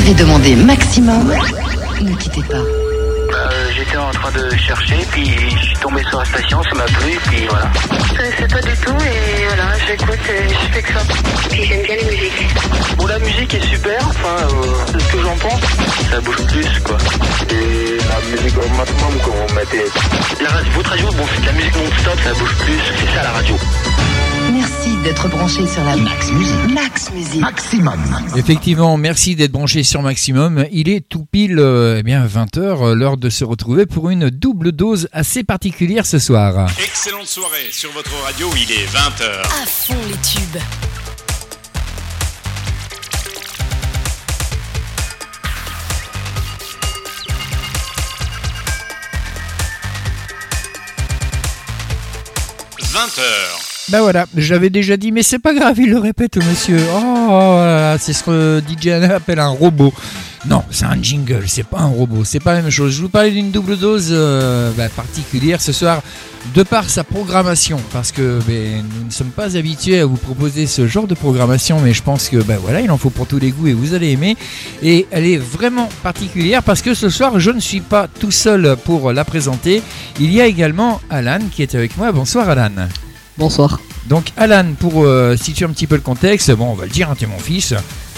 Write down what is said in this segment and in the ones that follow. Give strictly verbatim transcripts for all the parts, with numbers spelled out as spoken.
avez demandé maximum, ne quittez pas. Euh, j'étais en train de chercher, puis je suis tombé sur la station, ça m'a plu, puis voilà. Je sais pas du tout, et voilà, j'écoute et je fais que ça. Puis j'aime bien les musiques. Bon, la musique est super, enfin, euh, c'est ce que j'en pense. Ça bouge plus, quoi. Et la musique au maximum, quand on mettait... La radio, votre radio, bon, c'est de la musique non-stop, ça bouge plus, c'est ça la radio. Merci d'être branché sur la Max Musique. Max Musique. Maximum. Effectivement, merci d'être branché sur Maximum. Il est tout pile euh, eh bien vingt heures, l'heure de se retrouver pour une double dose assez particulière ce soir. Excellente soirée sur votre radio, il est vingt heures. À fond les tubes. vingt heures. Ben voilà, j'avais déjà dit, mais c'est pas grave, il le répète, monsieur. Oh, voilà, c'est ce que D J Anna appelle un robot. Non, c'est un jingle, c'est pas un robot, c'est pas la même chose. Je vous parlais d'une double dose euh, bah, particulière ce soir, de par sa programmation, parce que bah, nous ne sommes pas habitués à vous proposer ce genre de programmation, mais je pense que bah, voilà, il en faut pour tous les goûts et vous allez aimer. Et elle est vraiment particulière parce que ce soir, je ne suis pas tout seul pour la présenter. Il y a également Alan qui est avec moi. Bonsoir Alan. Bonsoir. Donc Alan, pour euh, situer un petit peu le contexte, bon on va le dire, hein, t'es mon fils.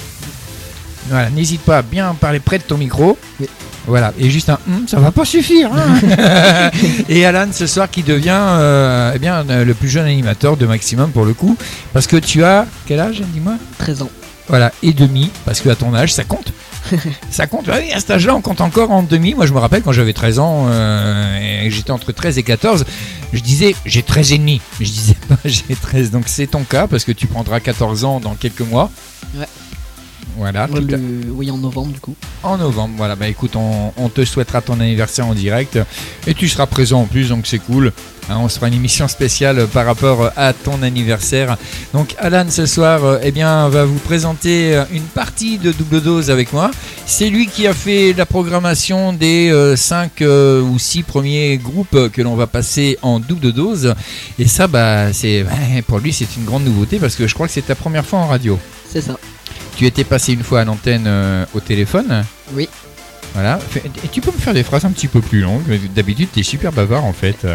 Voilà, n'hésite pas à bien parler près de ton micro. Oui. Voilà, et juste un hum, ça va pas suffire. Hein. Et Alan ce soir qui devient euh, eh bien, le plus jeune animateur de Maximum pour le coup. Parce que tu as quel âge, dis-moi ? treize ans. Voilà, et demi, parce que à ton âge ça compte. Ça compte, oui, à cet âge-là on compte encore en demi. Moi je me rappelle quand j'avais treize ans euh, et j'étais entre treize et quatorze, je disais j'ai treize et demi, mais je disais pas j'ai treize. Donc c'est ton cas parce que tu prendras quatorze ans dans quelques mois. Ouais. Voilà. Ouais, le... Oui, en novembre du coup. En novembre, voilà. Bah écoute, on, on te souhaitera ton anniversaire en direct et tu seras présent en plus, donc c'est cool. Hein, on se fera une émission spéciale par rapport à ton anniversaire. Donc Alan ce soir, euh, eh bien, va vous présenter une partie de double dose avec moi. C'est lui qui a fait la programmation des cinq euh, ou six premiers groupes que l'on va passer en double dose. Et ça, bah, c'est bah, pour lui, c'est une grande nouveauté parce que je crois que c'est ta première fois en radio. C'est ça. Tu étais passé une fois à l'antenne euh, au téléphone. Oui. Voilà. Et tu peux me faire des phrases un petit peu plus longues. D'habitude, tu es super bavard en fait.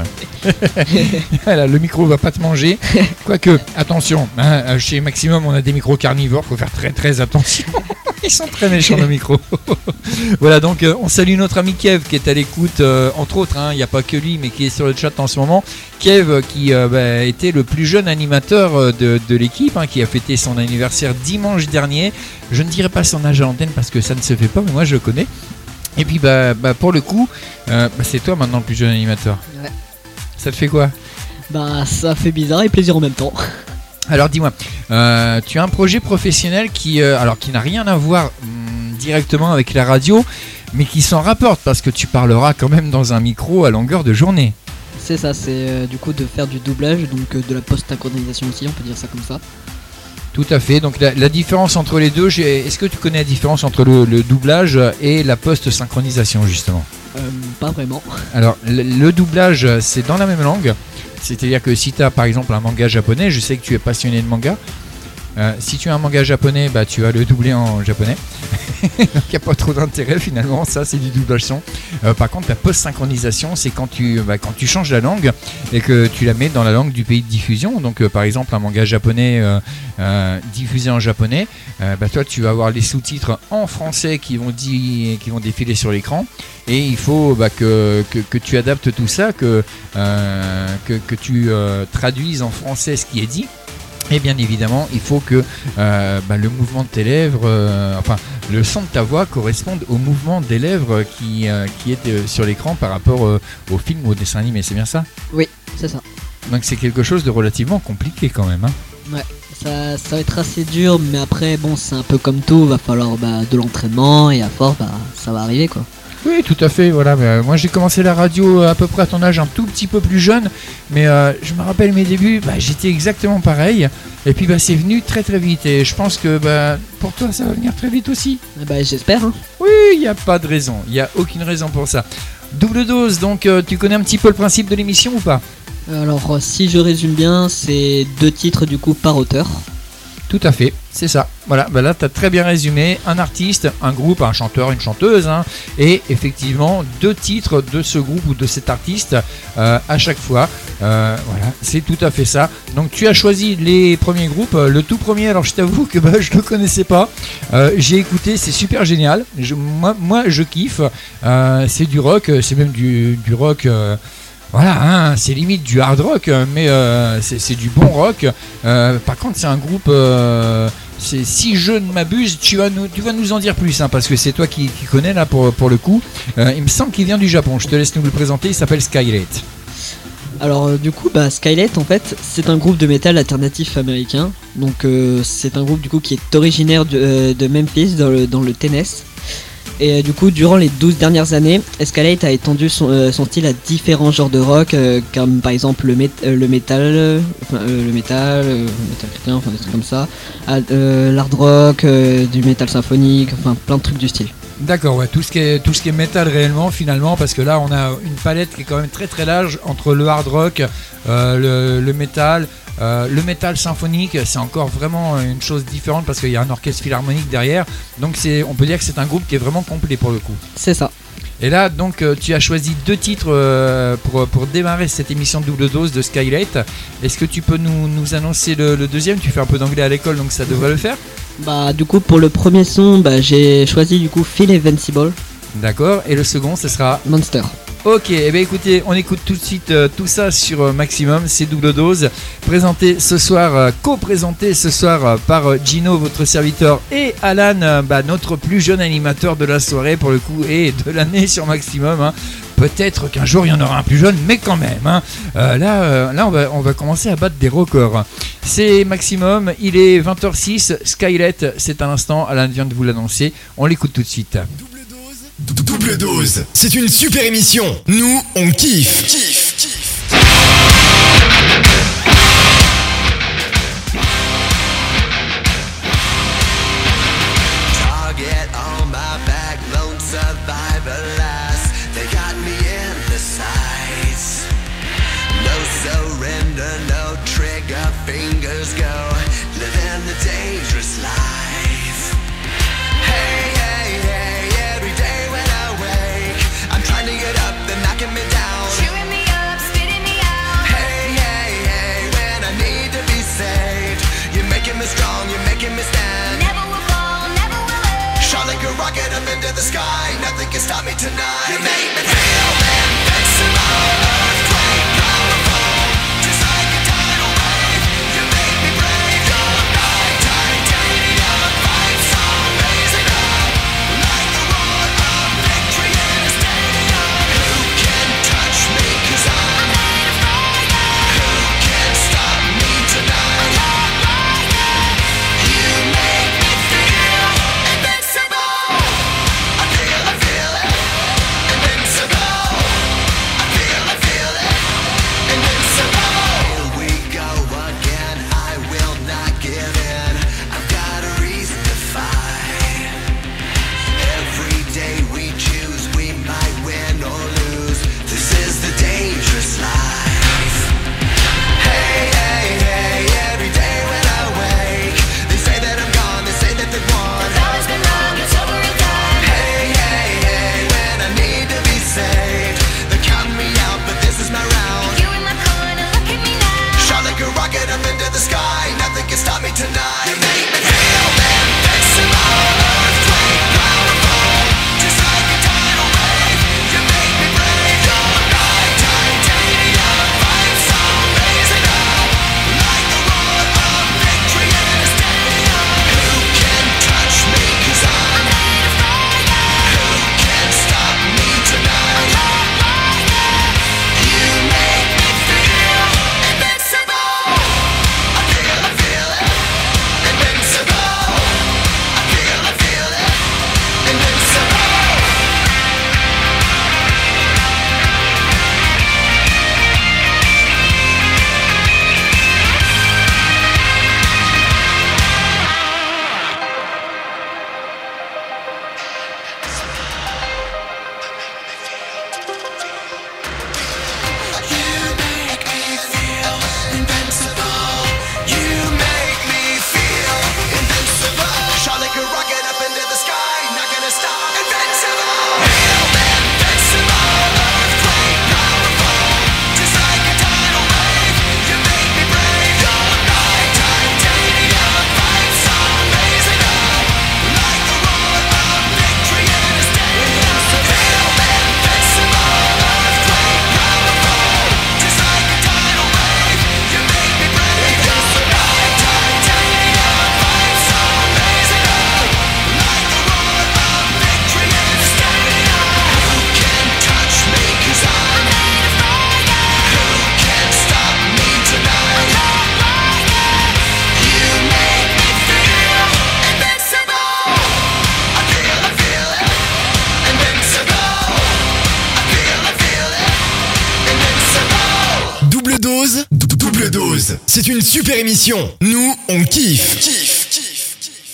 Voilà, le micro va pas te manger. Quoique, attention, hein, chez Maximum, on a des micros carnivores. Faut faire très très attention. Ils sont très méchants nos micros. Voilà, donc euh, on salue notre ami Kev qui est à l'écoute, euh, entre autres. Il hein, n'y a pas que lui, mais qui est sur le chat en ce moment. Kev qui euh, bah, était le plus jeune animateur de, de l'équipe, hein, qui a fêté son anniversaire dimanche dernier. Je ne dirai pas son âge à l'antenne parce que ça ne se fait pas, mais moi je le connais. Et puis bah, bah pour le coup, euh, bah, c'est toi maintenant le plus jeune animateur. Ouais. Ça te fait quoi ? Bah ça fait bizarre et plaisir en même temps. Alors dis-moi, euh, tu as un projet professionnel qui, euh, alors qui n'a rien à voir hum, directement avec la radio, mais qui s'en rapporte parce que tu parleras quand même dans un micro à longueur de journée. C'est ça, c'est euh, du coup de faire du doublage, donc euh, de la post-synchronisation aussi, on peut dire ça comme ça. Tout à fait, donc la, la différence entre les deux, j'ai, est-ce que tu connais la différence entre le, le doublage et la post-synchronisation justement ? euh, Pas vraiment. Alors le, le doublage c'est dans la même langue, c'est-à-dire que si tu as par exemple un manga japonais, je sais que tu es passionné de manga, euh, si tu as un manga japonais, bah, tu vas le doubler en japonais. Donc il n'y a pas trop d'intérêt finalement, ça c'est du doublage son. Euh, par contre la post-synchronisation c'est quand tu, bah, quand tu changes la langue et que tu la mets dans la langue du pays de diffusion. Donc euh, par exemple un manga japonais euh, euh, diffusé en japonais, euh, bah, toi tu vas avoir les sous-titres en français qui vont, di- qui vont défiler sur l'écran et il faut bah, que, que, que tu adaptes tout ça, que, euh, que, que tu euh, traduises en français ce qui est dit. Et bien évidemment, il faut que euh, bah, le mouvement de tes lèvres, euh, enfin le son de ta voix corresponde au mouvement des lèvres qui, euh, qui est euh, sur l'écran par rapport euh, au film ou au dessin animé, c'est bien ça ? Oui, c'est ça. Donc c'est quelque chose de relativement compliqué quand même. Hein. Ouais, ça, ça va être assez dur, mais après, bon, c'est un peu comme tout, va falloir bah, de l'entraînement et à force, bah, ça va arriver quoi. Oui, tout à fait, voilà. Mais, euh, moi j'ai commencé la radio à peu près à ton âge, un tout petit peu plus jeune, mais euh, je me rappelle mes débuts, bah, j'étais exactement pareil, et puis bah, c'est venu très très vite, et je pense que bah, pour toi ça va venir très vite aussi. Bah, j'espère. Hein. Oui, il n'y a pas de raison, il n'y a aucune raison pour ça. Double dose, donc euh, tu connais un petit peu le principe de l'émission ou pas ? Alors, si je résume bien, c'est deux titres du coup par auteur. Tout à fait, c'est ça. Voilà, bah là tu as très bien résumé, un artiste, un groupe, un chanteur, une chanteuse, hein, et effectivement deux titres de ce groupe ou de cet artiste euh, à chaque fois. Euh, voilà, c'est tout à fait ça. Donc tu as choisi les premiers groupes. Le tout premier, alors je t'avoue que bah, je ne le connaissais pas. Euh, j'ai écouté, c'est super génial. Je, moi, moi je kiffe. Euh, c'est du rock, c'est même du, du rock... Euh, Voilà, hein, c'est limite du hard rock, mais euh, c'est, c'est du bon rock. Euh, par contre, c'est un groupe. Euh, c'est, si je ne m'abuse, tu vas nous, tu vas nous en dire plus, hein, parce que c'est toi qui, qui connais là pour, pour le coup. Euh, il me semble qu'il vient du Japon. Je te laisse nous le présenter. Il s'appelle Skylight. Alors euh, du coup, bah, Skylight en fait, c'est un groupe de métal alternatif américain. Donc euh, c'est un groupe du coup qui est originaire de, euh, de Memphis dans le, dans le Tennessee. Et euh, du coup, durant les douze dernières années, Skylight a étendu son, euh, son style à différents genres de rock, euh, comme par exemple le, mét- euh, le métal, euh, enfin, euh, le métal, euh, le métal chrétien, enfin des trucs comme ça, à, euh, l'hard rock, euh, du métal symphonique, enfin plein de trucs du style. D'accord, ouais, tout ce qui est tout ce qui est métal réellement finalement, parce que là on a une palette qui est quand même très très large entre le hard rock, euh, le, le métal, euh, le métal symphonique, c'est encore vraiment une chose différente parce qu'il y a un orchestre philharmonique derrière, donc c'est, on peut dire que c'est un groupe qui est vraiment complet pour le coup. C'est ça. Et là, donc, euh, tu as choisi deux titres euh, pour, pour démarrer cette émission de double dose de Skylight. Est-ce que tu peux nous, nous annoncer le, le deuxième ? Tu fais un peu d'anglais à l'école, donc ça devrait le faire. Bah du coup, pour le premier son, bah, j'ai choisi du coup Feel Invincible. D'accord. Et le second, ce sera Monster. Ok, et eh bien écoutez, on écoute tout de suite euh, tout ça sur euh, Maximum, c'est double dose, présenté ce soir, euh, co-présenté ce soir euh, par euh, Gino, votre serviteur, et Alan, euh, bah, notre plus jeune animateur de la soirée pour le coup, et de l'année sur Maximum. Hein. Peut-être qu'un jour il y en aura un plus jeune, mais quand même. Hein. Euh, là, euh, là on, va, on va commencer à battre des records. C'est Maximum, il est vingt heures six, Skylight, c'est à l'instant, Alan vient de vous l'annoncer, on l'écoute tout de suite. Double dose, c'est une super émission. Nous, on kiffe. Kiffe, kiffe. Target on my back, lone survivor last. They got me in the sights. No surrender, no trigger, fingers go. Living the dangerous life. Hey, hey, hey, every day. Trying to get up, they're knocking me down. Chewing me up, spitting me out. Hey, hey, hey, when I need to be saved. You're making me strong, you're making me stand. Never will fall, never will end. Shot like a rocket up into the sky. Nothing can stop me tonight. You make me feel invincible. Earthquake, powerful. Just like a tidal wave. You make me brave. You're like titanium. Fight so amazing up. Like the roar of victory in a stadium. Who can touch me? 'Cause I'm made of fire. Who can stop me tonight? I'm not lying. You make me feel invincible. I feel, I feel it. Invincible. c'est une super émission. Nous, on kiffe. Kiffe, kiffe, kiffe.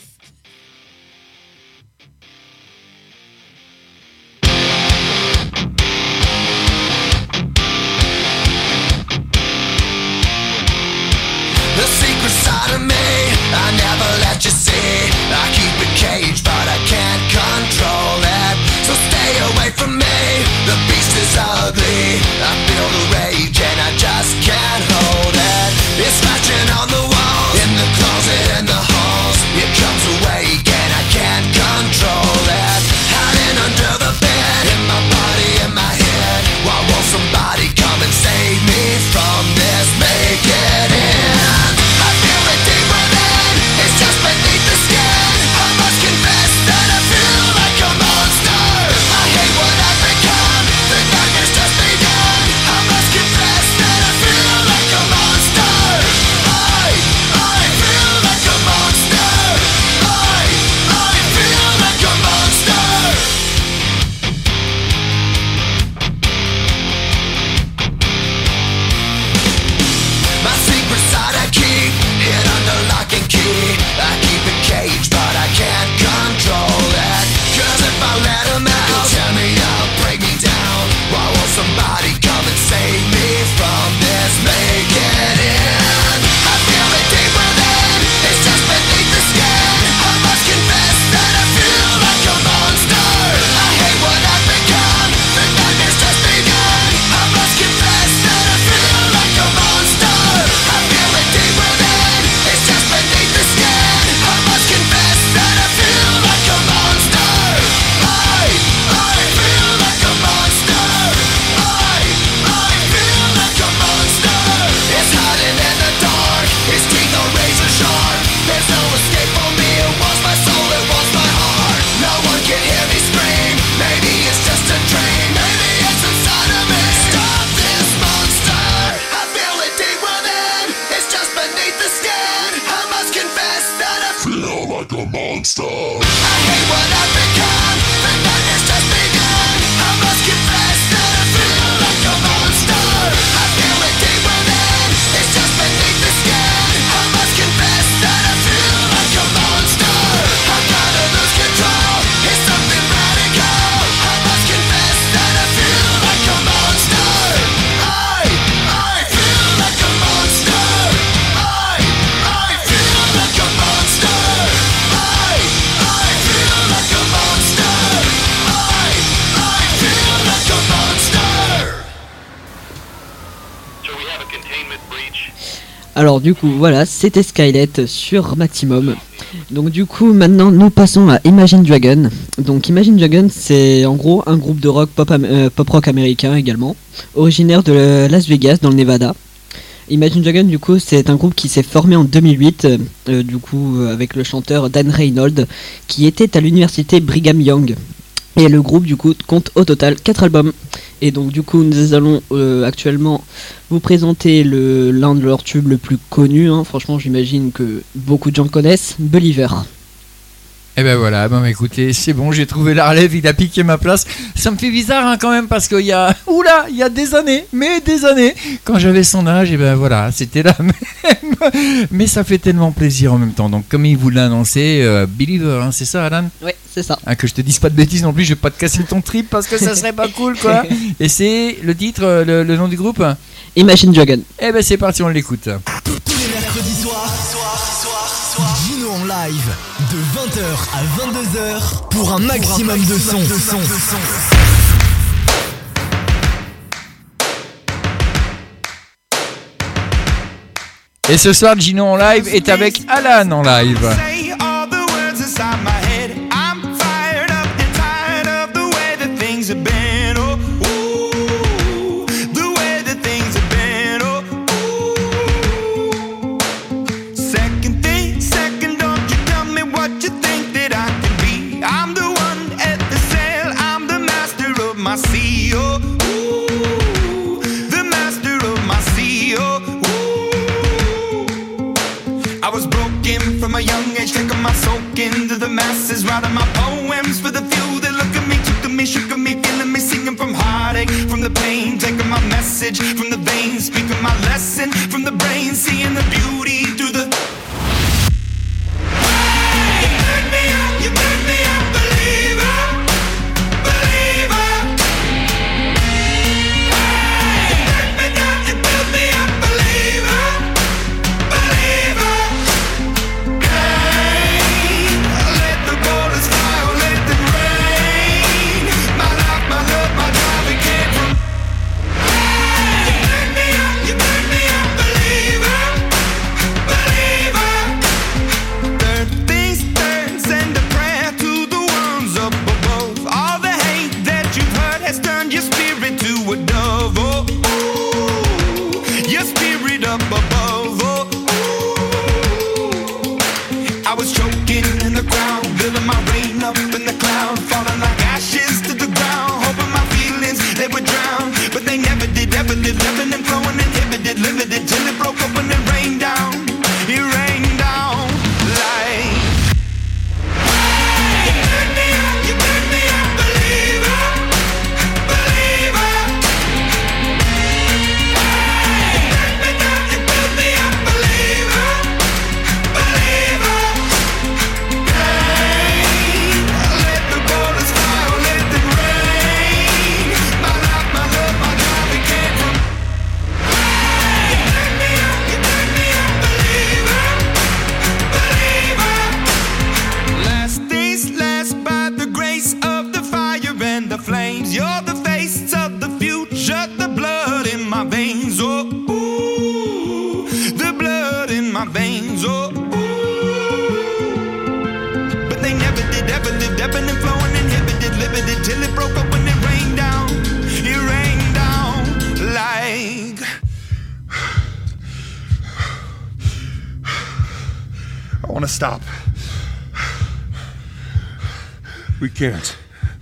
The secret side of me, I never let you see. I keep it caged, but I can't control it. So stay away from me, the beast is ugly. I feel the rage and I just can't hold it. It's scratching on the walls, in the closet, in the halls. It comes awake and I can't control it. Hiding under the bed, in my body, in my head. Why won't somebody come and save me from this? Make it end. I feel it deep within, it's just beneath the skin. I must confess that I feel like a monster. I hate what I've become, the nightmare's just begun. I must confess that I feel like a monster. I, I feel like a monster. I, I feel like a monster. My secret side I keep hid under lock and key. I keep it caged, but I can't control it. Cause if I let him out, he'll tear me up, break me down. Why won't somebody come and save me from this? Make it end. I feel it deep within, it's just beneath the skin. I must confess that I feel like a monster. I hate what I've become, the nightmare's just begun. I must confess that I feel like a monster. I feel it deep within, it's just beneath the skin. I must confess that I feel like a monster. I, I feel like a monster. I, I feel like a monster. It's hiding in the dark, its teeth are razor sharp. There's no escape for me, it wants my soul, it wants my heart. No one can hear me scream, maybe it's just a dream. Maybe it's inside of me. Stop this monster. I feel it deep within, it's just beneath the skin. I must confess that I feel like a monster. I hate what I've become, the nightmare's just begun. I must confess that I feel like a monster. I feel it deep within, it's just beneath the skin. I must confess that I feel like a monster. I've gotta lose control, it's something radical. I must confess that I feel like a monster. I, I feel like a monster. I, I feel like a monster. I, I feel like a monster. I, I feel like a monster. So we have a containment breach. Alors du coup voilà, c'était Skylet sur Maximum. Donc du coup maintenant nous passons à Imagine Dragon. Donc Imagine Dragon c'est en gros un groupe de rock pop, am- euh, pop rock américain également, originaire de Las Vegas dans le Nevada. Imagine Dragon du coup c'est un groupe qui s'est formé en deux mille huit euh, du coup euh, avec le chanteur Dan Reynolds qui était à l'université Brigham Young. Et le groupe du coup compte au total quatre albums. Et donc du coup nous allons euh, actuellement vous présenter le, l'un de leurs tubes le plus connu, hein. Franchement j'imagine que beaucoup de gens le connaissent, Believer. Et ben voilà, bon écoutez, c'est bon, j'ai trouvé la relève, il a piqué ma place. Ça me fait bizarre hein, quand même parce qu'il y a, oula, il y a des années, mais des années, quand j'avais son âge, et ben voilà, c'était la même. Mais ça fait tellement plaisir en même temps. Donc comme il vous l'a annoncé, euh, Believer, hein, c'est ça Alan ? Ouais, c'est ça. Ah, que je te dise pas de bêtises non plus, je vais pas te casser ton trip parce que ça serait pas cool quoi. Et c'est le titre, le, le nom du groupe ? Imagine Dragon. Eh ben c'est parti, on l'écoute. Tous les mercredis soirs, Gino en live de vingt heures à vingt-deux heures pour un maximum de son. Et ce soir, Gino en live est avec Alan en live. Say all the words inside my head. I'm fired up and tired of the way that things have been. Oh, ooh, the way that things have been. Oh, ooh. Second thing, second, don't you tell me what you think that I can be. I'm the one at the sail. I'm the master of my sea. Oh, ooh, the master of my sea. Oh, ooh. I was broken from a young age, taking my soak into the masses, writing my poems for the few that look at me, took to me, shook at me, feeling me, singing from heartache, from the pain, taking my message message from the veins, speaking my lesson from the brain, seeing the beauty through the. You turn me up, you turn me up, believer, believer. You turn me down, you build me up, believer, believer. Hey, let the borders fly, or let them rain. My life, my love, my drive, it came from. You turn me up, you turn me up, believer, believer. Third things third, send a prayer to the ones up above. All the hate that you've heard has turned your spirit to a dove. Oh, ooh, your spirit up above. Oh, ooh. I was choking in the ground, building my rain up in the cloud, falling like ashes to the ground, hoping my feelings they would drown, but they never did, ever did, ebbing and flowing, inhibited, limited, till it broke up and it rained down, it rained down like. You turn me up, you turn me up, believer, believer. You turn me down, you build me up, believer, believer. Hey, let the borders fly, or let them rain. My life, my love, my drive, it came from. You turn me up, you turn me up, believer, believer. Last things last, by the grace of the fire and the flames. You're the face of the future, the blood in my veins. Oh, ooh, the blood in my veins. Oh, ooh. But they never did, ever lived, ebbing and flowing, inhibited, limited, till it broke up when it rained down. It rained down like. I want to stop. We can't.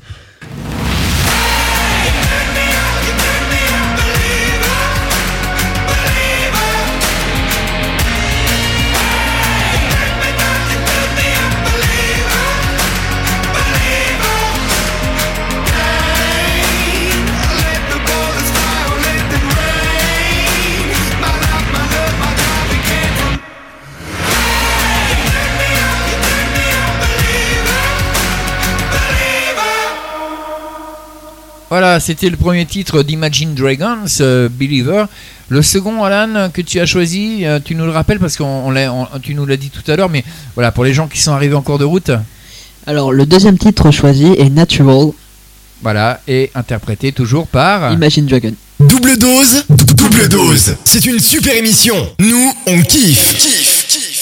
Voilà, c'était le premier titre d'Imagine Dragons, euh, Believer. Le second, Alan, que tu as choisi, euh, tu nous le rappelles parce que tu nous l'as dit tout à l'heure, mais voilà, pour les gens qui sont arrivés en cours de route. Alors, le deuxième titre choisi est Natural. Voilà, et interprété toujours par Imagine Dragon. Double dose, double dose. C'est une super émission. Nous, on kiffe. Kiffe.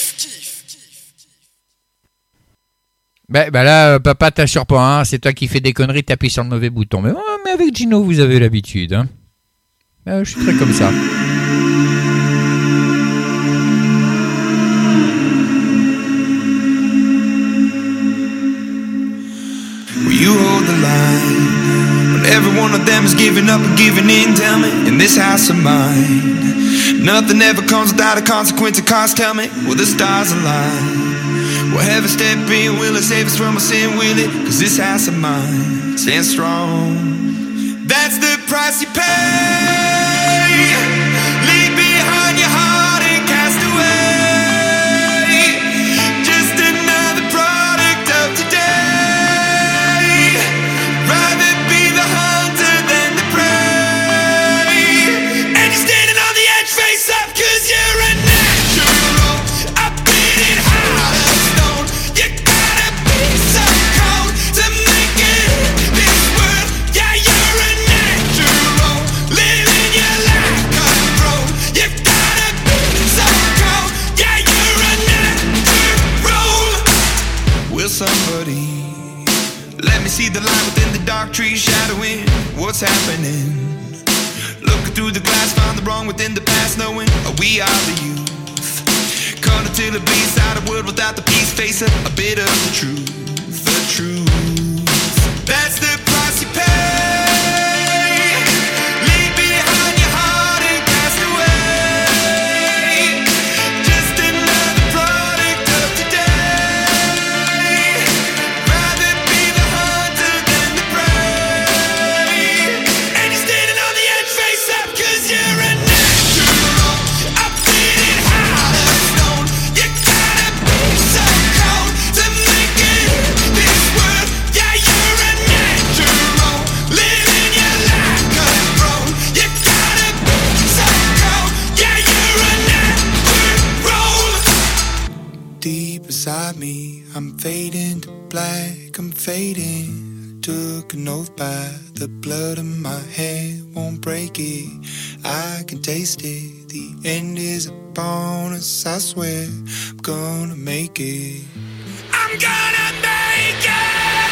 Bah, bah là, euh, papa, t'assure pas, hein, c'est toi qui fais des conneries, t'appuies sur le mauvais bouton. Mais, oh, mais avec Gino, vous avez l'habitude. Hein. Euh, je suis très comme ça. Will you hold the line when every one of them is giving up and giving in? Tell me, in this house of mine, nothing ever comes without a consequence of cost. Tell me, will the stars align? Will heaven step in? Will it save us from our sin? Will it? Cause this house of mine stands strong. That's the price you pay. Leave behind your heart and cast away. Just another product of today. Rather be the hunter than the prey. And you're standing on the edge, face up, cause you're a natural. I've been in heart of stone. You gotta be so cold to make it in this world. Yeah, you're a natural. Living your life control. You gotta be so cold. Yeah, you're a natural. Will somebody let me see the light within the dark trees shadowing what's happening? Looking through the glass, find the wrong within the past, knowing we are the youth. Caught until it bleeds out of world without the peace, facing a bit of the truth, the truth. That's the price you pay. Leave behind your heart and cast away. Just another product of today. Rather be the hunter than the prey. And you're standing on the edge, face up, cause fading to black, I'm fading. Took an oath by the blood in my head, won't break it. I can taste it. The end is upon us, I swear. I'm gonna make it. I'm gonna make it.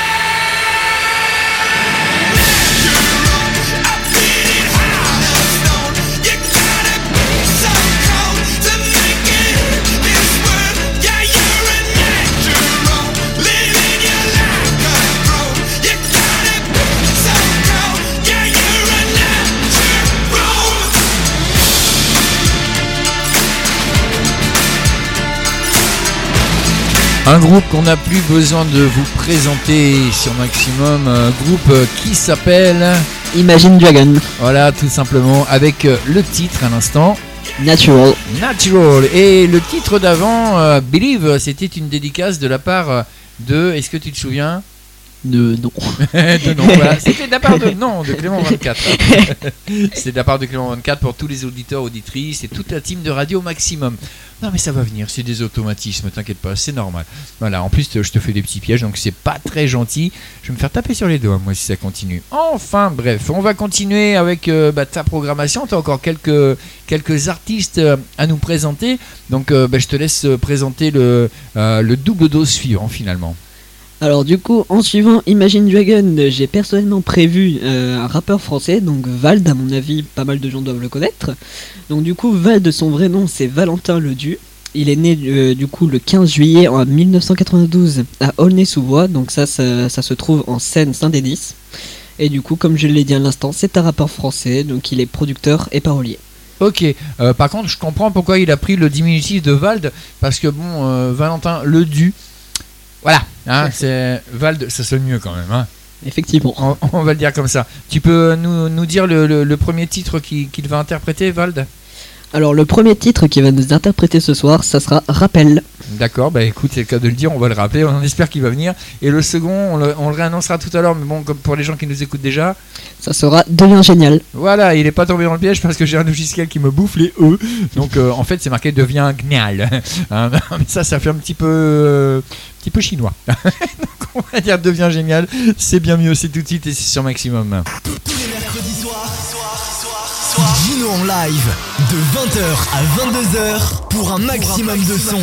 Un groupe qu'on n'a plus besoin de vous présenter sur Maximum, un groupe qui s'appelle Imagine Dragon. Voilà, tout simplement, avec le titre à l'instant Natural. Natural. Et le titre d'avant, euh, Believe, c'était une dédicace de la part de, est-ce que tu te souviens ? De non. de non, voilà. C'était de la part de non, de Clément vingt-quatre. C'est de la part de Clément vingt-quatre pour tous les auditeurs, auditrices et toute la team de Radio Maximum. Non mais ça va venir, c'est des automatismes, t'inquiète pas, c'est normal. Voilà, en plus je te fais des petits pièges, donc c'est pas très gentil. Je vais me faire taper sur les doigts, moi, si ça continue. Enfin bref, on va continuer avec euh, bah, ta programmation. T'as encore quelques, quelques artistes euh, à nous présenter. Donc euh, bah, je te laisse présenter le, euh, le double dose suivant finalement. Alors du coup, en suivant Imagine Dragon, j'ai personnellement prévu euh, un rappeur français, donc Vald, à mon avis, pas mal de gens doivent le connaître. Donc du coup, Vald, son vrai nom, c'est Valentin Ledu. Il est né euh, du coup le quinze juillet en mille neuf cent quatre-vingt-douze à Aulnay-sous-Bois, donc ça, ça, ça se trouve en Seine-Saint-Denis. Et du coup, comme je l'ai dit à l'instant, c'est un rappeur français, donc il est producteur et parolier. Ok, euh, par contre, je comprends pourquoi il a pris le diminutif de Vald, parce que bon, euh, Valentin Ledu. Voilà, hein, c'est Vald, ça sonne mieux quand même. Hein. Effectivement. On, on va le dire comme ça. Tu peux nous, nous dire le, le, le premier titre qu'il, qu'il va interpréter, Vald ? Alors le premier titre qu'il va nous interpréter ce soir, ça sera Rappel. D'accord, bah écoute, c'est le cas de le dire, on va le rappeler, on espère qu'il va venir. Et le second, on le, on le réannoncera tout à l'heure, mais bon, comme pour les gens qui nous écoutent déjà. Ça sera Devient Génial. Voilà, il est pas tombé dans le piège parce que j'ai un logiciel qui me bouffe les E. Donc euh, en fait, c'est marqué Devient Génial. Hein, mais ça, ça fait un petit peu, euh, petit peu chinois. Donc on va dire Devient Génial, c'est bien mieux, c'est tout de suite et c'est sur Maximum. Tous les mercredis soirs, Gino en live de vingt heures à vingt-deux heures pour un maximum de son.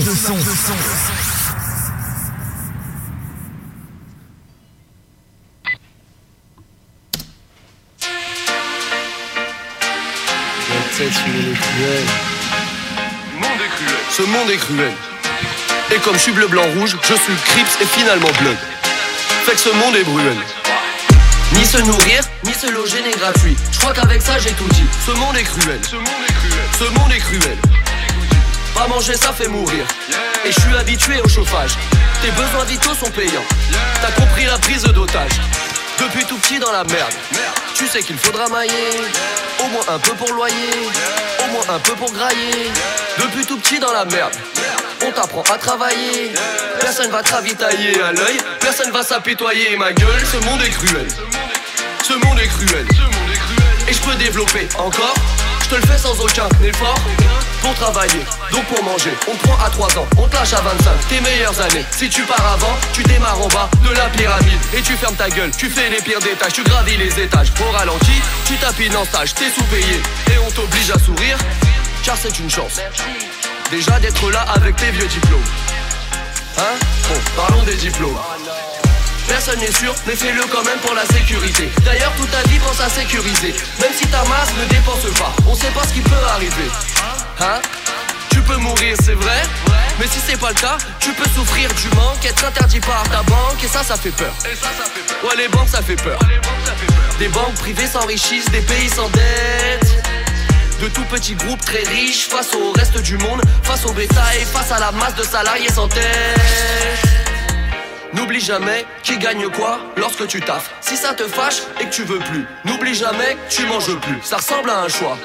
Ce monde est cruel. Et comme je suis bleu, blanc, rouge, je suis Crips et finalement bleu. Fait que ce monde est bruel. Ni se nourrir, ni se loger n'est gratuit. Je crois qu'avec ça j'ai tout dit. Ce monde est cruel. Ce monde est cruel. Ce monde est cruel. Pas manger ça fait mourir. Et je suis habitué au chauffage. Tes besoins vitaux sont payants. T'as compris la prise d'otage. Depuis tout petit dans la merde. Tu sais qu'il faudra mailler. Au moins un peu pour loyer. Au moins un peu pour grailler. Depuis tout petit dans la merde. On t'apprend à travailler. Personne va te ravitailler à l'œil. Personne va s'apitoyer. Ma gueule, ce monde est cruel. Ce monde est cruel. Et je peux développer encore. Je te le fais sans aucun effort. Pour travailler, donc pour manger. On te prend à trois ans, on te lâche à vingt-cinq. Tes meilleures années, si tu pars avant, tu démarres en bas de la pyramide. Et tu fermes ta gueule, tu fais les pires des tâches. Tu gravis les étages, au ralenti. Tu tapines en stage, t'es sous-payé. Et on t'oblige à sourire, car c'est une chance. Déjà d'être là avec tes vieux diplômes. Hein? Bon, parlons des diplômes. Personne n'est sûr, mais fais-le quand même pour la sécurité. D'ailleurs, toute ta vie pense à sécuriser. Même si ta masse ne dépense pas, on sait pas ce qui peut arriver. Hein? Tu peux mourir, c'est vrai. Mais si c'est pas le cas, tu peux souffrir du manque, être interdit par ta banque, et ça, ça fait peur. Ouais, les banques, ça fait peur. Des banques privées s'enrichissent, des pays s'endettent. De tout petits groupes très riches face au reste du monde, face au bétail, face à la masse de salariés sans tête. N'oublie jamais qui gagne quoi lorsque tu taffes. Si ça te fâche et que tu veux plus, n'oublie jamais que tu manges plus. Ça ressemble à un choix.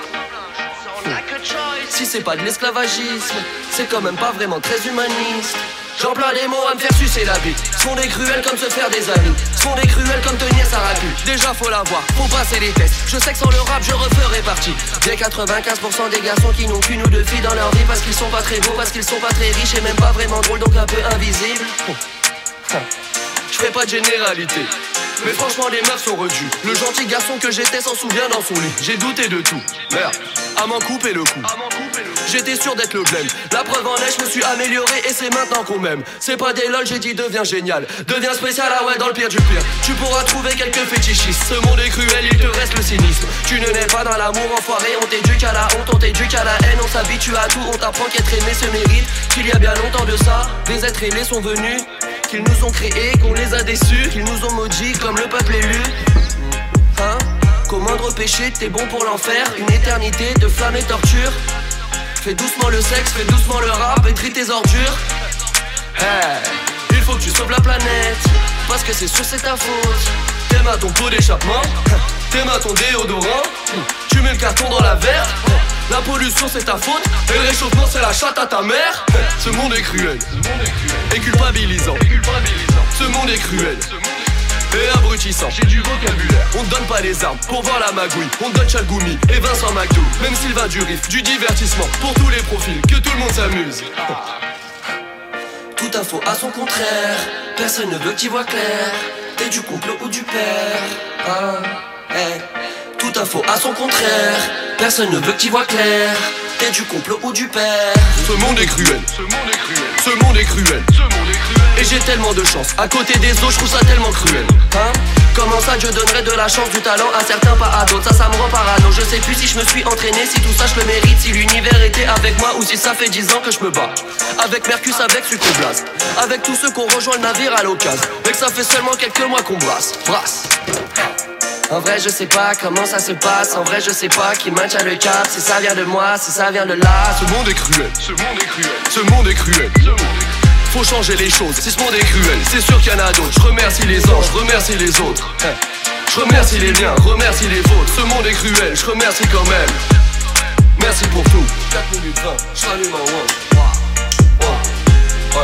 Si c'est pas de l'esclavagisme, c'est quand même pas vraiment très humaniste. J'emploie des mots à me faire sucer la bite. Ce monde est cruel comme se faire des amis. Ce monde est cruel comme tenir sa raclure. Déjà faut l'avoir, faut passer les tests. Je sais que sans le rap je referai partie des quatre-vingt-quinze pour cent des garçons qui n'ont qu'une ou deux filles dans leur vie. Parce qu'ils sont pas très beaux, parce qu'ils sont pas très riches et même pas vraiment drôles, donc un peu invisibles. Je ferai pas de généralité, mais franchement les meufs sont redues. Le gentil garçon que j'étais s'en souvient dans son lit. J'ai douté de tout, merde, à m'en couper le cou. J'étais sûr d'être le blême. La preuve en est, je me suis amélioré et c'est maintenant qu'on m'aime. C'est pas des lol, j'ai dit deviens génial. Deviens spécial, ah ouais, dans le pire du pire. Tu pourras trouver quelques fétichistes. Ce monde est cruel, il te reste le cynisme. Tu ne nais pas dans l'amour, enfoiré. On t'éduque à la honte, on t'éduque à la haine. On s'habitue à tout, on t'apprend qu'être aimé se mérite. Qu'il y a bien longtemps de ça, des êtres ailés sont venus. Qu'ils nous ont créés, qu'on les a déçus. Qu'ils nous ont maudits comme le peuple élu. Hein? Qu'au moindre péché, t'es bon pour l'enfer. Une éternité de flammes et torture. Fais doucement le sexe, fais doucement le rap et trie tes ordures. Hey, il faut que tu sauves la planète, parce que c'est sûr c'est ta faute. T'aimes à ton pot d'échappement, t'aimes à ton déodorant. Tu mets le carton dans la verte. La pollution c'est ta faute, et le réchauffement c'est la chatte à ta mère. Ce monde est cruel, et culpabilisant. Ce monde est cruel et abrutissant. J'ai du vocabulaire. On te donne pas les armes pour voir la magouille. On te donne Chalgoumi et Vincent McDo. Même Sylvain du riff, du divertissement. Pour tous les profils, que tout le monde s'amuse. Tout info à son contraire. Personne ne veut que t'y vois clair. T'es du complot ou du père. Ah, hey. Tout info à son contraire. Personne ne veut que t'y vois clair. T'es du complot ou du père. Ce monde est cruel. Ce monde est cruel. Ce monde est cruel. Ce monde est cruel. Et j'ai tellement de chance. À côté des autres, je trouve ça tellement cruel. Hein? Comment ça, je donnerais de la chance, du talent à certains, pas à d'autres. Ça, ça me rend parano. Je sais plus si je me suis entraîné, si tout ça je le mérite, si l'univers était avec moi ou si ça fait dix ans que je me bats. Avec Mercus, avec Sucoblas, avec tous ceux qu'on rejoint le navire à l'occasion. Et que ça fait seulement quelques mois qu'on brasse. Brasse. En vrai je sais pas comment ça se passe. En vrai je sais pas qui maintient le cap. Si ça vient de moi, si ça vient de là. Ce monde est cruel. Ce monde est cruel. Ce monde est cruel. Ce monde est cruel. Faut changer les choses, si ce monde est cruel, c'est sûr qu'il y en a d'autres. Je remercie les anges, je remercie les autres. Je remercie les miens, remercie les vôtres. Ce monde est cruel, je remercie quand même. Merci pour tout. quatre minutes vingt, je rallume en one. Ouais.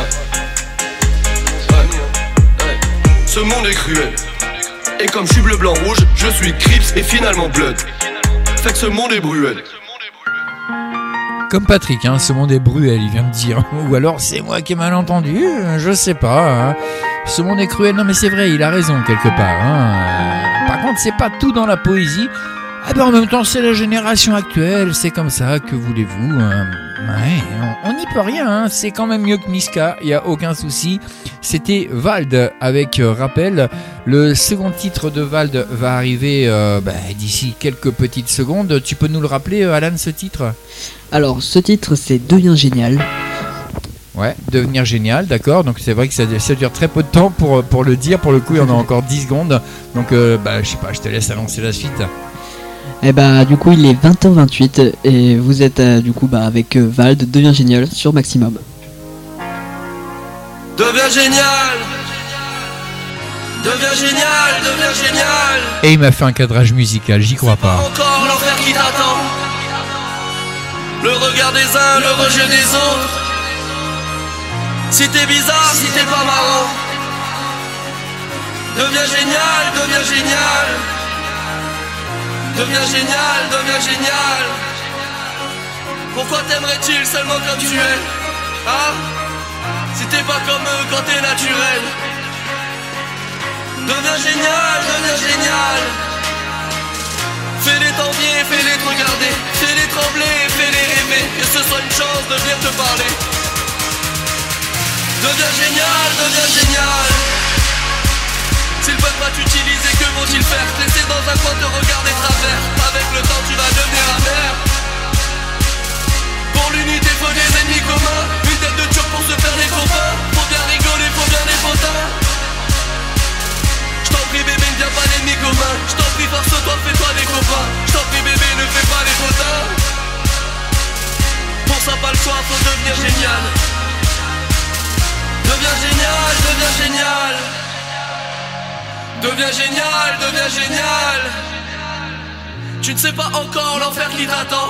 Ouais. Ouais. Ce monde est cruel. Et comme je suis bleu, blanc, rouge, je suis Crips et finalement Blood. Fait que ce monde est bruel. Comme Patrick, hein, ce monde est bruel, il vient de dire. Ou alors c'est moi qui ai mal entendu, je sais pas. Hein. Ce monde est cruel, non mais c'est vrai, il a raison quelque part. Hein. Par contre, c'est pas tout dans la poésie. Ah ben en même temps, c'est la génération actuelle, c'est comme ça, que voulez-vous. Hein. Ouais, on n'y peut rien, hein. C'est quand même mieux que Niska, il n'y a aucun souci. C'était Vald avec euh, Rappel. Le second titre de Vald va arriver euh, bah, d'ici quelques petites secondes. Tu peux nous le rappeler, euh, Alan, ce titre ? Alors, ce titre, c'est Deviens génial. Ouais, devenir génial, d'accord. Donc c'est vrai que ça, ça dure très peu de temps pour, pour le dire. Pour le coup, il y en a encore dix secondes. Donc, euh, bah, je sais pas, je te laisse annoncer la suite. Et bah du coup il est vingt heures vingt-huit et vous êtes euh, du coup bah, avec euh, Vald, Deviens génial sur Maximum. Deviens génial. Deviens génial, deviens génial. Et il m'a fait un cadrage musical, j'y crois pas. Encore l'enfer qui t'attend. Le regard des uns, le rejet des autres. Si t'es bizarre, si t'es pas marrant. Deviens génial, deviens génial. Deviens génial, deviens génial. Pourquoi t'aimerais-tu seulement comme tu es? Hein? Si t'es pas comme eux quand t'es naturel. Deviens génial, deviens génial. Fais-les t'envier, fais-les te regarder. Fais-les trembler, fais-les rêver. Que ce soit une chance de venir te parler. Deviens génial, deviens génial. S'ils peuvent pas t'utiliser, que vont-ils faire? Laisser dans un coin te regarder travers. Avec le temps tu vas devenir amer. Pour l'unité faut des ennemis communs. Une tête de turc pour se faire des copains. Faut bien rigoler, faut bien des potins. J't'en prie bébé, ne viens pas l'ennemi commun. J't'en prie force-toi, fais-toi des copains. J't'en prie bébé, ne fais pas les potins. Pour ça pas le choix, faut devenir génial. Deviens génial, deviens génial. Deviens génial, deviens génial. Tu ne sais pas encore l'enfer qui t'attend.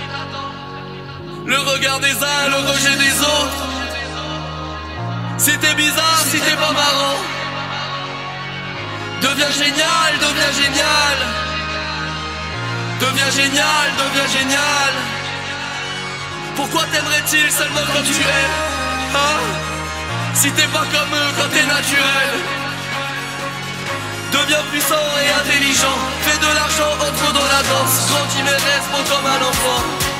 Le regard des uns, le rejet des autres. Si t'es bizarre, si t'es pas marrant. Deviens génial, deviens génial. Deviens génial, deviens génial. Pourquoi t'aimerait-il seulement comme tu es? Hein? Si t'es pas comme eux quand t'es naturel, deviens puissant et intelligent. Fais de l'argent, entre dans la danse. Grandis mais reste bon comme un enfant.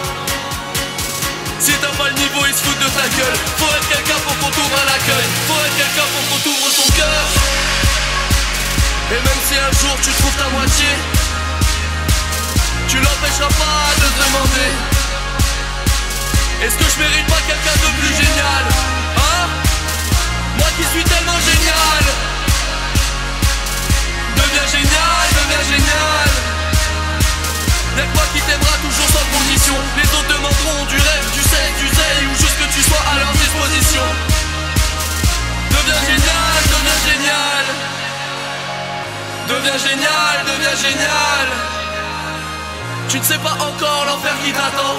Si t'as pas le niveau, ils se foutent de ta gueule. Faut être quelqu'un pour qu'on t'ouvre à l'accueil. Faut être quelqu'un pour qu'on t'ouvre ton cœur. Et même si un jour tu trouves ta moitié, tu l'empêcheras pas de te demander: est-ce que je mérite pas quelqu'un de plus génial? Hein? Moi qui suis tellement génial. Deviens génial, deviens génial. Y'a que moi qui t'aimera toujours sans condition. Les autres demanderont du rêve, du sel, du zèle, ou juste que tu sois à leur disposition. Deviens génial, deviens génial. Deviens génial, deviens génial. Tu ne sais pas encore l'enfer qui t'attend.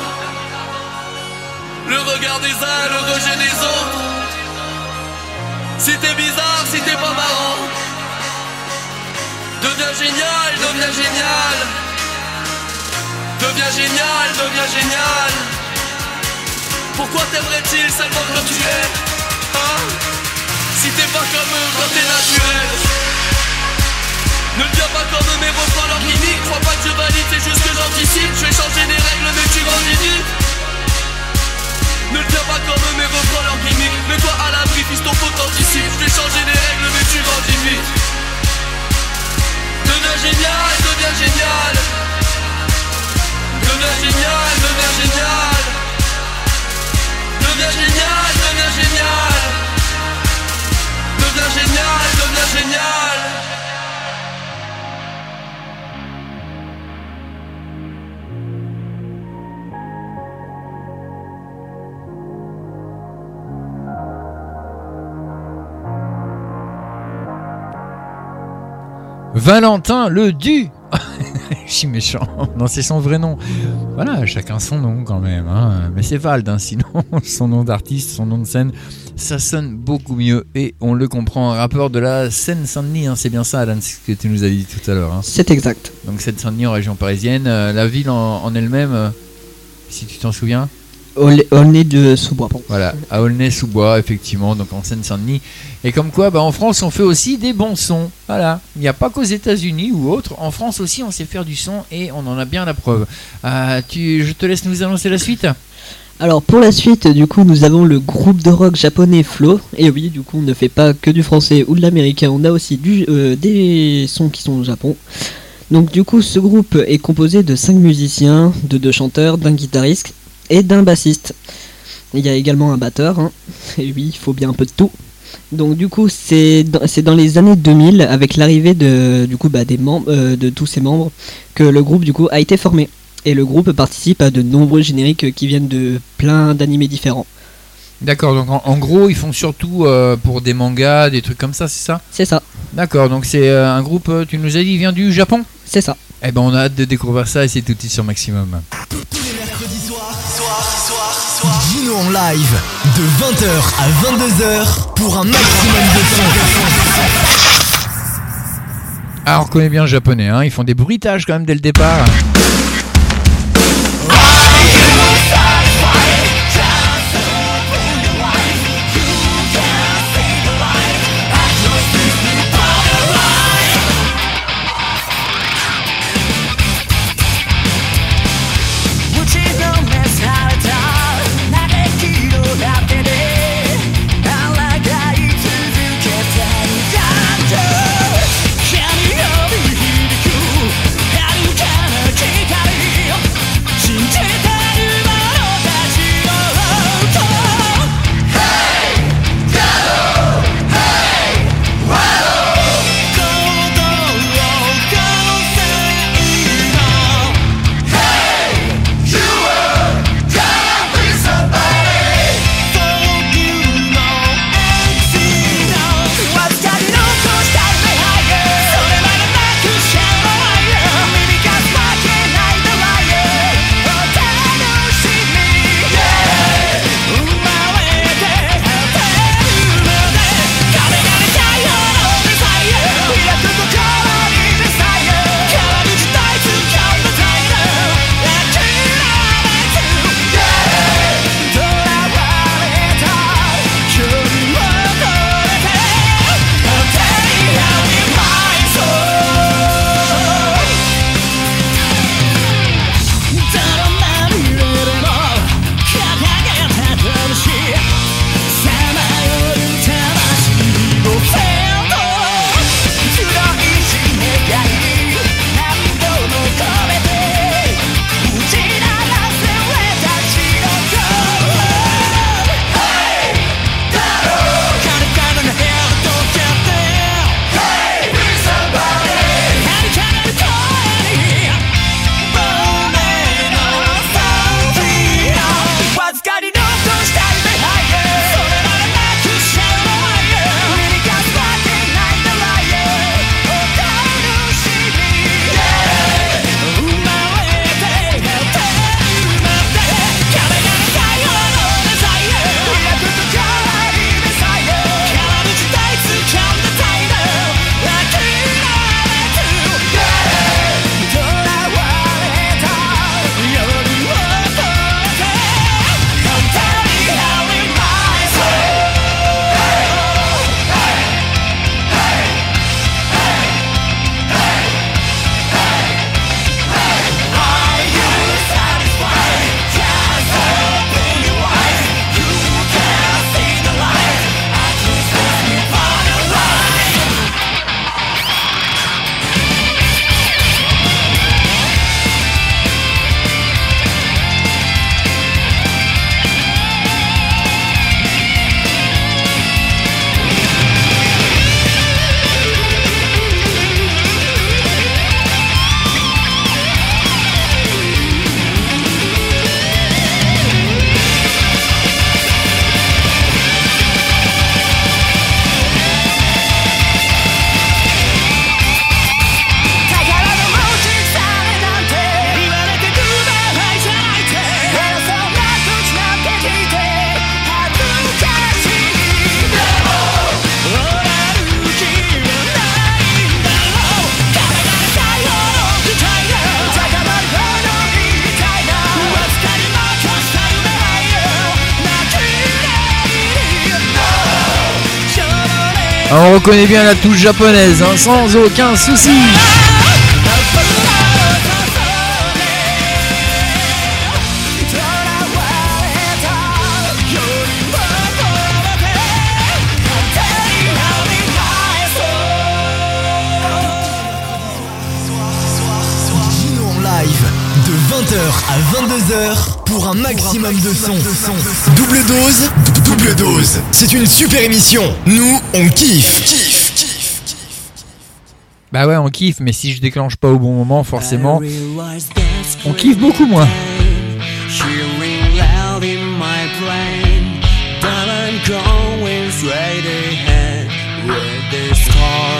Le regard des uns, le rejet des autres. Si t'es bizarre, si t'es pas marrant, deviens génial, deviens génial. Deviens génial, deviens génial. Pourquoi t'aimerait-il seulement comme tu es, hein? Si t'es pas comme eux quand t'es naturel, ne deviens pas comme eux mais reprends leur limite. Crois pas que je valide, c'est juste que j'anticipe. Je vais changer les règles mais tu grandis vite. Ne deviens pas comme eux mais reprends leur gimmick. Mets-toi à l'abri, fiston, faut t'anticiper. Je vais changer les règles mais tu grandis vite. Deviens génial, deviens génial. Deviens génial, deviens génial. Deviens génial, deviens génial. Deviens génial, deviens génial. Valentin le Du. Je suis méchant. Non, c'est son vrai nom. Voilà, chacun son nom quand même. Hein. Mais c'est Vald, hein, sinon son nom d'artiste, son nom de scène, ça sonne beaucoup mieux. Et on le comprend, un rappeur de la Seine-Saint-Denis. Hein, c'est bien ça, Alan, ce que tu nous as dit tout à l'heure. Hein. C'est exact. Donc Seine-Saint-Denis en région parisienne. Euh, la ville en, en elle-même, euh, si tu t'en souviens. Aulnay de Sous-Bois, bon. Voilà, à Aulnay-sous-Bois, effectivement, donc en Seine-Saint-Denis. Et comme quoi, bah, en France, on fait aussi des bons sons. Voilà, il n'y a pas qu'aux États-Unis ou autres. En France aussi, on sait faire du son et on en a bien la preuve. Euh, tu, je te laisse nous annoncer la suite. Alors pour la suite, du coup, nous avons le groupe de rock japonais Flow. Et oui, du coup, on ne fait pas que du français ou de l'américain. On a aussi du, euh, des sons qui sont au Japon. Donc du coup, ce groupe est composé de cinq musiciens, de deux chanteurs, d'un guitariste et d'un bassiste. Il y a également un batteur, hein. Et oui, il faut bien un peu de tout. Donc du coup, c'est dans, c'est dans les années deux mille, avec l'arrivée de, du coup, bah, des membres, euh, de tous ces membres, que le groupe du coup a été formé. Et le groupe participe à de nombreux génériques qui viennent de plein d'animés différents. D'accord, donc en, en gros, ils font surtout euh, pour des mangas, des trucs comme ça, c'est ça ? C'est ça. D'accord, donc c'est euh, un groupe, euh, tu nous as dit, il vient du Japon ? C'est ça. Eh ben on a hâte de découvrir ça et c'est tout de suite sur Maximum. Tous les mercredis soirs, soir, soir, soir, Gino en live de vingt heures à vingt-deux heures pour un maximum de son. Ah, on reconnaît bien le japonais, hein, ils font des bruitages quand même dès le départ. Can you On reconnaît bien la touche japonaise, hein, sans aucun souci. Dino en live de vingt heures à vingt-deux heures pour un maximum de son. Double dose, double dose. C'est une super émission. Nous, on kiffe. Kiffe, kiffe. Bah ouais, on kiffe, mais si je déclenche pas au bon moment, forcément, on kiffe beaucoup moins. Hearing loud in my brain, darling, going straight ahead with this car.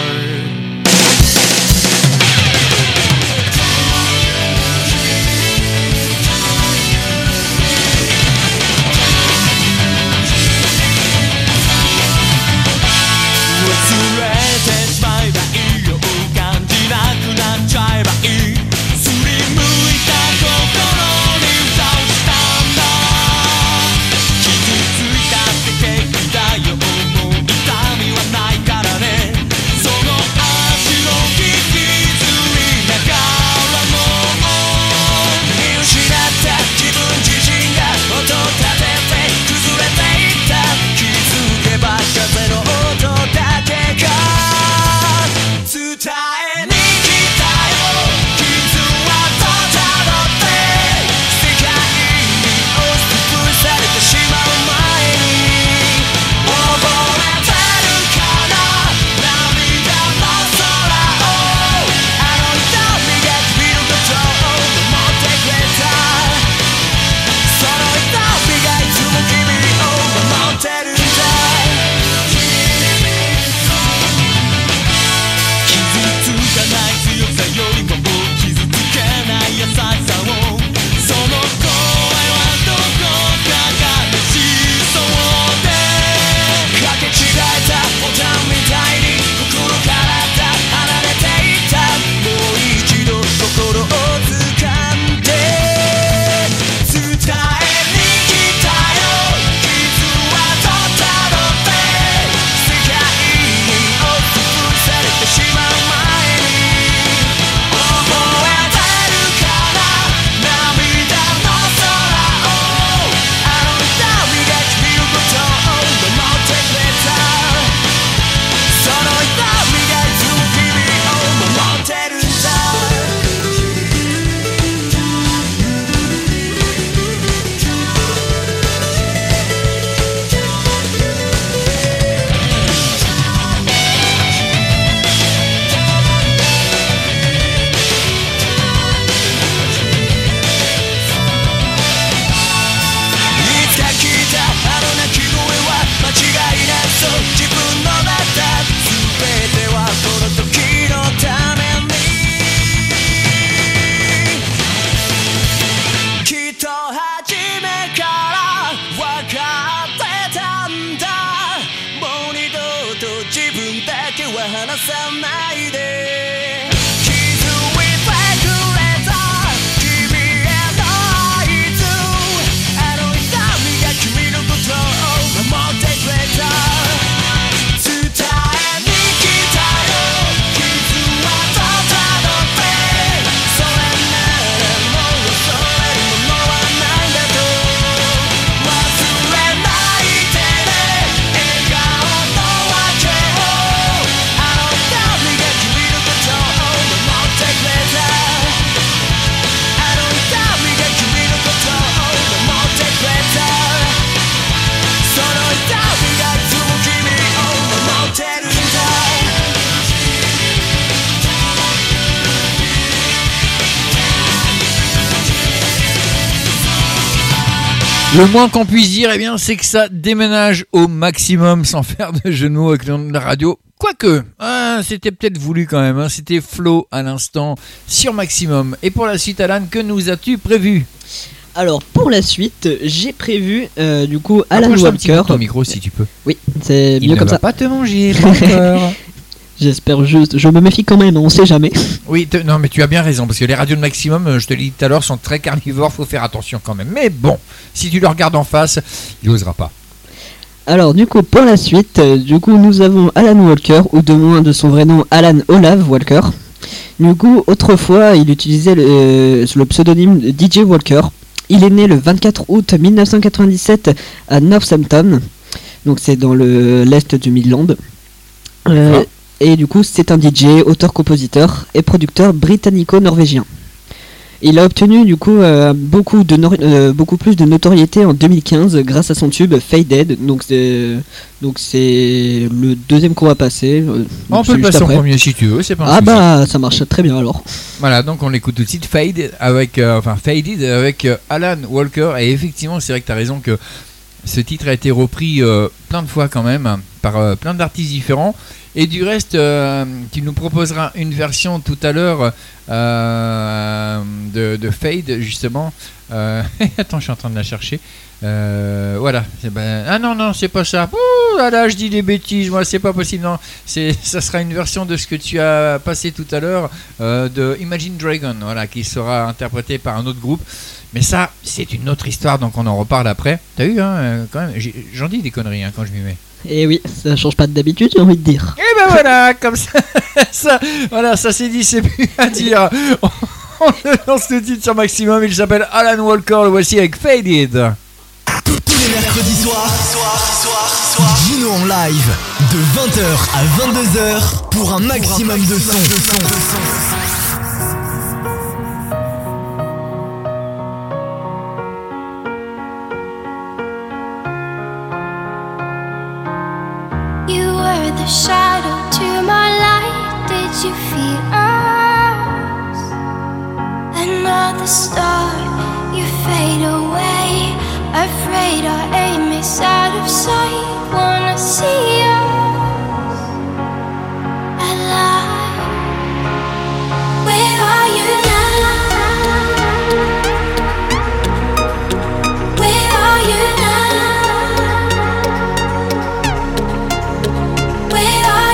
Le moins qu'on puisse dire, eh bien, c'est que ça déménage au maximum sans faire de genoux avec la radio. Quoique, ah, c'était peut-être voulu quand même. Hein. C'était Flo à l'instant sur Maximum. Et pour la suite, Alan, que nous as-tu prévu ? Alors pour la suite, j'ai prévu euh, du coup Alan Approche un petit Walker. peu ton micro si tu peux. Oui, c'est Il mieux ne comme va ça. pas te manger, pas encore. J'espère juste, je me méfie quand même, on sait jamais. Oui, te- non mais tu as bien raison parce que les radios de Maximum, euh, je te l'ai dit tout à l'heure, sont très carnivores, faut faire attention quand même. Mais bon, si tu le regardes en face, il n'osera pas. Alors du coup pour la suite, euh, du coup nous avons Alan Walker, ou de moins de son vrai nom Alan Olav Walker. Du coup autrefois il utilisait le, euh, le pseudonyme D J Walker. Il est né le vingt-quatre août mille neuf cent quatre-vingt-dix-sept à Northampton, donc c'est dans le l'est du Midland. Euh, et du coup c'est un D J, auteur-compositeur et producteur britannico-norvégien. Il a obtenu du coup euh, beaucoup, de nor- euh, beaucoup plus de notoriété en deux mille quinze grâce à son tube Faded, donc c'est, donc c'est le deuxième qu'on va passer. euh, On donc peut le c'est juste passer en après. premier si tu veux, c'est pas un Ah souci. bah ça marche très bien alors. Voilà, donc on l'écoute tout de suite, Fade avec, euh, enfin Faded avec euh, Alan Walker. Et effectivement, c'est vrai que tu as raison que ce titre a été repris euh, plein de fois quand même par euh, plein d'artistes différents. Et du reste, euh, tu nous proposeras une version tout à l'heure euh, de, de Fade justement. Euh, attends, je suis en train de la chercher. Euh, voilà. C'est ben, ah non non, c'est pas ça. Ouh là là, je dis des bêtises. Moi, c'est pas possible. Non, c'est ça sera une version de ce que tu as passé tout à l'heure euh, de Imagine Dragon. Voilà, qui sera interprété par un autre groupe. Mais ça, c'est une autre histoire, donc on en reparle après. T'as eu, hein, euh, quand même. j'ai- J'en dis des conneries hein, quand je m'y mets. Et oui, ça change pas d'habitude, j'ai envie de dire. Et ben voilà, comme ça, ça, voilà, ça c'est dit, c'est plus à dire. On, on lance le titre sur Maximum, il s'appelle Alan Walker, le voici avec Faded. Tous les mercredis soirs, Gino en live de vingt heures à vingt-deux heures pour un maximum de son. You were the shadow to my light. Did you feel us? Another star, you fade away. Afraid our aim is out of sight. Wanna see us alive. Where are you now? Where are you now? Where are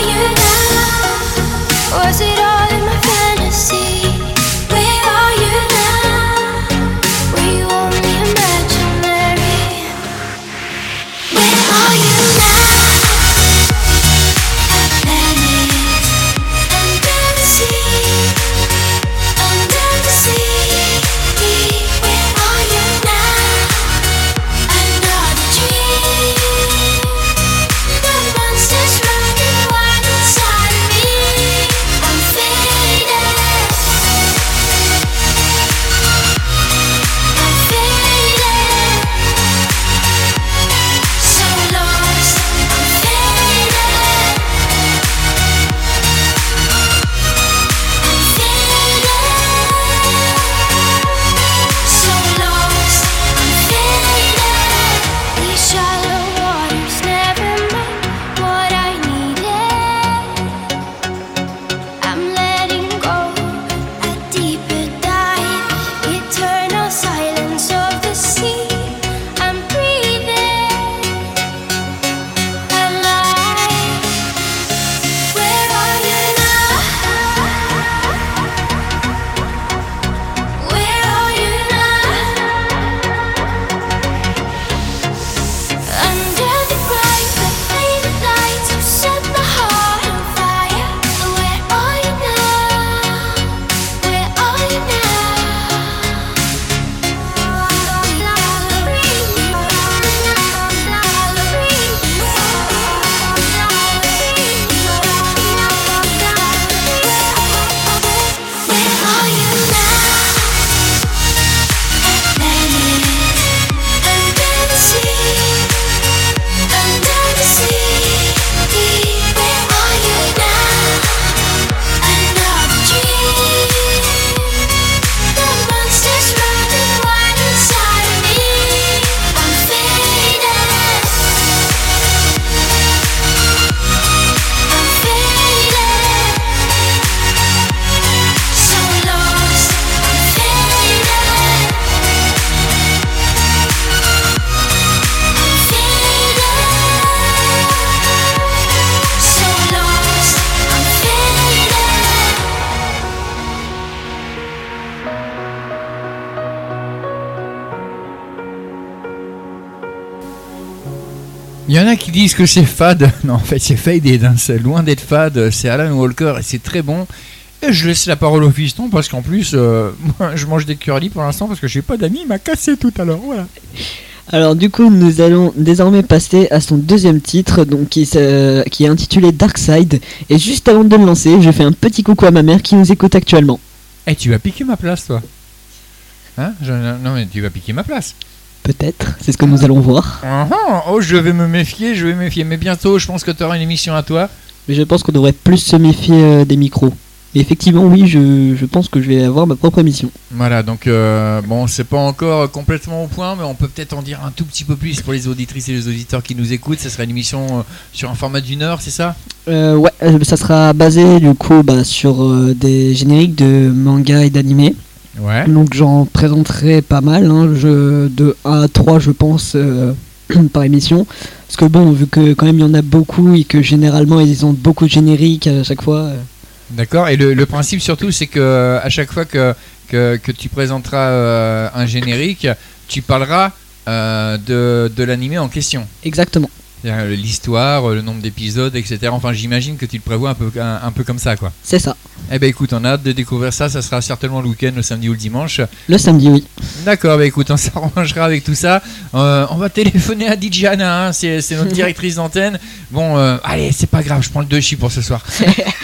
Il y en a qui disent que c'est fade. Non, en fait, c'est faded. Hein. C'est loin d'être fade. C'est Alan Walker et c'est très bon. Et je laisse la parole au fiston parce qu'en plus, euh, moi, je mange des curly pour l'instant parce que j'ai pas d'amis. Il m'a cassé tout à l'heure. Voilà. Alors du coup, nous allons désormais passer à son deuxième titre, donc qui, se- qui est intitulé Dark Side. Et juste avant de le lancer, je fais un petit coucou à ma mère qui nous écoute actuellement. Eh, tu vas piquer ma place, toi. Hein je, Non, mais tu vas piquer ma place. Peut-être, c'est ce que nous allons voir. Ah, ah, oh, je vais me méfier, je vais me méfier. Mais bientôt, je pense que tu auras une émission à toi. Mais je pense qu'on devrait plus se méfier euh, des micros. Et effectivement, oui, je, je pense que je vais avoir ma propre émission. Voilà, donc euh, bon, c'est pas encore complètement au point, mais on peut peut-être en dire un tout petit peu plus pour les auditrices et les auditeurs qui nous écoutent. Ça sera une émission euh, sur un format d'une heure, c'est ça? Euh, ouais, euh, ça sera basé du coup bah, sur euh, des génériques de manga et d'animé. Ouais. Donc j'en présenterai pas mal, hein, je, de un à trois je pense euh, par émission. Parce que bon, vu que quand même il y en a beaucoup et que généralement ils ont beaucoup de génériques à chaque fois. euh, D'accord, et le, le principe surtout, c'est que à chaque fois que, que, que tu présenteras euh, un générique, tu parleras euh, de, de l'animé en question. Exactement. C'est-à-dire, euh, l'histoire, le nombre d'épisodes, et cetera. Enfin, j'imagine que tu le prévois un peu, un, un peu comme ça, quoi. C'est ça. Eh ben écoute, on a hâte de découvrir ça. Ça sera certainement le week-end, le samedi ou le dimanche. Le samedi, oui. D'accord, bah écoute, on s'arrangera avec tout ça. Euh, on va téléphoner à Didiana, hein, c'est, c'est notre directrice d'antenne. Bon, euh, allez, c'est pas grave, je prends le deux-chi pour ce soir.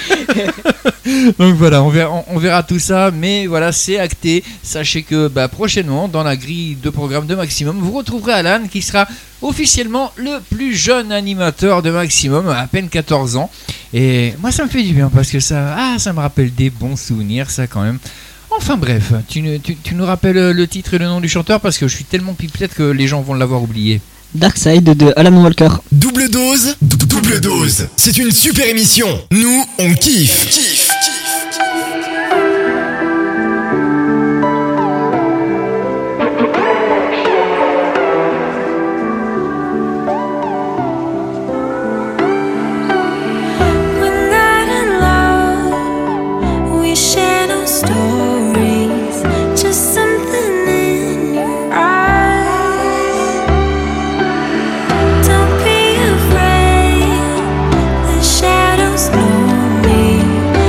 Donc voilà, on verra, on, on verra tout ça, mais voilà, c'est acté. Sachez que bah, prochainement, dans la grille de programme de Maximum, vous retrouverez Alan qui sera officiellement le plus jeune animateur de Maximum, à peine quatorze ans. Et moi, ça me fait du bien parce que ça, ah, ça me rappelle des bons souvenirs, ça quand même. Enfin bref, tu, ne- tu, tu nous rappelles le titre et le nom du chanteur parce que je suis tellement pipelette que les gens vont l'avoir oublié. Dark Side de Alan Walker. Double dose, dou- double dose. C'est une super émission. Nous, on kiffe. Kiffe, We're not in love. We share no stories. Just something in your eyes. Don't be afraid. The shadows know me.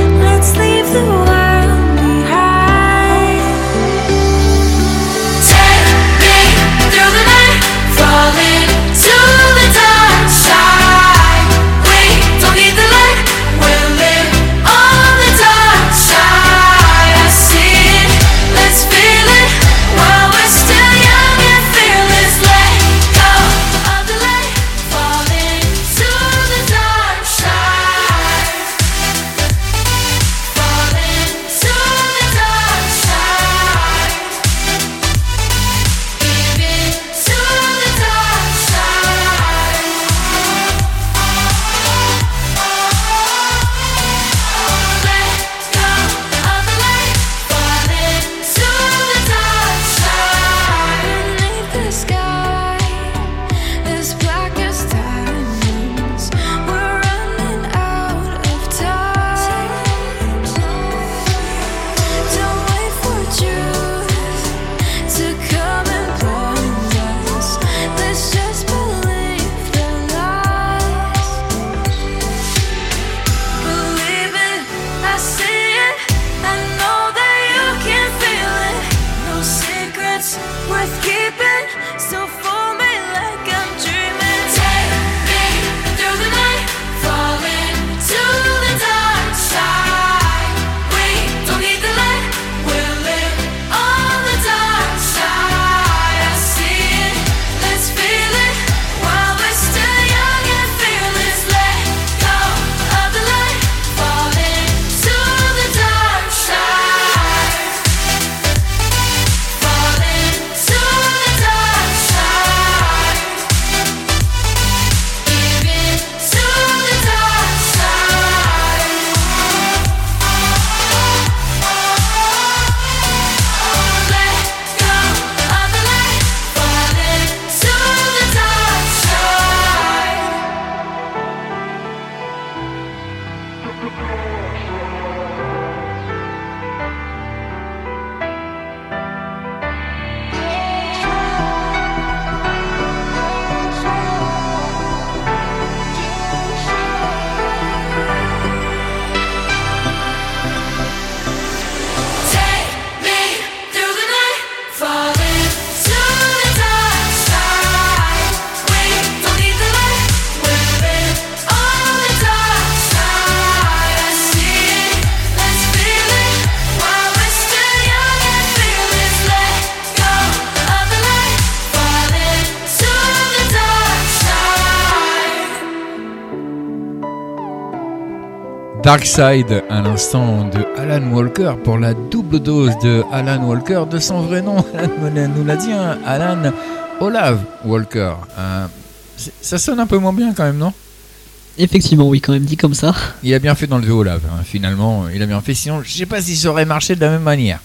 Dark Side à l'instant de Alan Walker pour la double dose de Alan Walker de son vrai nom. Alan nous l'a dit, hein, Alan Olav Walker. Euh, ça sonne un peu moins bien quand même, non? Effectivement, oui, quand même dit comme ça. Il a bien fait d'enlever Olav, hein, finalement, il a bien fait, sinon je sais pas si ça aurait marché de la même manière.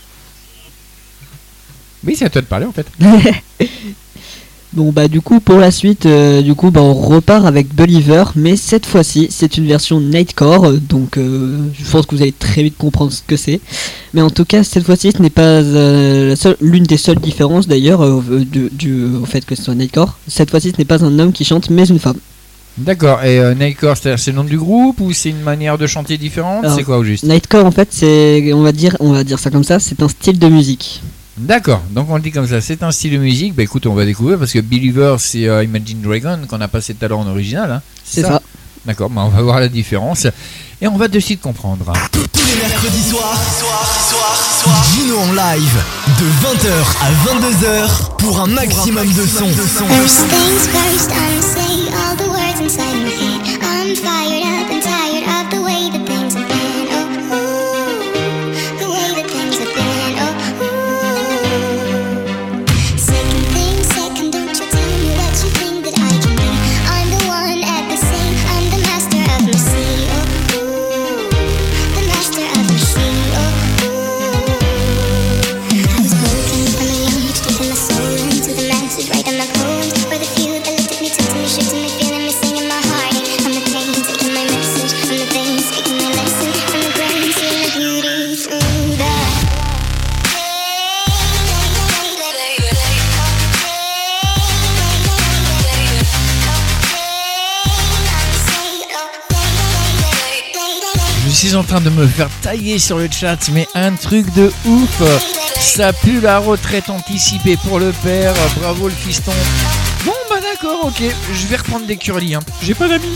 Oui, c'est à toi de parler en fait. Bon bah du coup pour la suite, euh, du coup bah on repart avec Believer, mais cette fois-ci c'est une version Nightcore, donc euh, je pense que vous allez très vite comprendre ce que c'est. Mais en tout cas cette fois-ci ce n'est pas euh, la seule, l'une des seules différences d'ailleurs euh, du, du, au fait que ce soit Nightcore. Cette fois-ci ce n'est pas un homme qui chante mais une femme. D'accord, et euh, Nightcore c'est, c'est le nom du groupe ou c'est une manière de chanter différente? Alors, c'est quoi au juste? Nightcore en fait c'est, on va dire, on va dire ça comme ça, c'est un style de musique. D'accord, donc on le dit comme ça, c'est un style de musique. Bah écoute, on va découvrir parce que Believer c'est euh, Imagine Dragon qu'on n'a pas cette talent en original. Hein. C'est, c'est ça, ça. D'accord, bah on va voir la différence et on va de suite comprendre. Tous les mercredis soirs, soir, soir, soir, Gino en live de vingt heures à vingt-deux heures pour un maximum de son. First things first, I'm saying all the words inside my head. I'm fired up and tired of the way that things have been. Oh, ooh, the way that things have been. Oh. Je suis en train de me faire tailler sur le chat, mais un truc de ouf. Ça pue la retraite anticipée pour le père. Bravo le fiston. Bon bah d'accord, ok. Je vais reprendre des curly, hein. J'ai pas d'amis.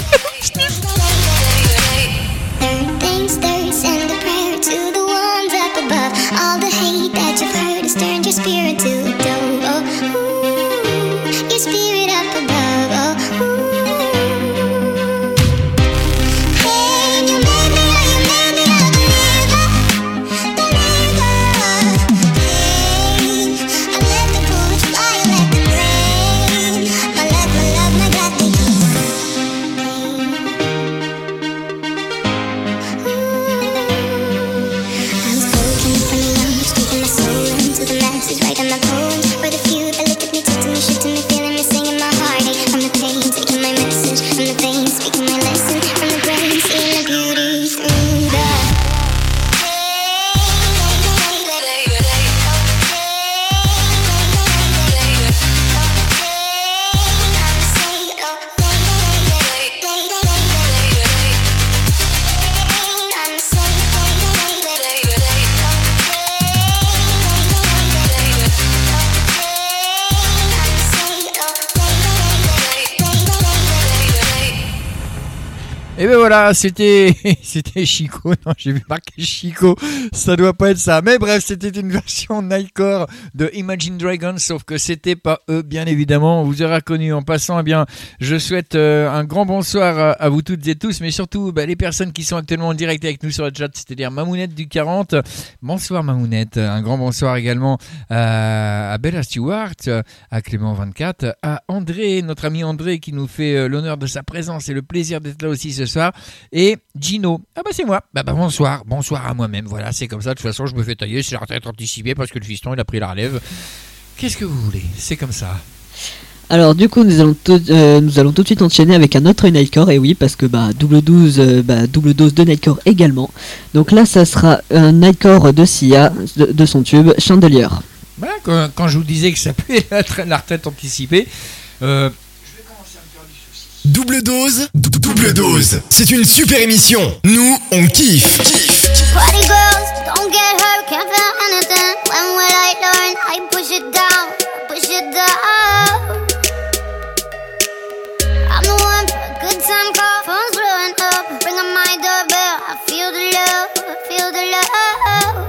Et ben voilà, c'était c'était Chico. Non, j'ai vu marquer Chico. Ça doit pas être ça. Mais bref, c'était une version Nightcore de Imagine Dragons, sauf que c'était pas eux, bien évidemment. On vous aura reconnu en passant. Eh bien, je souhaite euh, un grand bonsoir à vous toutes et tous, mais surtout bah, les personnes qui sont actuellement en direct avec nous sur le chat, c'est-à-dire Mamounette du quarante. Bonsoir Mamounette. Un grand bonsoir également à, à Bella Stewart, à Clément vingt-quatre, à André, notre ami André qui nous fait l'honneur de sa présence et le plaisir d'être là aussi ce soir, et Gino. Ah bah c'est moi. Bah, bah bonsoir, bonsoir à moi-même. Voilà, c'est comme ça. De toute façon, je me fais tailler, c'est la retraite anticipée parce que le fiston il a pris la relève. Qu'est-ce que vous voulez? C'est comme ça. Alors du coup nous allons, tout, euh, nous allons tout de suite enchaîner avec un autre Nightcore, et oui parce que bah double douze, euh, bah, double dose de Nightcore également. Donc là ça sera un Nightcore de Sia, de, de son tube Chandelier. Voilà, quand, quand je vous disais que ça puait la, la retraite anticipée, euh, Double dose, double dose. C'est une super émission. Nous, on kiffe. Party girls, don't get hurt, can't feel anything. When will I learn? I push it down, push it down. I'm the one for a good time call, phone's blowing up. Ring on my doorbell, I feel the love, I feel the love.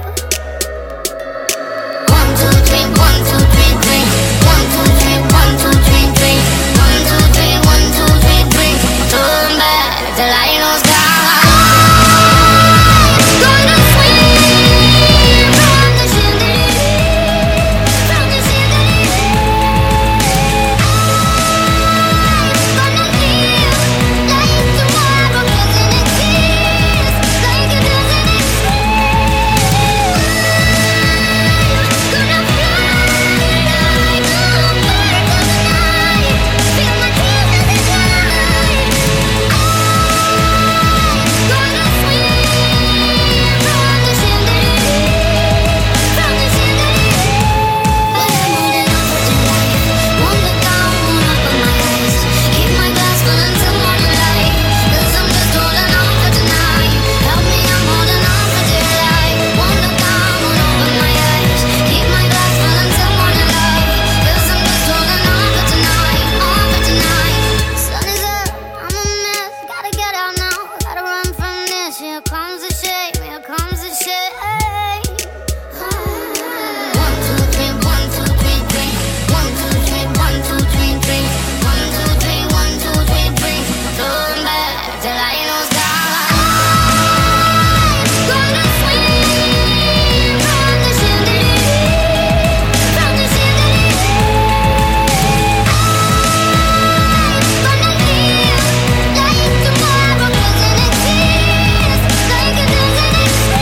One, two, three, one, two, three, three. One, two, three, one, two, three, three. One, two, three, one, two, three, three. Turn back, the light goes down. the shame, here comes the shame. One, two, three, one, two, three, three. One, two, three, one, two, three, three. One, two, three, one, two, three, three. Turn back till I know sky. Gonna swing from the chandelier, from the chandelier. Gonna live like tomorrow doesn't exist, like it doesn't exist.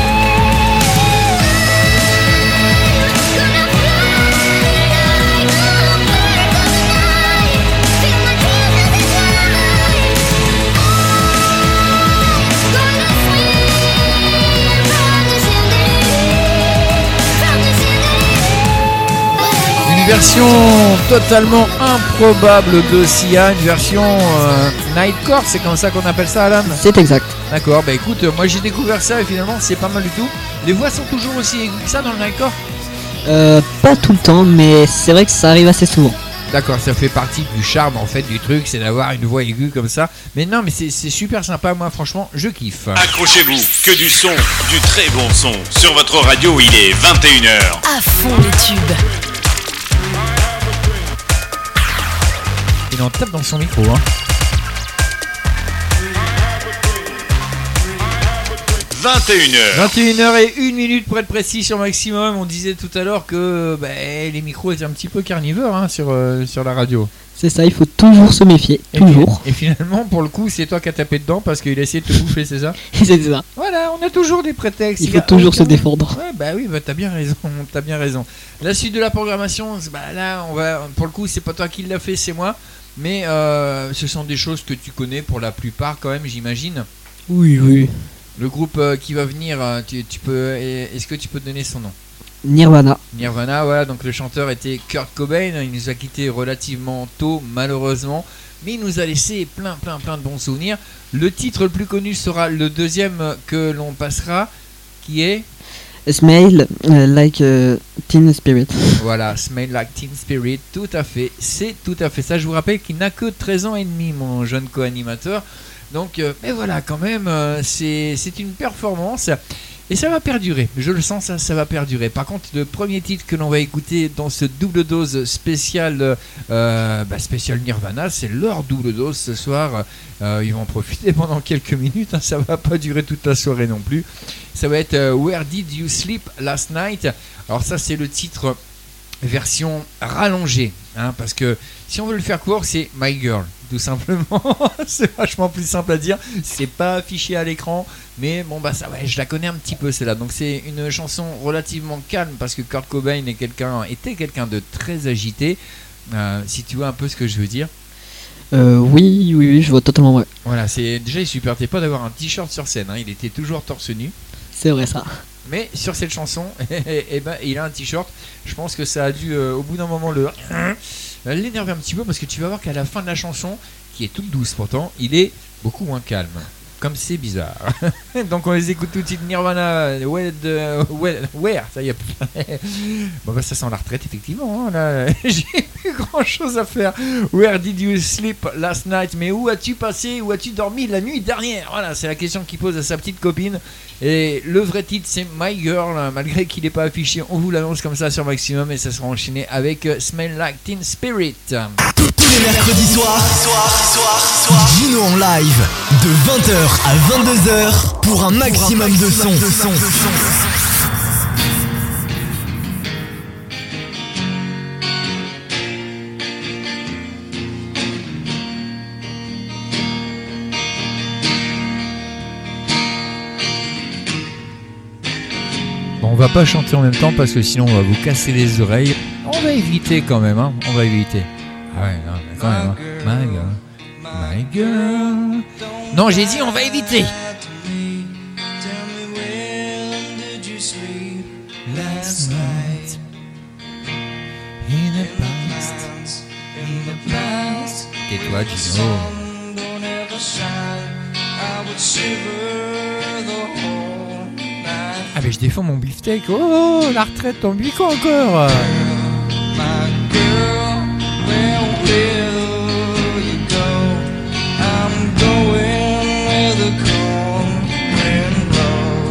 Gonna fly like a bird of the night. Feel my tears as they fly. Gonna swing from the chandelier, from the chandelier. Une version totalement improbable de Sia, une version euh, Nightcore, c'est comme ça qu'on appelle ça, Alan? C'est exact. D'accord, bah écoute, euh, moi j'ai découvert ça et finalement c'est pas mal du tout. Les voix sont toujours aussi aiguës que ça dans le Nightcore? Euh, pas tout le temps, mais c'est vrai que ça arrive assez souvent. D'accord, ça fait partie du charme en fait du truc, c'est d'avoir une voix aiguë comme ça. Mais non, mais c'est c'est super sympa, moi franchement, je kiffe. Accrochez-vous, que du son, du très bon son. Sur votre radio, il est vingt et une heures. À fond les tubes. Il en tape dans son micro, hein. vingt et une heures. vingt et une heures et une minute pour être précis sur Maximum. On disait tout à l'heure que bah, les micros étaient un petit peu carnivores hein, sur, euh, sur la radio. C'est ça, il faut toujours se méfier, Et, toujours. et finalement, pour le coup, c'est toi qui as tapé dedans parce qu'il a essayé de te bouffer, c'est ça? C'est ça. Voilà, on a toujours des prétextes. Il y faut a toujours aucun- se défendre. Ouais, bah oui, bah t'as bien raison, t'as bien raison. La suite de la programmation, c'est- bah là, on va, pour le coup, c'est pas toi qui l'as fait, c'est moi. Mais euh, ce sont des choses que tu connais pour la plupart, quand même, j'imagine. Oui, oui. Le groupe euh, qui va venir, euh, tu, tu peux, est-ce que tu peux donner son nom? Nirvana. Nirvana, voilà, donc le chanteur était Kurt Cobain, il nous a quitté relativement tôt, malheureusement, mais il nous a laissé plein, plein, plein de bons souvenirs. Le titre le plus connu sera le deuxième que l'on passera, qui est, Smell euh, like euh, Teen Spirit. voilà, Smell Like Teen Spirit, tout à fait, c'est tout à fait ça. Je vous rappelle qu'il n'a que treize ans et demi, mon jeune co-animateur, donc, euh, mais voilà, quand même, euh, c'est c'est une performance. Et ça va perdurer, je le sens, ça, ça va perdurer. Par contre, le premier titre que l'on va écouter dans ce double dose spécial, euh, bah spécial Nirvana, c'est leur double dose ce soir. Euh, ils vont en profiter pendant quelques minutes, hein, ça va pas durer toute la soirée non plus. Ça va être euh, Where Did You Sleep Last Night? Alors ça, c'est le titre version rallongée, hein, parce que si on veut le faire court, c'est My Girl, tout simplement. C'est vachement plus simple à dire, c'est pas affiché à l'écran, mais bon bah ça ouais, je la connais un petit peu celle-là. Donc c'est une chanson relativement calme parce que Kurt Cobain est quelqu'un, était quelqu'un de très agité, euh, si tu vois un peu ce que je veux dire. Euh, oui, oui, oui, je vois totalement vrai. Voilà, c'est déjà il supportait pas d'avoir un t-shirt sur scène, hein, il était toujours torse nu. C'est vrai ça. Mais sur cette chanson, eh ben, il a un t-shirt. Je pense que ça a dû, euh, au bout d'un moment, le l'énerver un petit peu parce que tu vas voir qu'à la fin de la chanson, qui est toute douce pourtant, il est beaucoup moins calme. Comme c'est bizarre. Donc on les écoute tout de suite. Nirvana, Where, the- where, where ça y est. Bon bah ça sent la retraite effectivement. Hein, là, j'ai plus grand chose à faire. Where did you sleep last night? Mais où as-tu passé, où as-tu dormi la nuit dernière? Voilà, c'est la question qu'il pose à sa petite copine. Et le vrai titre c'est My Girl. Malgré qu'il n'est pas affiché, on vous l'annonce comme ça sur Maximum et ça sera enchaîné avec euh, Smell Like Teen Spirit. Tous les mercredis soirs, soir, soir, soir, Gino en live de vingt heures à vingt-deux heures pour un maximum de son. Bon, on va pas chanter en même temps parce que sinon on va vous casser les oreilles. On va éviter quand même, hein. On va éviter. Ah ouais, non, mais quand même. Hein. My girl, my girl. Non, j'ai dit on va éviter. Last night, in the past, in the past, tais-toi, Gino. don't ever shine. I would shiver the whole night. Ah, mais je défends mon beefsteak. Oh, la retraite, ton bico encore. My girl, where will you go? I'm going where the cold wind blows.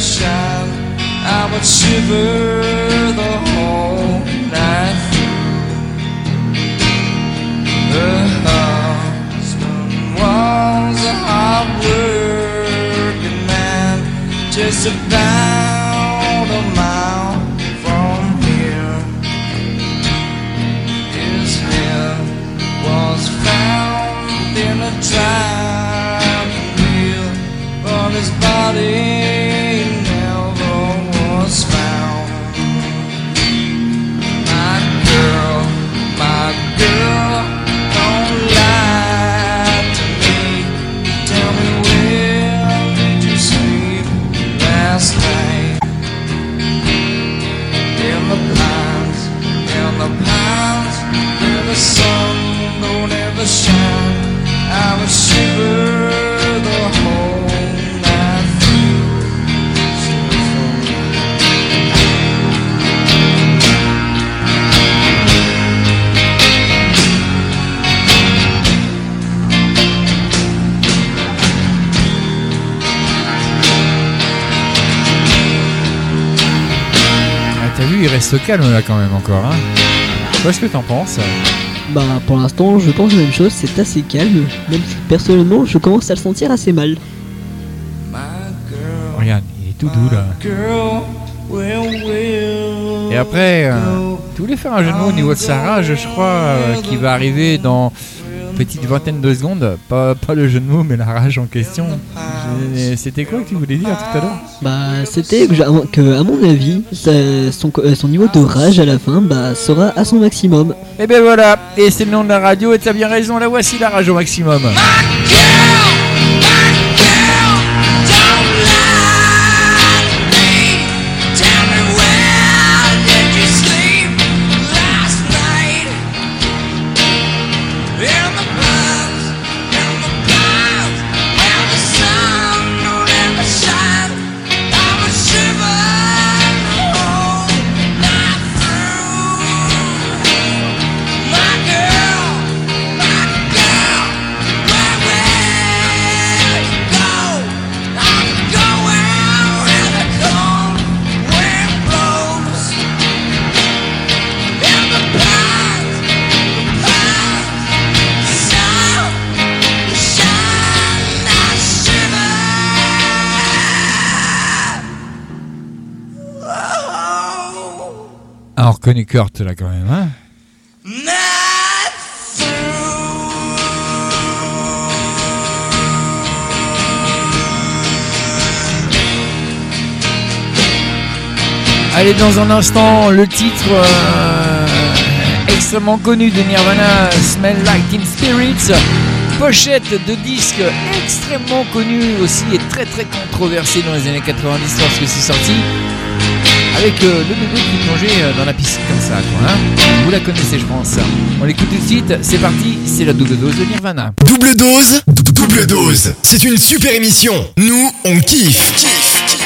shine, I would shiver the whole night through. Her husband was a hard-working man, just about a mile from here. His head was found in a driving wheel, but his body never was found. My girl, my girl, don't lie to me. Tell me, where did you sleep last night? In the pines, in the pines, where the sun don't ever shine, I would shiver the whole night through. Ah, t'as vu, il reste calme là quand même encore. Hein. Qu'est-ce que t'en penses? Bah pour l'instant je pense la même chose, c'est assez calme, même si personnellement je commence à le sentir assez mal. Regarde, il est tout doux là. Et après, euh, tu voulais faire un jeu de mots au niveau de sa rage, je crois, euh, qui va arriver dans une petite vingtaine de secondes. Pas, pas le jeu de mots, mais la rage en question. J'ai- C'était quoi que tu voulais dire tout à l'heure? Bah c'était que, j'a- que à mon avis ça- son, euh, son niveau de rage à la fin bah, sera à son maximum. Et ben voilà, et c'est le nom de la radio, et t'as bien raison, la voici la rage au maximum. Ah, on reconnaît Kurt là quand même, hein? Allez, dans un instant, le titre euh, extrêmement connu de Nirvana, Smell Like Teen Spirits. Pochette de disque extrêmement connue aussi et très très controversée dans les années quatre-vingt-dix lorsque c'est sorti. Avec euh, le bébé qui plongeait euh, dans la piscine comme ça, quoi, hein. Vous la connaissez, je pense. On l'écoute tout de suite, c'est parti, c'est la double dose de Nirvana. Double dose, double dose. C'est une super émission. Nous, on kiffe. Kiffe.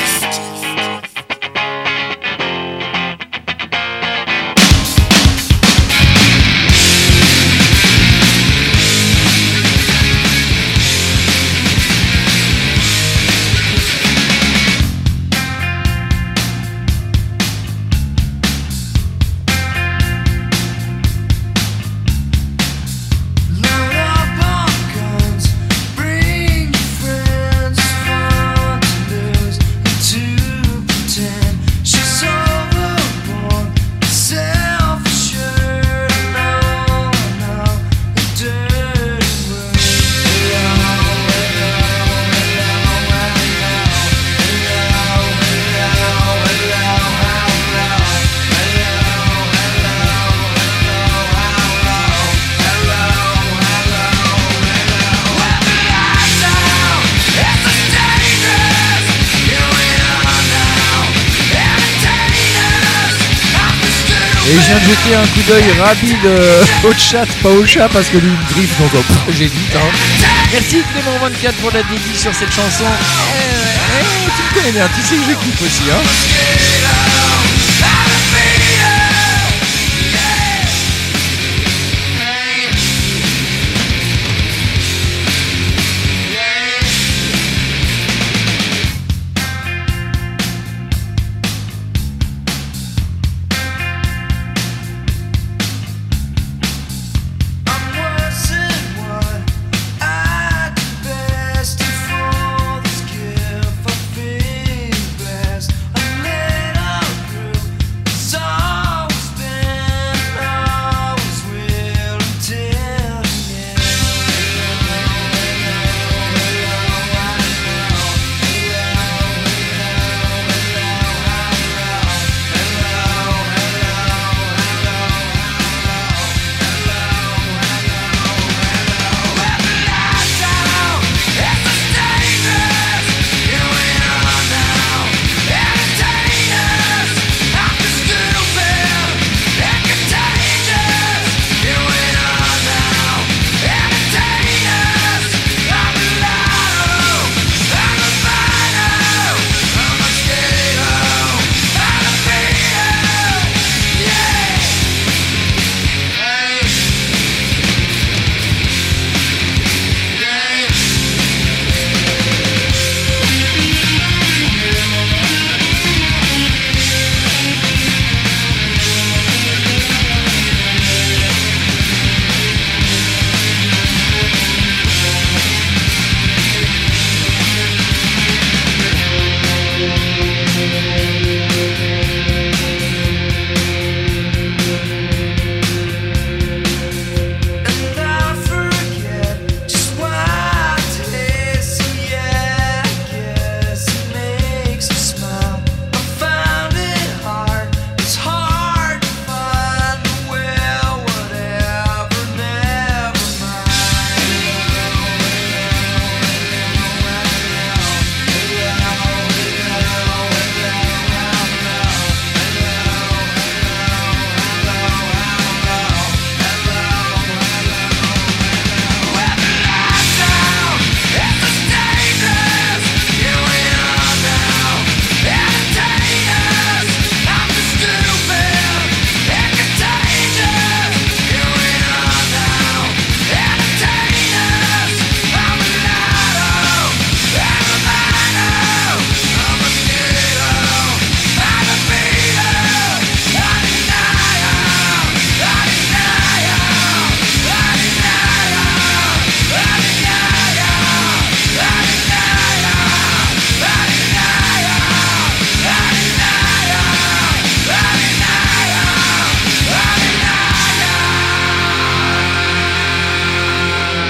Bring your friends, fun to lose. Et je viens de jeter un coup d'œil rapide euh, au chat, pas au chat parce que lui il griffe, donc oh, j'hésite. Hein. Merci Clément vingt-quatre pour la dédicace sur cette chanson. Eh, eh, tu me connais bien, tu sais que je kiffe aussi. Hein.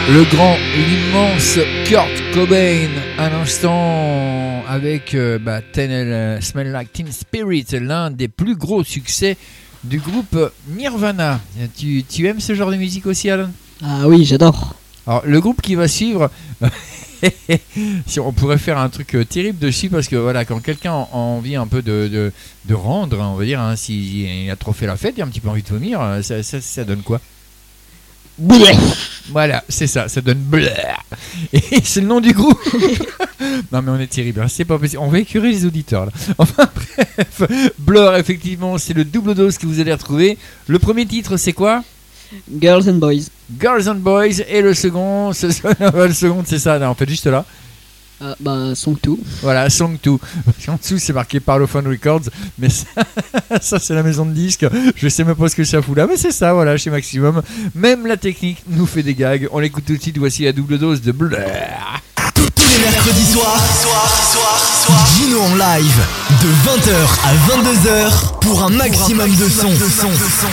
Le grand, l'immense Kurt Cobain à l'instant avec euh, bah, Ten, euh, Smell Like Teen Spirit, l'un des plus gros succès du groupe Nirvana. Tu, tu aimes ce genre de musique aussi, Alan ? Ah oui, j'adore. Alors le groupe qui va suivre, si on pourrait faire un truc terrible dessus, parce que voilà, quand quelqu'un a envie un peu de, de, de rendre, on va dire, hein, s'il a trop fait la fête, il a un petit peu envie de vomir, ça, ça, ça donne quoi ? Bleh. Voilà, c'est ça, ça donne bleh. Et c'est le nom du groupe. Non mais on est terrible, hein, c'est pas possible. On va écurer les auditeurs là. Enfin bref, Blur, effectivement, c'est le double dose que vous allez retrouver. Le premier titre, c'est quoi ? Girls and Boys. Girls and Boys. Et le second, c'est ça, le second, c'est ça, là, en fait, juste là. Ah, bah, Song deux. Voilà, Song deux. En dessous, c'est marqué Parlophone Records, mais ça, ça, c'est la maison de disques. Je sais même pas ce que ça fout là, mais c'est ça, voilà, chez Maximum. Même la technique nous fait des gags. On l'écoute tout de suite. Voici la double dose de Blur. Tous les mercredis soirs, soir, soir, soir, Gino en live de vingt heures à vingt-deux heures pour un maximum de son. De son.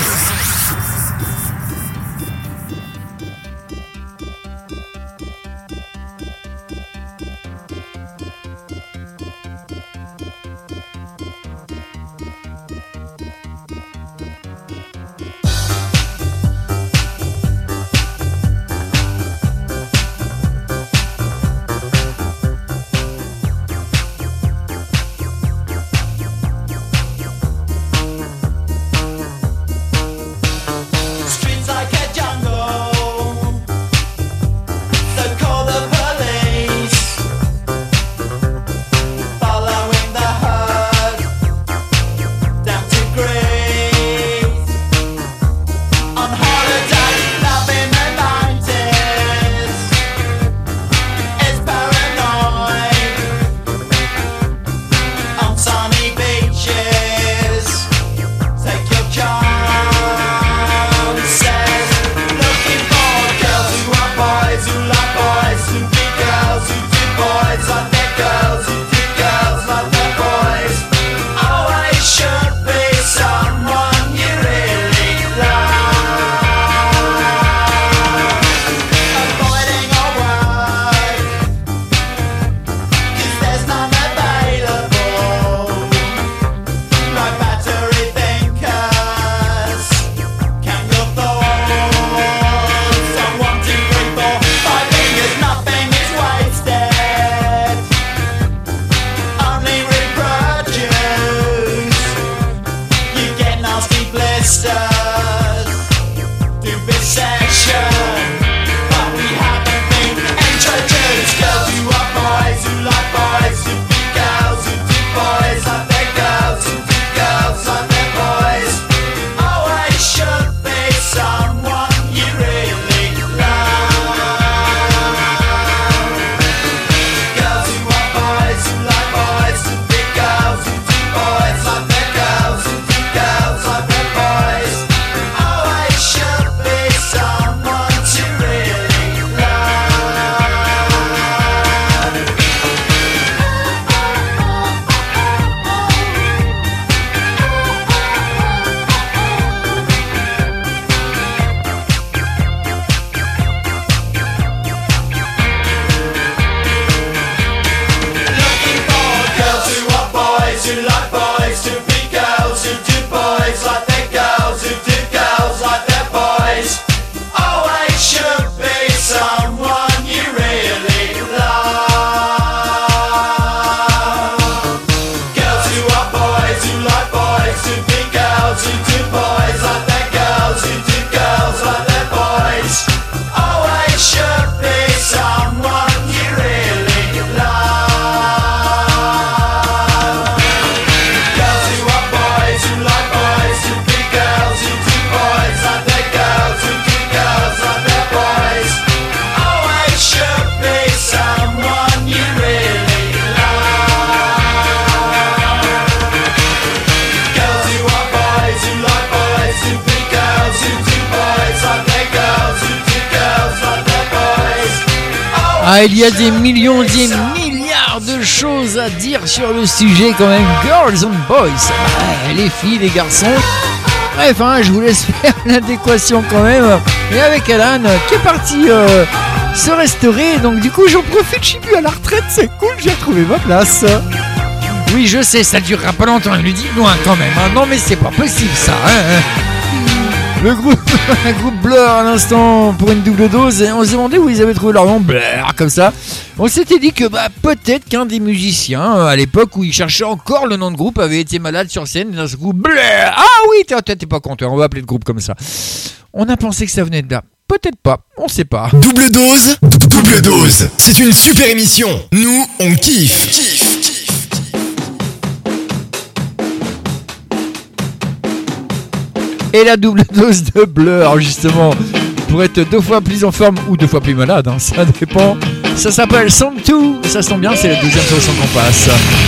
Ah, il y a des millions, des milliards de choses à dire sur le sujet quand même. Girls and Boys, ah, les filles, les garçons. Bref, hein, je vous laisse faire l'adéquation quand même. Et avec Alan qui est parti euh, se restaurer. Donc du coup j'en profite, je suis plus à la retraite, c'est cool, j'ai retrouvé ma place. Oui je sais, ça durera pas longtemps, il lui dit loin quand même, hein. Non mais c'est pas possible ça, hein. Le groupe, un groupe Blur à l'instant pour une double dose, et on se demandait où ils avaient trouvé leur nom, Blur, comme ça. On s'était dit que bah, peut-être qu'un des musiciens, euh, à l'époque où ils cherchaient encore le nom de groupe, avait été malade sur scène, et dans ce groupe, Blur. Ah oui, t'es, t'es pas content, on va appeler le groupe comme ça. On a pensé que ça venait de là. Peut-être pas, on sait pas. Double dose, double dose. C'est une super émission. Nous, on kiffe. Kiffe, kiffe. Et la double dose de Blur, justement, pour être deux fois plus en forme ou deux fois plus malade, hein, ça dépend. Ça s'appelle Song deux, ça sent bien, c'est la deuxième chanson qu'on passe.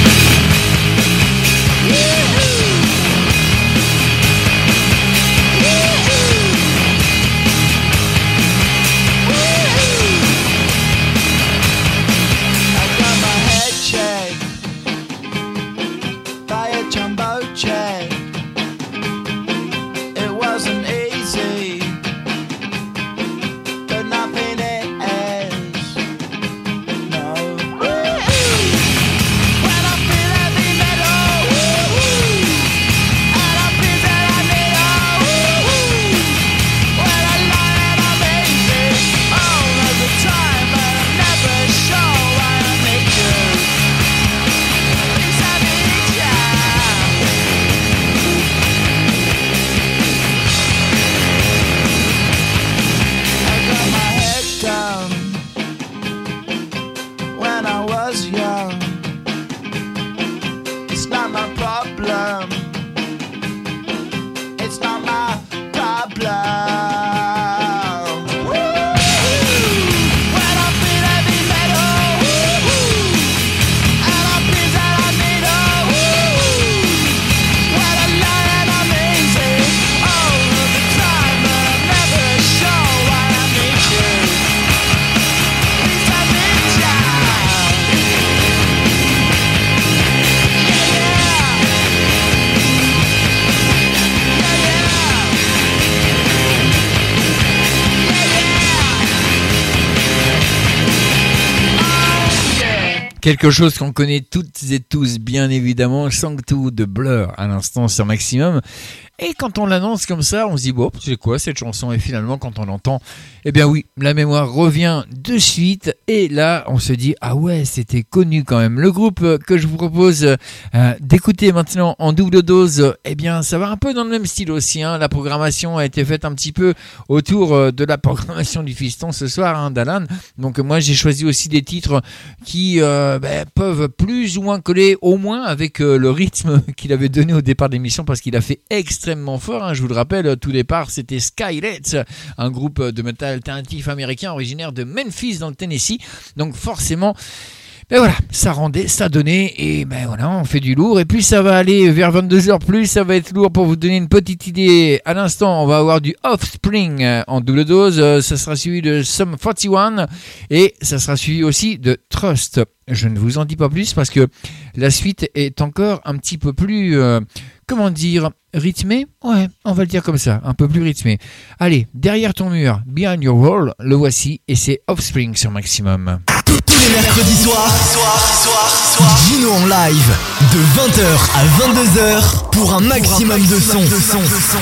Quelque chose qu'on connaît toutes et tous, bien évidemment, Song deux de Blur à l'instant sur Maximum. Et quand on l'annonce comme ça, on se dit, bon, c'est quoi cette chanson? Et finalement, quand on l'entend, eh bien oui, la mémoire revient de suite. Et là, on se dit, ah ouais, c'était connu quand même. Le groupe que je vous propose euh, d'écouter maintenant en double dose, eh bien, ça va un peu dans le même style aussi, hein. La programmation a été faite un petit peu autour de la programmation du fiston ce soir, hein, d'Alan. Donc moi, j'ai choisi aussi des titres qui euh, ben, peuvent plus ou moins coller, au moins avec euh, le rythme qu'il avait donné au départ de l'émission, parce qu'il a fait extrêmement extrêmement fort, hein. Je vous le rappelle, tout départ c'était Skylet, un groupe de métal alternatif américain originaire de Memphis dans le Tennessee. Donc forcément, ben voilà, ça rendait, ça donnait, et ben voilà, on fait du lourd. Et puis ça va aller vers vingt-deux heures plus, ça va être lourd. Pour vous donner une petite idée, à l'instant, on va avoir du Offspring en double dose. Ça sera suivi de Sum quarante et un, et ça sera suivi aussi de Trust. Je ne vous en dis pas plus parce que la suite est encore un petit peu plus, euh, comment dire, rythmée. Ouais, on va le dire comme ça, un peu plus rythmé. Allez, derrière ton mur, Behind Your Wall, le voici, et c'est Offspring sur Maximum. Tous les mercredis soirs, soir, soir, soir, Gino en live de vingt heures à vingt-deux heures pour un maximum de son. De son, de son.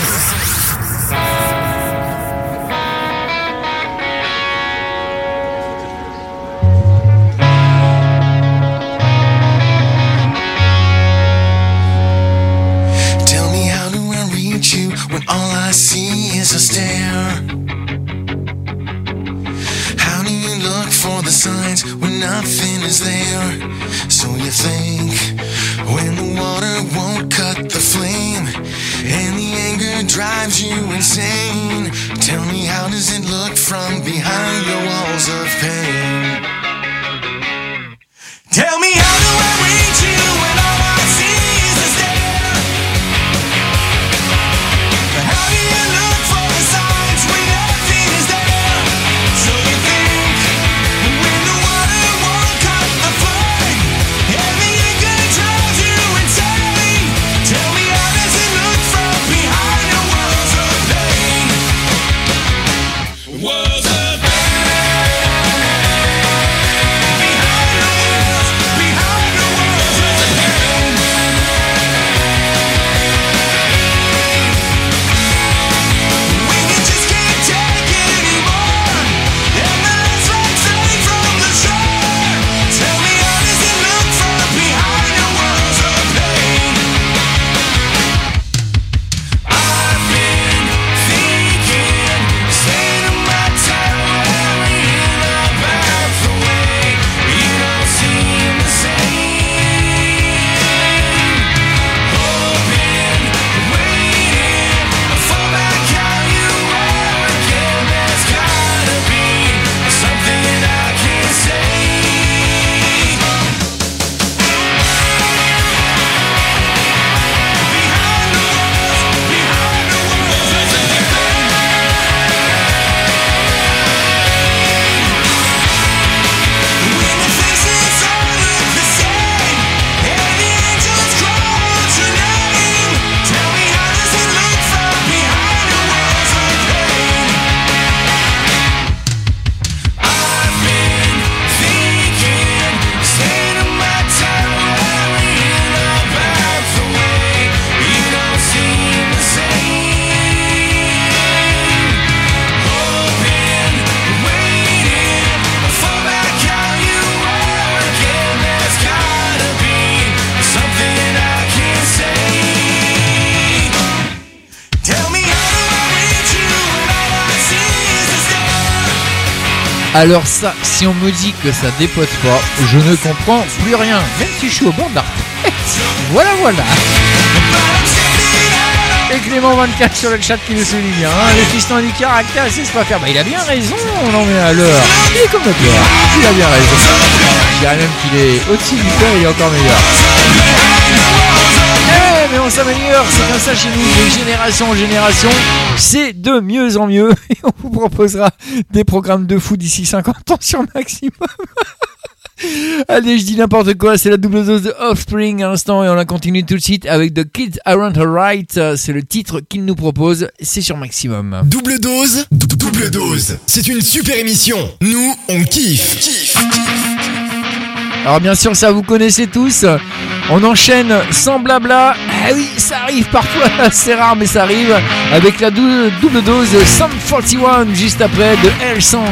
Tell me how do I reach you when all I see is a stare? How do you look for the signs when nothing is there? So you think when the water won't cut the flame and the anger drives you insane. Tell me how does it look from behind your walls of pain? Tell me how do I reach you when all I see is a stare? How do you look for the signs when nothing is there? So you think when the water won't cut the flood and the anger drives you insane. Tell me how does it look from behind your walls of pain? Walls of pain. Alors ça, si on me dit que ça dépote pas, je ne comprends plus rien, même si je suis au bord de la retraite. Voilà, voilà. Et Clément vingt-quatre sur le chat qui le souligne, hein, les fistons du caractère, c'est pas faire. Bah il a bien raison, non mais alors, il est comme le père, il a bien raison. Je dirais même qu'il est au-dessus du père, il est encore meilleur. Eh mais on s'améliore, c'est comme ça chez nous, de génération en génération, c'est de mieux en mieux. Et on vous proposera des programmes de fou d'ici cinquante ans sur Maximum. Allez, je dis n'importe quoi, c'est la double dose de Offspring à l'instant et on la continue tout de suite avec The Kids Aren't Alright. C'est le titre qu'il nous propose, c'est sur Maximum. Double dose, dou- double dose. C'est une super émission. Nous, on kiffe. Kiffe. Alors bien sûr, ça vous connaissez tous. On enchaîne sans blabla. Ah oui, ça arrive parfois, c'est rare mais ça arrive. Avec la dou- double dose Sum quarante et un juste après de Hellsong.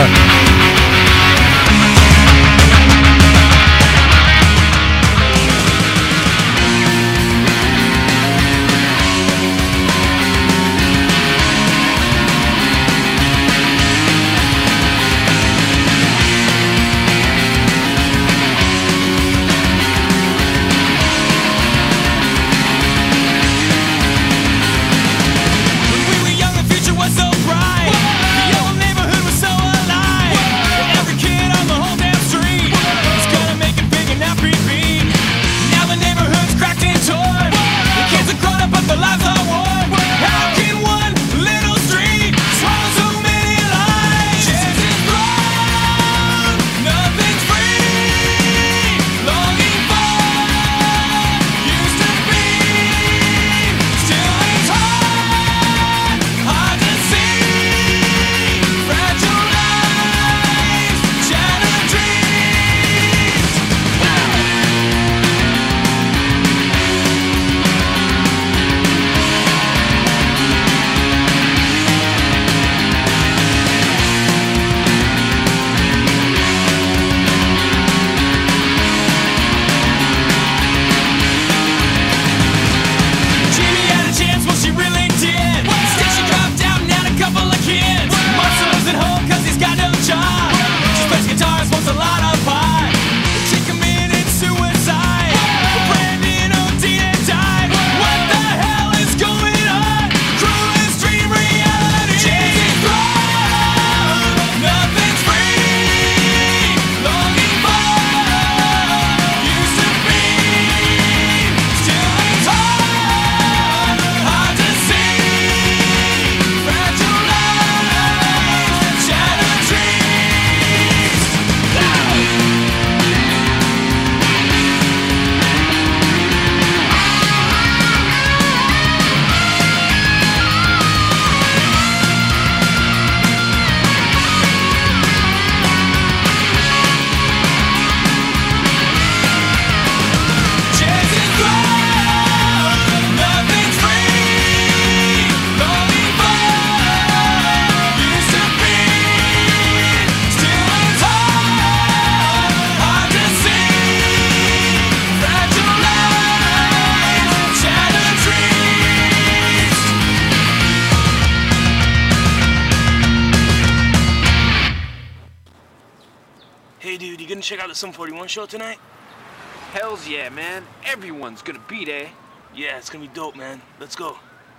Check out the Sum forty-one show tonight? Hells yeah, man. Everyone's gonna be there. Yeah, it's gonna be dope, man. Let's go.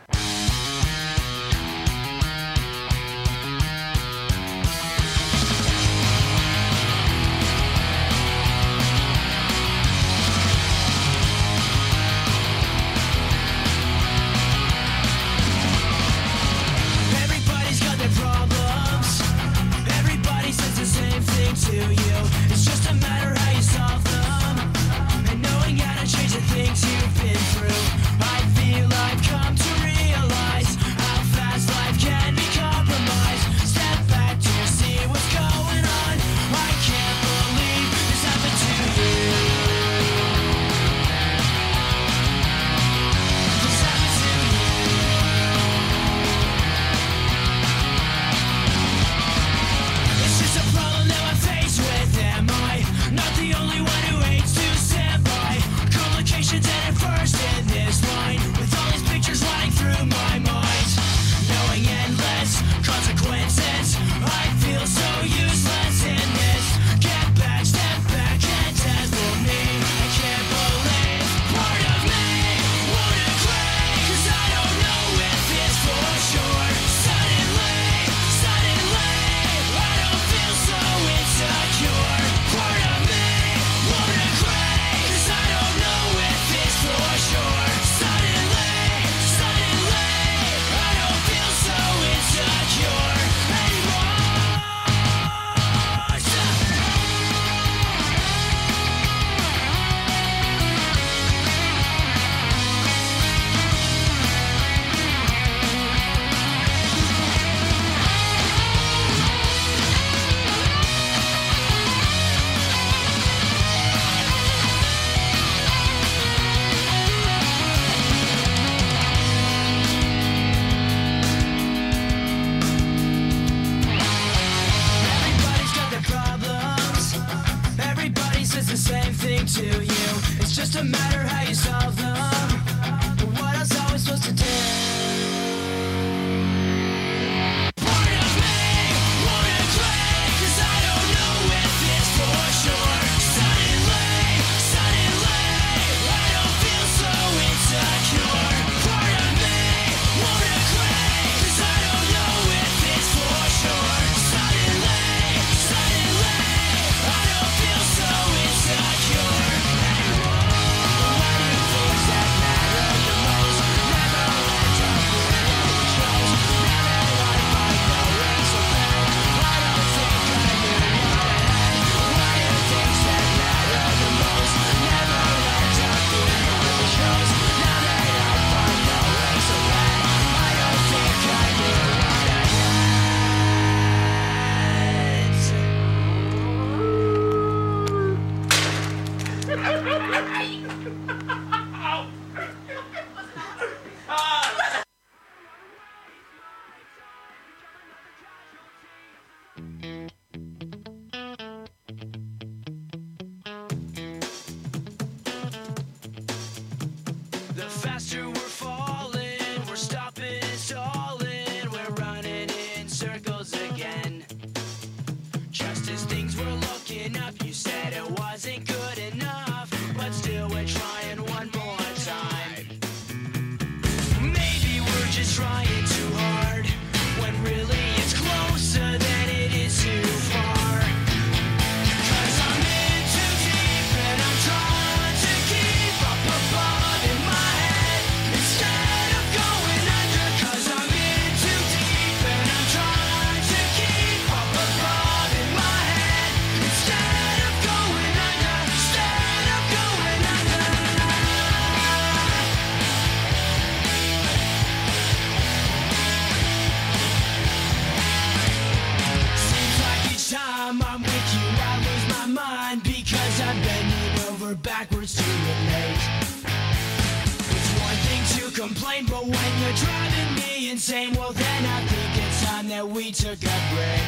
Everybody's got their problems. Everybody says the same thing to you. It's just a matter how you solve them. And knowing how to change the things you've been through. I feel I've come to doesn't matter how you solve them. But what else are we supposed to do? Part of me wanna quit, 'cause I don't know if it's for sure. Suddenly, suddenly, I don't feel so insecure. Part of me wanna quit, 'cause I don't know if it's for sure. Suddenly, suddenly, I don't feel so insecure anymore. Why do things that matter the most never let up with what chose? Now that I find no way so bad, I don't think I knew what I had. Why do things that matter the most never let up with what chose? Now that I find no way so bad, I don't think I knew what I had. The faster we're falling, we're stopping and stalling, we're running in circles again. Just as things were looking up, you said it wasn't good enough, but still we're trying one more time. Maybe we're just trying too hard, when really it's closer than it is too far. 'Cause I'm in too deep and I'm trying to keep up above in my head instead of going under. 'Cause I'm in too deep and I'm trying to keep up above in my head instead of going under. Instead of going under. Seems like each time I'm with you I lose my mind, because I'm bending over backwards to relate. It's one thing to complain, but when you're driving me insane, well then I think it's time that we took a break.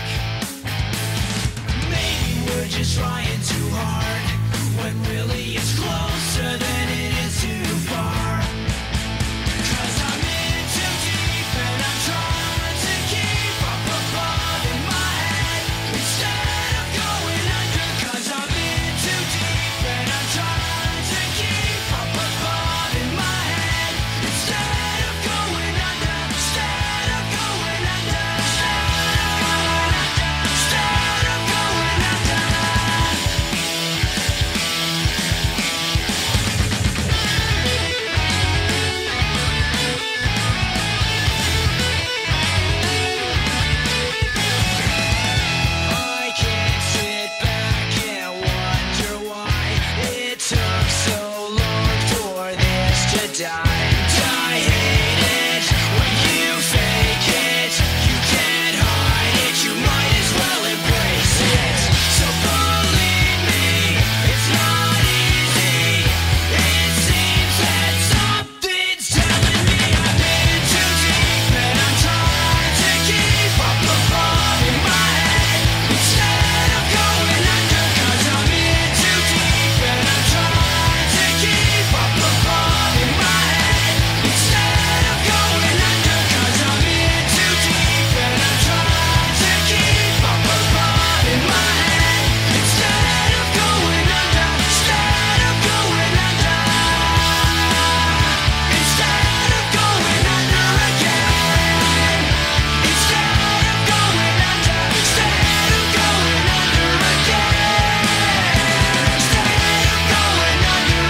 Maybe we're just trying too hard, when really it's closer than it is too far. 'Cause I'm in too deep and I'm trying to keep up above in my head instead of going under. 'Cause I'm in too deep and I'm trying to keep up above in my head instead of going under. Instead of going under. Instead of going under. I can't sit back and wonder why it took so long for this to die. I hate it when you fake it. You can't hide it, you might as well embrace it. So believe me, it's not easy. It seems that something's telling me I've been too deep and I'm trying to keep up above in my head instead of going under. 'Cause I'm in too deep and I'm trying to keep up above in my head instead of going under. 'Cause I'm in too deep and I'm trying to keep up above in my head instead of going under. Instead of going under. Instead of going under again. Instead of going under. Instead of going under again. Instead of going under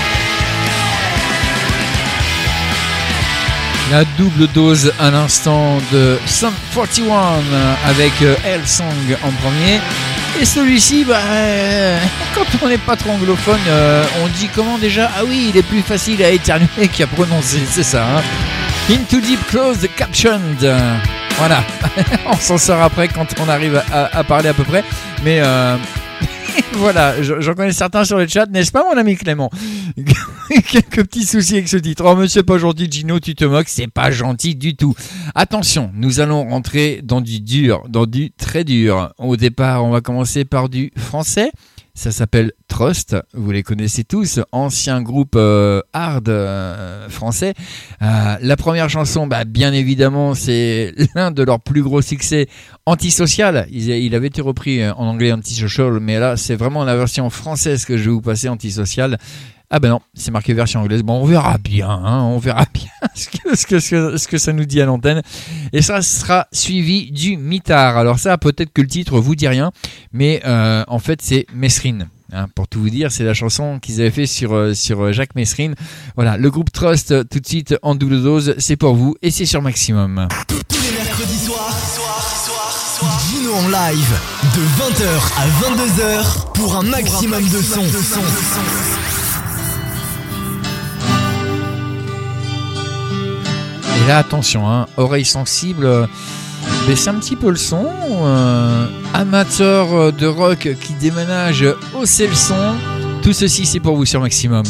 again. La double dose à l'instant de Sum quarante et un avec euh, L-Song en premier. Et celui-ci, bah, euh, quand on n'est pas trop anglophone, euh, on dit comment déjà? Ah oui, il est plus facile à éternuer qu'à prononcer, c'est ça. Hein. Into Deep Closed Captioned. Voilà, on s'en sort après quand on arrive à, à parler à peu près. Mais euh, voilà, j'en connais certains sur le chat, n'est-ce pas mon ami Clément? Quelques petits soucis avec ce titre. Oh monsieur, pas gentil Gino, tu te moques, c'est pas gentil du tout. Attention, nous allons rentrer dans du dur, dans du très dur. Au départ, on va commencer par du français. Ça s'appelle Trust, vous les connaissez tous, ancien groupe euh, hard euh, français. Euh, la première chanson, bah, bien évidemment, c'est l'un de leurs plus gros succès, Antisocial. Il, il avait été repris en anglais Antisocial, mais là, c'est vraiment la version française que je vais vous passer, Antisocial. Ah ben non, c'est marqué version anglaise. Bon, on verra bien, hein, on verra bien ce que, ce, que, ce, que, ce que ça nous dit à l'antenne. Et ça sera suivi du mitard. Alors ça, peut-être que le titre vous dit rien, mais euh, en fait, c'est Mesrine. Hein, pour tout vous dire, c'est la chanson qu'ils avaient fait sur, sur Jacques Mesrine. Voilà, le groupe Trust, tout de suite en double dose, c'est pour vous et c'est sur Maximum. Tous les mercredis soirs, Gino en live de vingt heures à vingt-deux heures pour un maximum de son. Et là, attention, hein, oreilles sensibles, euh, baissez un petit peu le son. Euh, amateur de rock qui déménage, haussez le son. Tout ceci, c'est pour vous sur Maximum.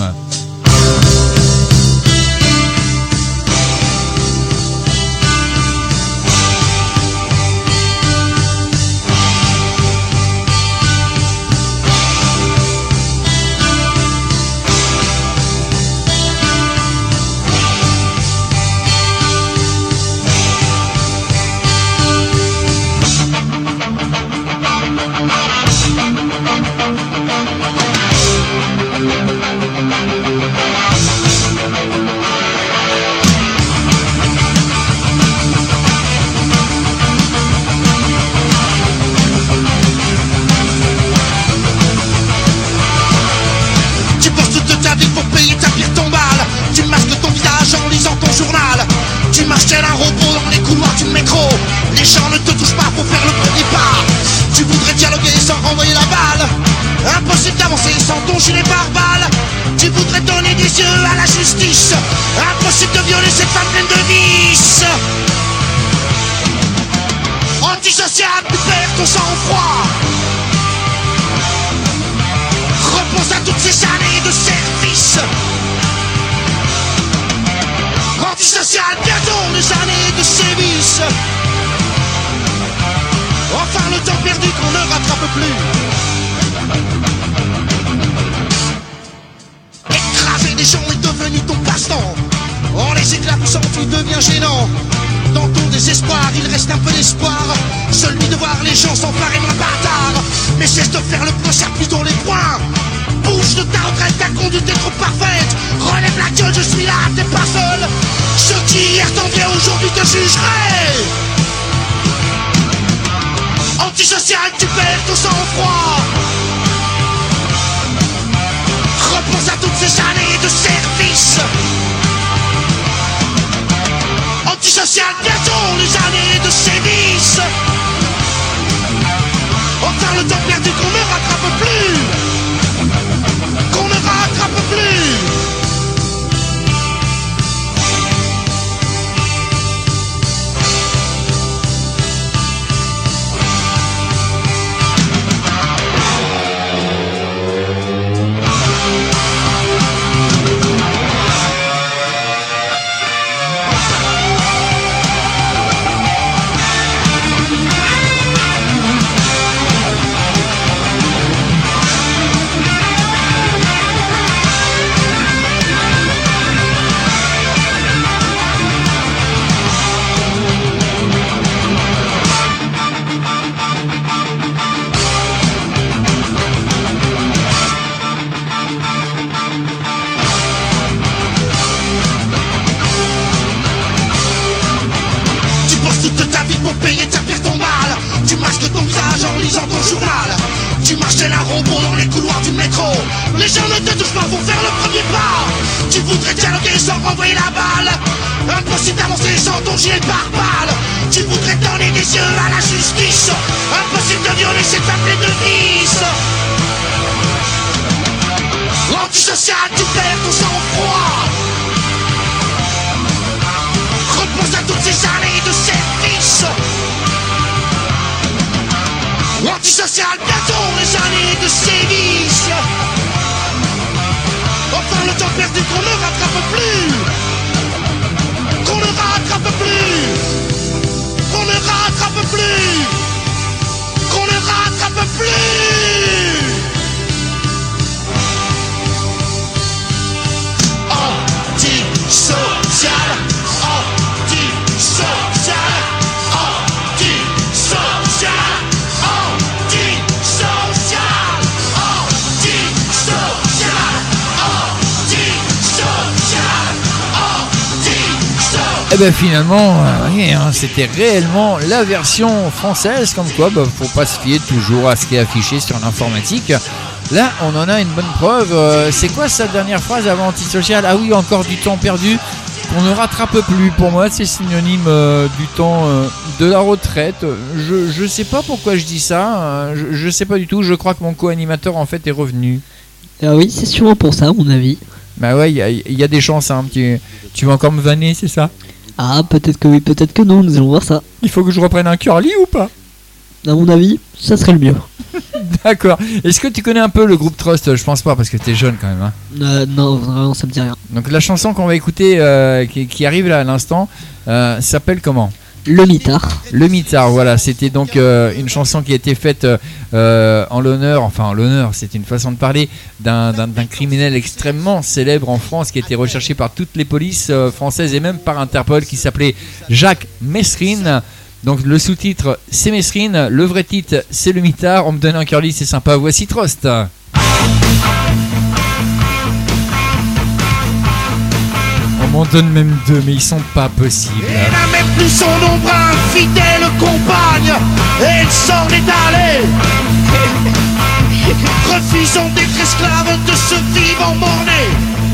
Et ben finalement, euh, oui, hein, c'était réellement la version française, comme quoi bah, faut pas se fier toujours à ce qui est affiché sur l'informatique. Là, on en a une bonne preuve. Euh, c'est quoi sa dernière phrase avant antisocial? Ah oui, encore du temps perdu qu'on ne rattrape plus. Pour moi, c'est synonyme euh, du temps euh, de la retraite. Je, je sais pas pourquoi je dis ça. euh, je, je sais pas du tout. Je crois que mon co-animateur en fait est revenu. Ah oui, c'est sûrement pour ça, à mon avis. Bah ouais, il y, a- il y a des chances. Hein, tu, tu vas encore me vanner, c'est ça? Ah, peut-être que oui, peut-être que non, nous allons voir ça. Il faut que je reprenne un curly ou pas? À mon avis, ça serait le mieux. D'accord. Est-ce que tu connais un peu le groupe Trust? Je pense pas parce que t'es jeune quand même. Hein. Euh, non, vraiment, ça me dit rien. Donc la chanson qu'on va écouter, euh, qui, qui arrive là à l'instant, euh, s'appelle comment? Le mitard. Le mitard, voilà. C'était donc euh, une chanson qui a été faite euh, en l'honneur, enfin en l'honneur, c'est une façon de parler, d'un, d'un, d'un criminel extrêmement célèbre en France qui a été recherché par toutes les polices euh, françaises et même par Interpol, qui s'appelait Jacques Messrine. Donc le sous-titre c'est Messrine, le vrai titre c'est le mitard. On me donne un curly, c'est sympa. Voici Trust. On m'en donne même deux, mais ils sont pas possibles. Elle n'a même plus son ombre, un fidèle compagne. Elle s'en est allée. Refusant d'être esclave de ce vivant morné.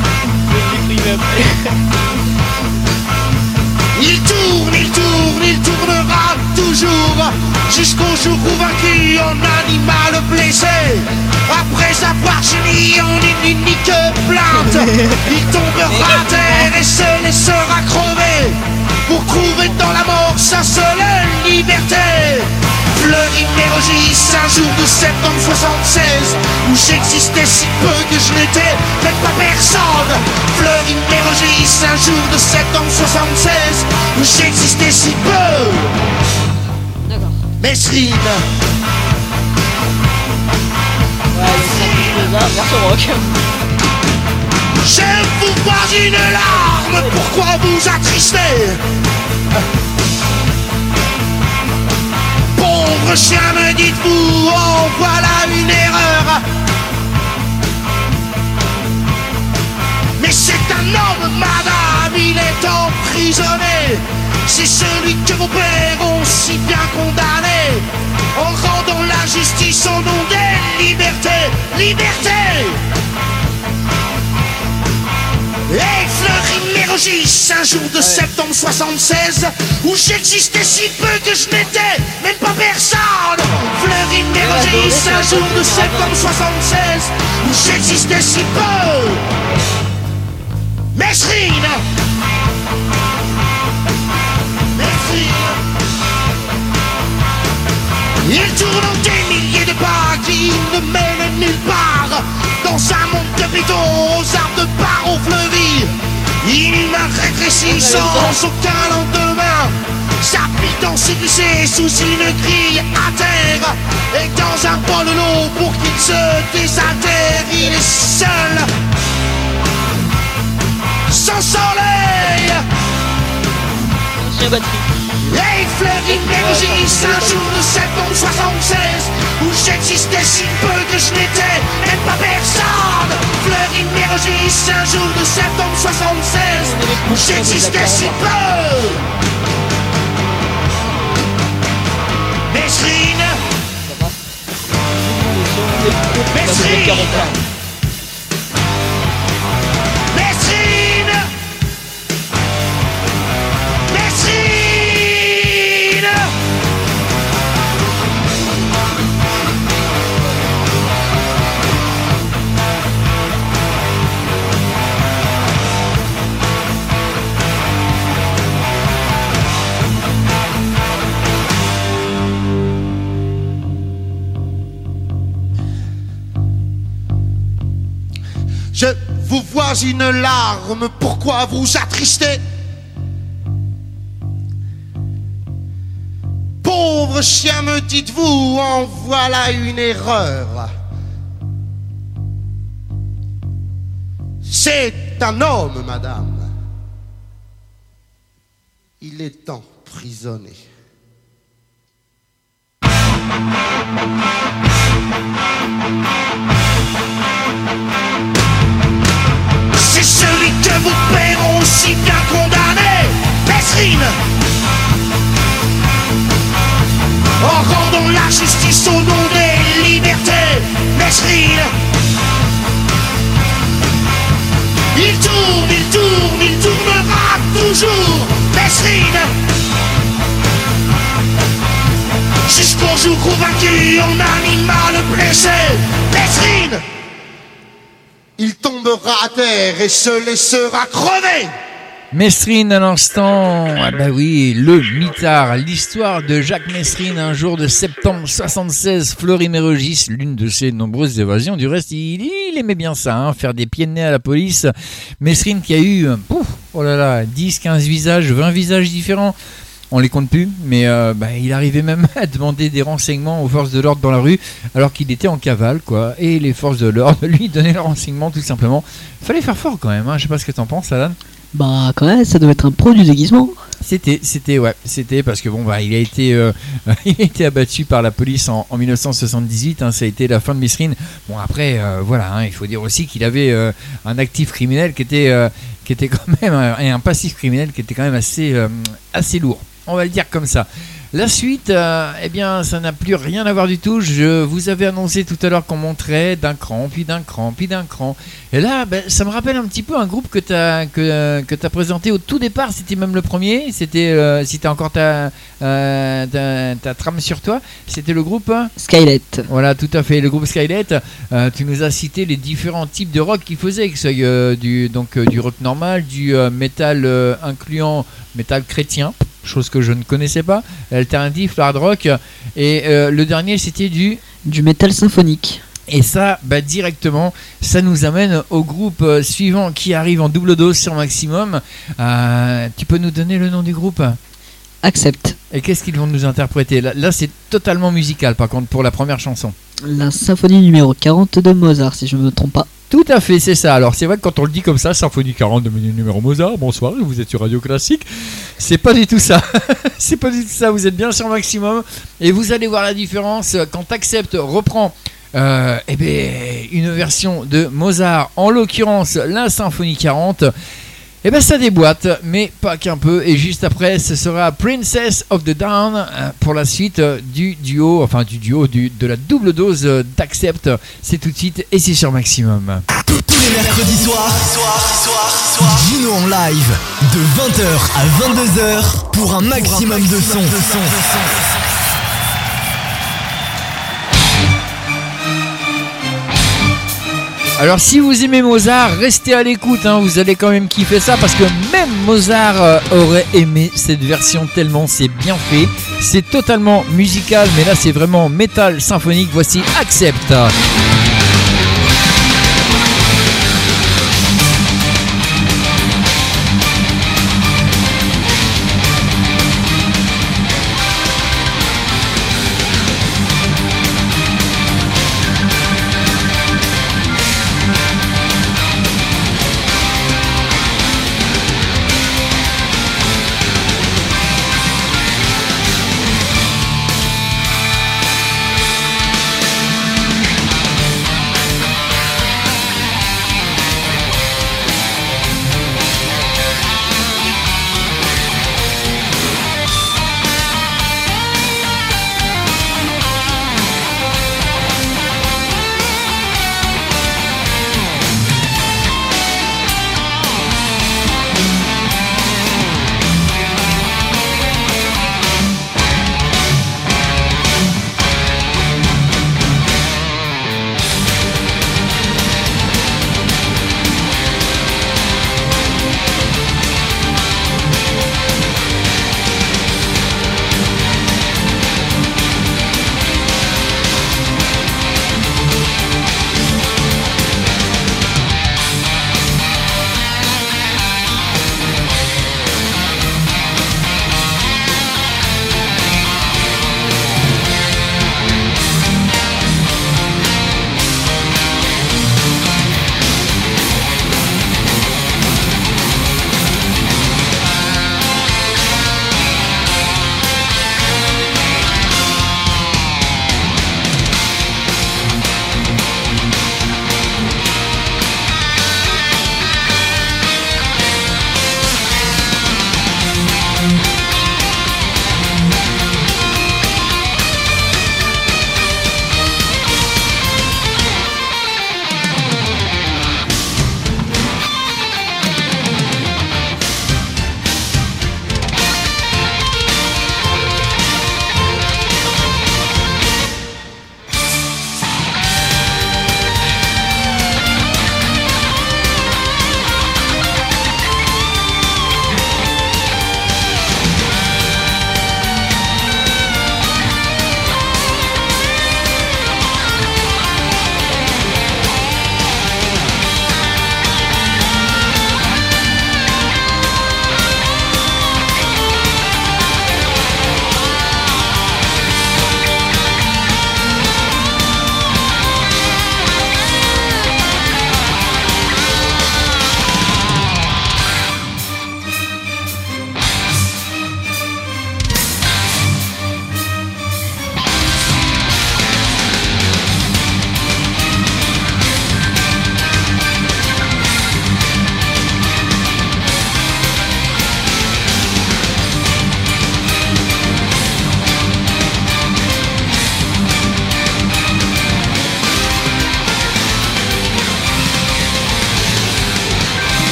Il tourne, il tourne, il tournera toujours jusqu'au jour où vaincu en animal blessé. Après avoir gémi en une unique plainte, il tombera à terre et se laissera crever pour trouver dans la mort sa seule liberté. Fleury Mérogis, un jour de septembre soixante-seize, où j'existais si peu que je n'étais même pas personne. Fleury Mérogis, un jour de septembre soixante-seize, où j'existais si peu. D'accord. Messrine. Je vous vois une larme, pourquoi vous attrister? Pauvre chien, me dites-vous, oh voilà une erreur. Mais c'est un homme, madame, il est emprisonné. C'est celui que vos pères ont si bien condamné, en rendant la justice au nom des libertés. Liberté! Et Fleury Mérogis, un jour de septembre soixante-seize, où j'existais si peu que je n'étais même pas personne. Fleury Mérogis, un jour de septembre soixante-seize, où j'existais si peu. Messrine. Messrine. Il tourne en des milliers de pas qui ne mènent nulle part, dans un monde de béton aux arbres de barreaux fleuris. Inhumain rétréci sans aucun lendemain, sa pitance est glissée sous une grille à terre, et dans un bol de l'eau pour qu'il se désaltère, il est seul, sans soleil. Et Fleury Mérogis, un jour de septembre soixante-seize, où j'existais si peu que je n'étais même pas personne. Fleury Mérogis, un jour de septembre soixante-seize, où j'existais si peu. Messrine. Messrine. Messrine. Messrine. Je vous vois une larme, pourquoi vous attrister? Pauvre chien, me dites-vous, en voilà une erreur. C'est un homme, madame. Il est emprisonné. C'est celui que vos pères ont si bien condamné. pour joue convaincu en animal blessé. Mesrine, il tombera à terre et se laissera crever. Mesrine à l'instant, ah bah oui, le mitard, l'histoire de Jacques Mesrine, un jour de septembre soixante-seize, Fleury-Mérogis, l'une de ses nombreuses évasions. Du reste, il, il aimait bien ça, hein, faire des pieds de nez à la police. Mesrine qui a eu, pouf, oh là là, dix, quinze visages, vingt visages différents. On les compte plus, mais euh, bah, il arrivait même à demander des renseignements aux forces de l'ordre dans la rue, alors qu'il était en cavale, quoi. Et les forces de l'ordre lui donnaient le renseignement, tout simplement. Fallait faire fort quand même, hein. Je sais pas ce que t'en penses, Alan. Bah quand même, ça doit être un pro du déguisement. C'était, c'était, ouais, c'était parce que bon, bah, il a été, euh, il a été abattu par la police en, en dix-neuf cent soixante-dix-huit. Hein, ça a été la fin de Mesrine. Bon après, euh, voilà, hein, il faut dire aussi qu'il avait euh, un actif criminel qui était, euh, qui était quand même un, et un passif criminel qui était quand même assez, euh, assez lourd. On va le dire comme ça. La suite, euh, eh bien, ça n'a plus rien à voir du tout. Je vous avais annoncé tout à l'heure qu'on montrait d'un cran, puis d'un cran, puis d'un cran. Et là, ben, ça me rappelle un petit peu un groupe que tu as que, que t'as présenté au tout départ. C'était même le premier. C'était, euh, si tu as encore ta, euh, ta, ta trame sur toi, c'était le groupe Skylet. Voilà, tout à fait, le groupe Skylet. Euh, tu nous as cité les différents types de rock qu'ils faisaient. Euh, du, donc, euh, du rock normal, du euh, métal euh, incluant métal chrétien. Chose que je ne connaissais pas, l'alternative, l'hard rock, et euh, le dernier c'était du... Du métal symphonique. Et ça, bah, directement, ça nous amène au groupe euh, suivant qui arrive en double dose sur Maximum. Euh, tu peux nous donner le nom du groupe ? Accept. Et qu'est-ce qu'ils vont nous interpréter ? Là, là c'est totalement musical par contre pour la première chanson. La symphonie numéro quarante de Mozart, si je ne me trompe pas. Tout à fait, c'est ça. Alors c'est vrai que quand on le dit comme ça, symphonie quarante de numéro Mozart, bonsoir, vous êtes sur Radio Classique. C'est pas du tout ça. C'est pas du tout ça, vous êtes bien sur Maximum. Et vous allez voir la différence quand Accept reprend euh, eh bien, une version de Mozart, en l'occurrence la symphonie quarante. Et ben ça déboîte, mais pas qu'un peu. Et juste après, ce sera Princess of the Down pour la suite du duo, enfin du duo du, de la double dose d'Accept. C'est tout de suite et c'est sur Maximum. Tous les mercredis soirs, Gino en live de vingt heures à vingt-deux heures pour un maximum de son. Alors si vous aimez Mozart, restez à l'écoute, hein, vous allez quand même kiffer ça parce que même Mozart euh, aurait aimé cette version tellement c'est bien fait. C'est totalement musical, mais là c'est vraiment métal symphonique. Voici Accept.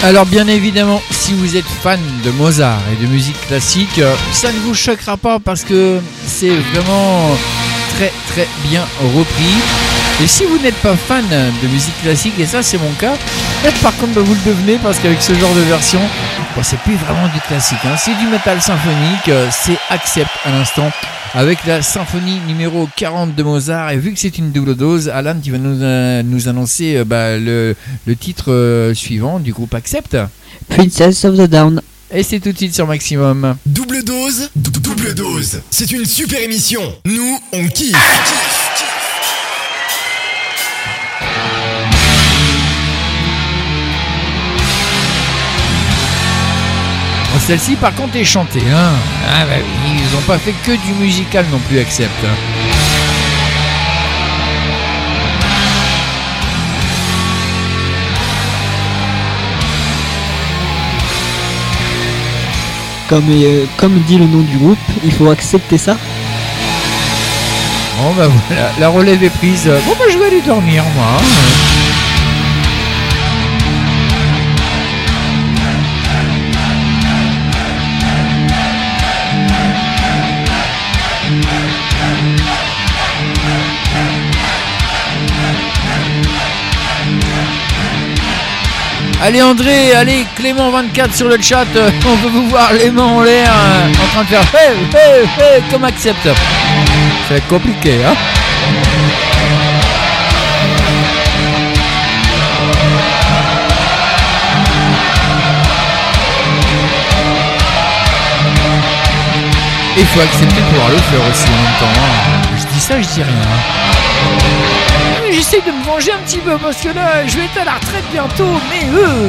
Alors bien évidemment, si vous êtes fan de Mozart et de musique classique, euh, ça ne vous choquera pas parce que c'est vraiment très très bien repris. Et si vous n'êtes pas fan de musique classique, et ça c'est mon cas, et par contre bah, vous le devenez parce qu'avec ce genre de version, bah, c'est plus vraiment du classique, hein. C'est du métal symphonique, euh, c'est Accept à l'instant avec la symphonie numéro quarante de Mozart. Et vu que c'est une double dose, Alan, tu vas nous, euh, nous annoncer euh, bah, le, le titre euh, suivant du groupe Accept. Princess of the Down. Et c'est tout de suite sur Maximum. Double dose, dou- double dose. C'est une super émission. Nous, on kiffe. Bon, celle-ci par contre est chantée, hein. Ah bah oui, ils ont pas fait que du musical non plus, Accept. Comme, euh, comme dit le nom du groupe, il faut accepter ça. Bon bah voilà, la relève est prise. Bon bah je vais aller dormir moi. Allez André, allez Clément vingt-quatre sur le chat, euh, on peut vous voir les mains en l'air euh, en train de faire hey, hey, hey, comme Accept. C'est compliqué, hein. Il faut accepter de pouvoir le faire aussi en même temps, hein. Je dis ça, je dis rien. J'essaie de me venger un petit peu parce que là, je vais être à la retraite bientôt, mais euh...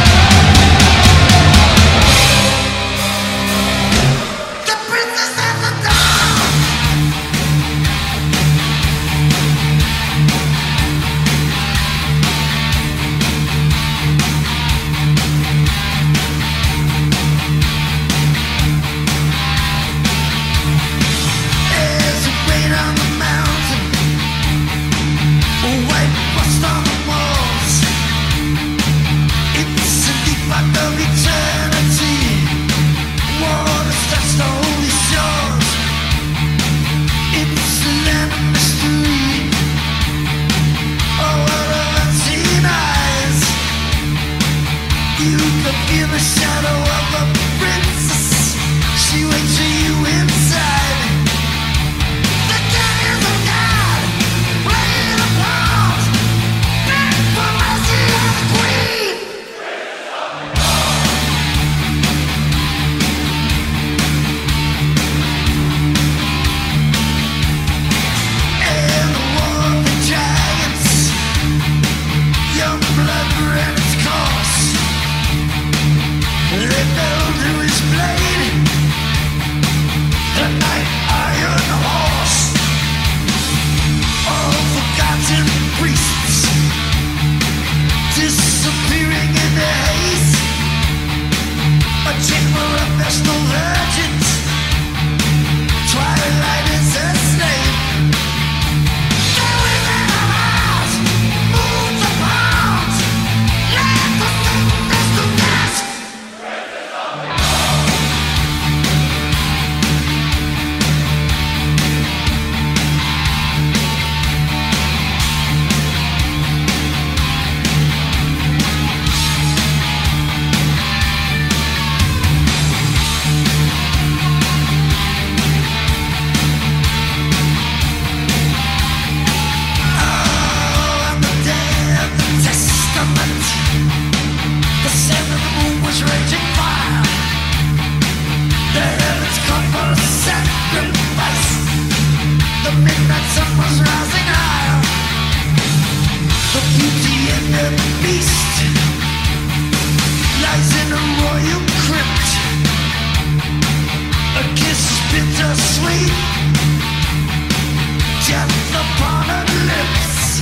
There's a rain on the mountain, a white rust on the walls. It's a deep part of eternity. Water starts to hold these shores. It's a land of mystery. A world of unseen eyes. You can feel the shadow of a princess. She waits for you inside. The daggers of God, playing a part. Back for mercy of the queen. And the war of the giants, young blood ran its course. They fell to his blade, the night iron horse. All forgotten priests disappearing in the haze. A chamber of vestal virgins. Twilight is a slave. Going in a house, moons apart. Let the sickness to dust. On the day of the testament, the sun and the moon was raging fire. The heavens called for a sacrifice. The midnight sun was rising higher. The beauty and the beast lies in a royal crypt. A kiss is bittersweet. Death upon her lips.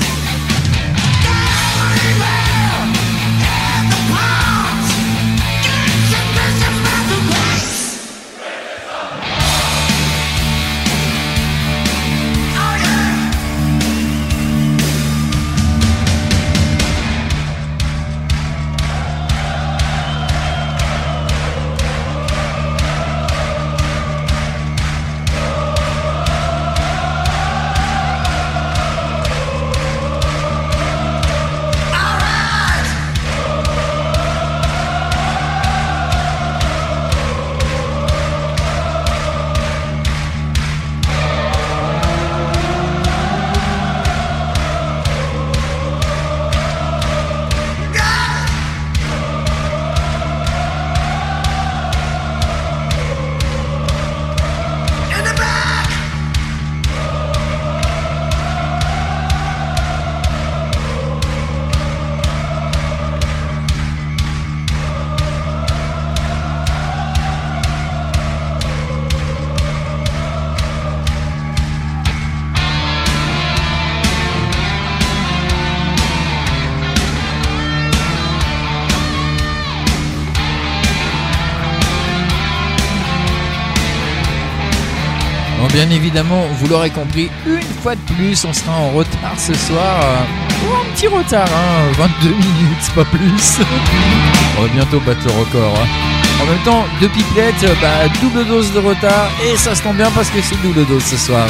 Everywhere in the palms, kings and bishops of the place. Oh yeah. Bon, bien évidemment, vous l'aurez compris, une fois de plus, on sera en retard ce soir. Euh, oh, un petit retard, hein, vingt-deux minutes, pas plus. On va bientôt battre le record. Hein. En même temps, deux pipelettes, bah, double dose de retard. Et ça se tombe bien parce que c'est double dose ce soir.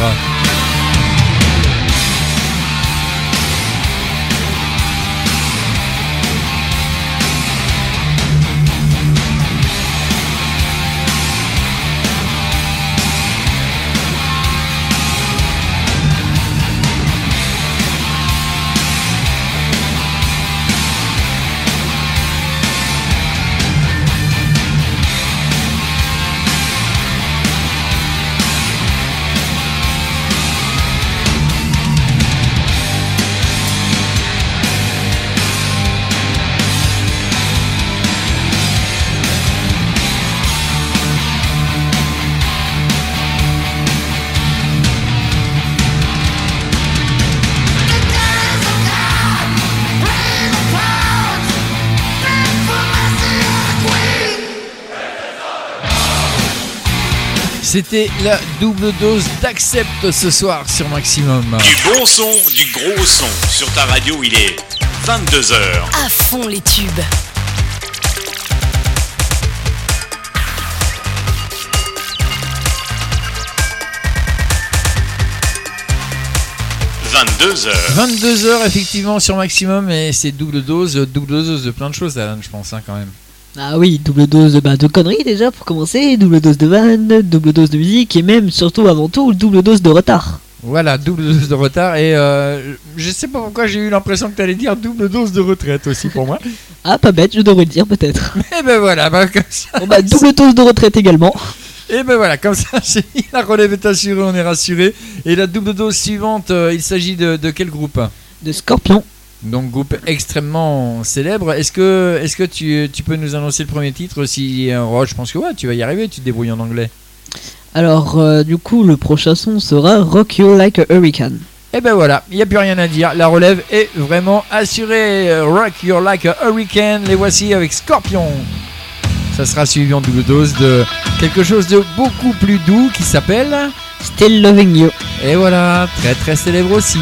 C'était la double dose d'Accept ce soir sur Maximum. Du bon son, du gros son. Sur ta radio, il est vingt-deux heures. À fond les tubes. vingt-deux heures. vingt-deux heures effectivement sur Maximum et c'est double dose, double dose de plein de choses, Alan, je pense hein, quand même. Ah oui, double dose bah, de conneries déjà pour commencer, double dose de vannes, double dose de musique et même surtout avant tout double dose de retard. Voilà, double dose de retard et euh, je sais pas pourquoi j'ai eu l'impression que tu allais dire double dose de retraite aussi pour moi. Ah pas bête, je devrais le dire peut-être. Et ben voilà, bah, comme ça. Bon, bah, double dose de retraite également. Et ben voilà, comme ça j'ai dit, la relève est assurée, on est rassuré. Et la double dose suivante, euh, il s'agit de, de quel groupe ? De Scorpion. Donc groupe extrêmement célèbre. Est-ce que, est-ce que tu, tu peux nous annoncer le premier titre si, oh, je pense que ouais, tu vas y arriver, tu te débrouilles en anglais. Alors euh, du coup le prochain son sera Rock You Like a Hurricane. Et ben voilà, il n'y a plus rien à dire, la relève est vraiment assurée. Rock You Like a Hurricane, les voici avec Scorpion. Ça sera suivi en double dose de quelque chose de beaucoup plus doux qui s'appelle Still Loving You. Et voilà, très très célèbre aussi.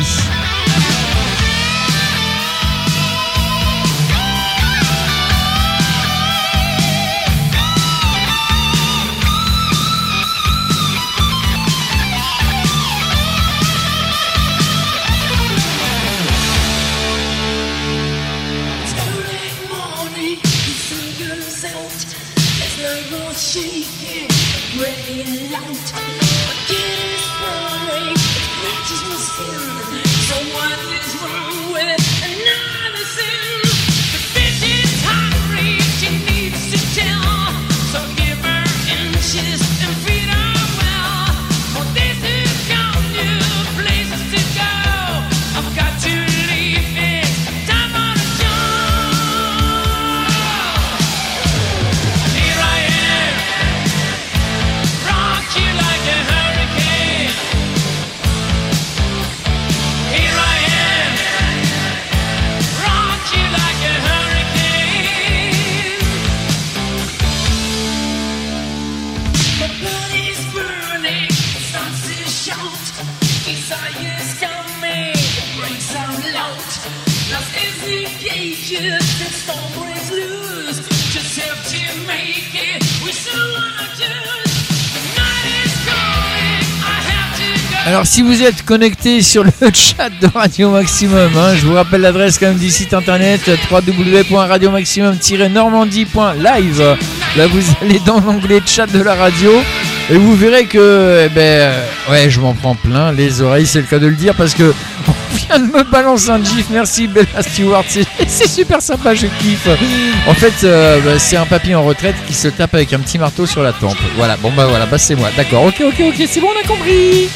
Alors si vous êtes connecté sur le chat de Radio Maximum, hein, je vous rappelle l'adresse quand même du site internet w w w point radio maximum tiret normandie point live. Là vous allez dans l'onglet chat de la radio et vous verrez que eh ben euh, ouais je m'en prends plein les oreilles, c'est le cas de le dire parce que on vient de me balancer un gif. Merci Bella Stewart, c'est, c'est super sympa, je kiffe. En fait euh, bah, c'est un papy en retraite qui se tape avec un petit marteau sur la tempe. Voilà, bon bah voilà, bah c'est moi, d'accord, ok ok ok, c'est bon, on a compris.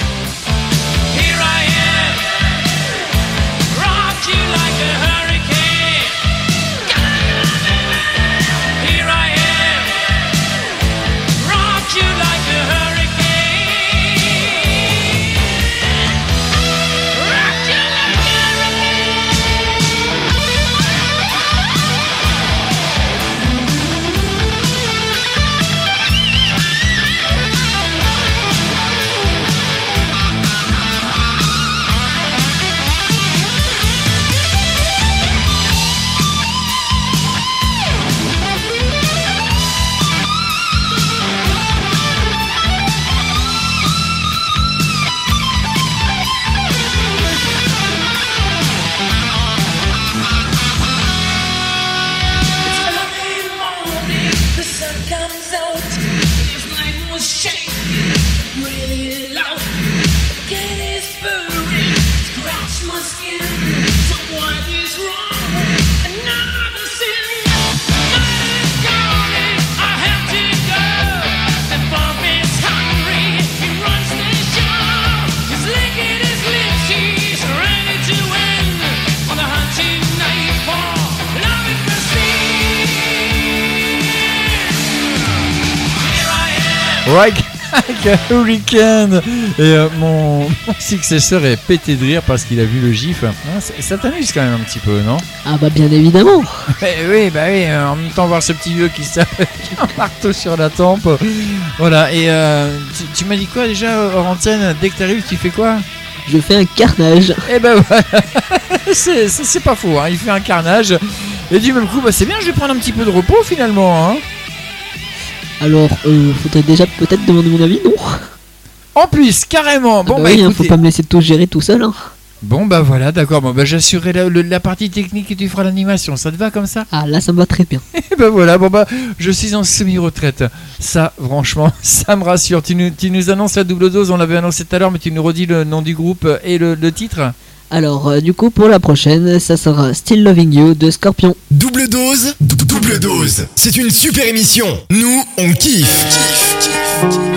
Like, like a hurricane. Et euh, mon, mon successeur est pété de rire parce qu'il a vu le gif. Ah, ça, ça t'amuse quand même un petit peu, non? Ah bah bien évidemment. Eh oui, bah oui, euh, en même temps voir ce petit vieux qui se tape avec un marteau sur la tempe. Voilà, et euh, tu, tu m'as dit quoi déjà hors antenne? Dès que t'arrives, tu fais quoi? Je fais un carnage. Et ben voilà, c'est, c'est, c'est pas faux, hein. Il fait un carnage. Et du même coup, bah c'est bien, je vais prendre un petit peu de repos finalement, hein. Alors, euh, faudrait déjà peut-être demander mon avis, non? En plus, carrément. Bon ah bah, bah, oui, hein, écoutez. faut pas me laisser tout gérer tout seul, hein. Bon bah voilà, d'accord. Bon bah j'assurerai la, le- la partie technique et tu feras l'animation. Ça te va comme ça? Ah là, ça me va très bien. Et ben voilà, bon bah je suis en semi-retraite. Ça, franchement, ça me rassure. Tu nous, tu nous annonces la double dose, on l'avait annoncé tout à l'heure, mais tu nous redis le nom du groupe et le, le titre. Alors, euh, du coup, pour la prochaine, ça sera Still Loving You de Scorpion. Double dose, dou- double dose. C'est une super émission. Nous, on kiffe. Kiffe, kiffe, kiffe.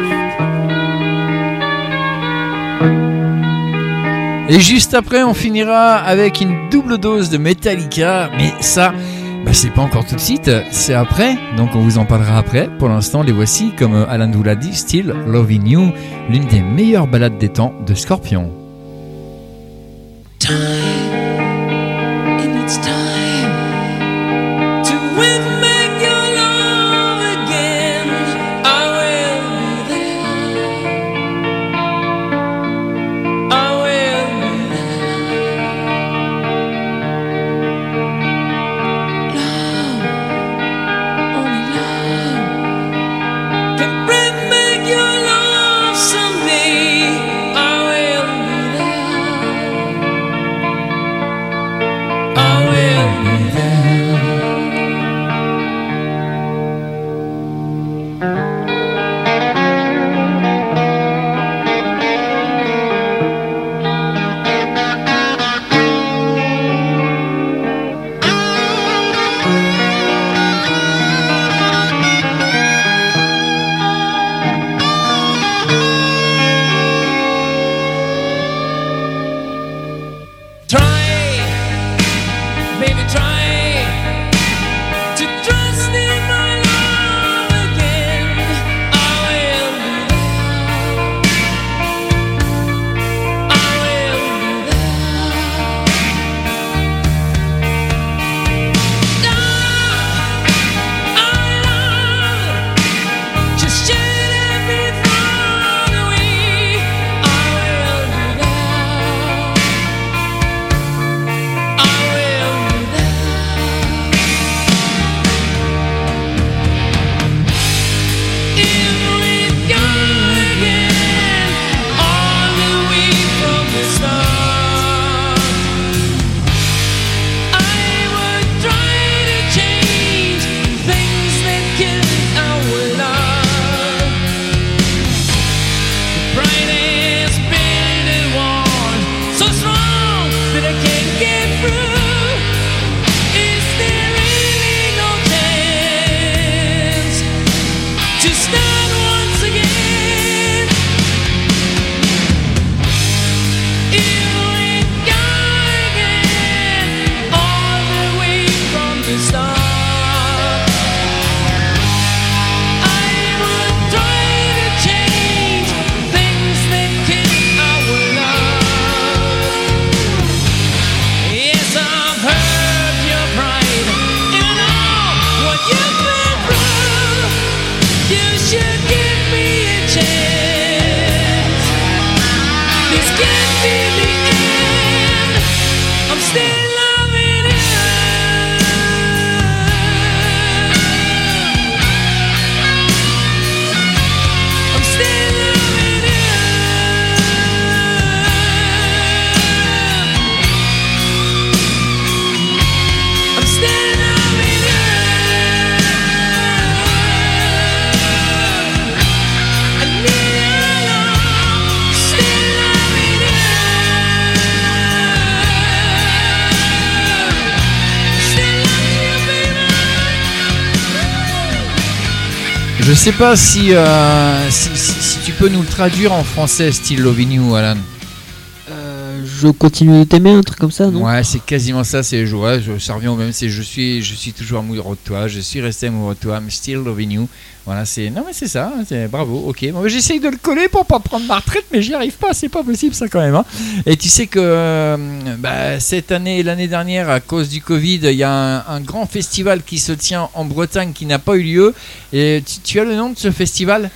Et juste après, on finira avec une double dose de Metallica. Mais ça, bah, c'est pas encore tout de suite, c'est après. Donc on vous en parlera après. Pour l'instant, les voici, comme Alan vous l'a dit, Still Loving You, l'une des meilleures ballades des temps de Scorpion. Time, and it's time to win back your love again. I will be there. I will be there. Love, only love can bring back your love someday. I will be there. I will be there. Try, baby, try to trust in my love again. I will be there. I will be there. Love, I love, just shed every thought away. I will be there. I will be there. If we've gone again, all the way from the start, I would try to change things that kill our love. The pride has been and worn so strong that I can't get through. Is there really no chance to start once again? If we gone again, all the way from the start, I would try to change things that kill our love. Yes, I've hurt your pride. You know what you've been through. You should give me a chance. This can't be the end. I'm still loving you. I'm still loving you. I'm still loving you. I need your love. Still loving you. Still loving you, baby. Je sais pas si, euh, si, si, si tu peux nous le traduire en français, Still Loving You, Alan. Euh, je continue de t'aimer, un truc comme ça, non? Ouais, c'est quasiment ça. C'est je- ouais, je- ça revient au même. C'est je suis, je suis toujours amoureux de toi. Je suis resté amoureux de toi. I'm still loving you. Voilà, c'est non mais c'est ça. C'est bravo. Ok. Bon, j'essaye de le coller pour pas prendre ma retraite, mais j'y arrive pas. C'est pas possible ça quand même. Hein. Et tu sais que euh, bah, cette année et l'année dernière, à cause du Covid, il y a un, un grand festival qui se tient en Bretagne qui n'a pas eu lieu. Et tu, tu as le nom de ce festival?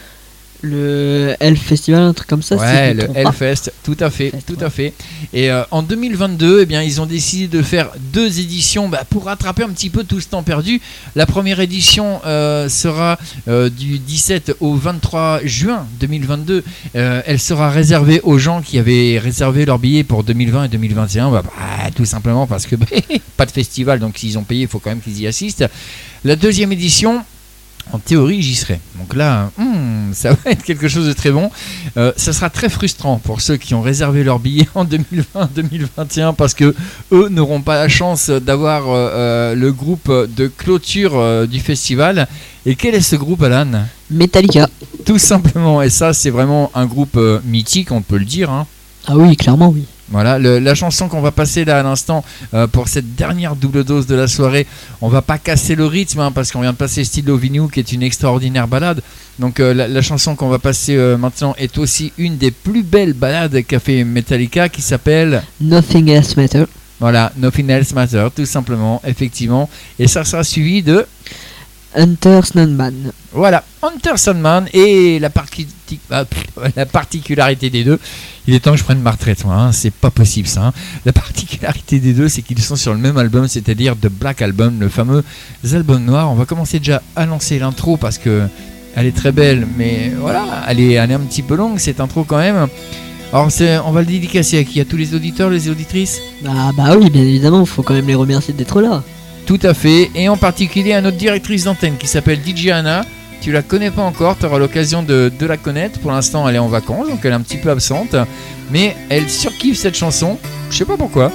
Le Hell Festival, un truc comme ça. si je Ouais, me le trompe pas. Hellfest, tout à fait, tout à fait. Et euh, en deux mille vingt-deux, eh bien, ils ont décidé de faire deux éditions bah, pour rattraper un petit peu tout ce temps perdu. La première édition euh, sera euh, du dix-sept au vingt-trois juin deux mille vingt-deux. Euh, elle sera réservée aux gens qui avaient réservé leur billet pour deux mille vingt et deux mille vingt et un. Bah, bah, tout simplement parce que bah, pas de festival, donc s'ils ont payé, il faut quand même qu'ils y assistent. La deuxième édition, en théorie, j'y serai. Donc là, hmm, ça va être quelque chose de très bon. Euh, ça sera très frustrant pour ceux qui ont réservé leur billet en deux mille vingt deux mille vingt et un parce que eux n'auront pas la chance d'avoir euh, euh, le groupe de clôture euh, du festival. Et quel est ce groupe, Alan? Metallica. Tout simplement. Et ça, c'est vraiment un groupe euh, mythique, on peut le dire. Hein. Ah oui, clairement, oui. Voilà, le- la chanson qu'on va passer là à l'instant euh, pour cette dernière double dose de la soirée, on va pas casser le rythme hein, parce qu'on vient de passer Still Loving You qui est une extraordinaire balade. Donc euh, la, la chanson qu'on va passer euh, maintenant est aussi une des plus belles balades qu'a fait Metallica qui s'appelle Nothing Else Matter. voilà, Nothing Else Matter, tout simplement, effectivement. Et ça sera suivi de Hunter Sandman. Voilà, Hunter Sandman et la, parti- ah, pff, la particularité des deux, il est temps que je prenne ma retraite, moi, hein, c'est pas possible ça. Hein. La particularité des deux, c'est qu'ils sont sur le même album, c'est-à-dire The Black Album, le fameux album noir. On va commencer déjà à lancer l'intro parce que elle est très belle, mais voilà, elle est, elle est un petit peu longue cette intro quand même. Alors c'est, on va le dédicacer à qui? À tous les auditeurs, les auditrices? Bah, bah oui, bien évidemment, il faut quand même les remercier d'être là. Tout à fait, et en particulier à notre directrice d'antenne qui s'appelle D J Anna. Tu la connais pas encore, tu auras l'occasion de, de la connaître. Pour l'instant, elle est en vacances, donc elle est un petit peu absente. Mais elle surkiffe cette chanson. Je sais pas pourquoi.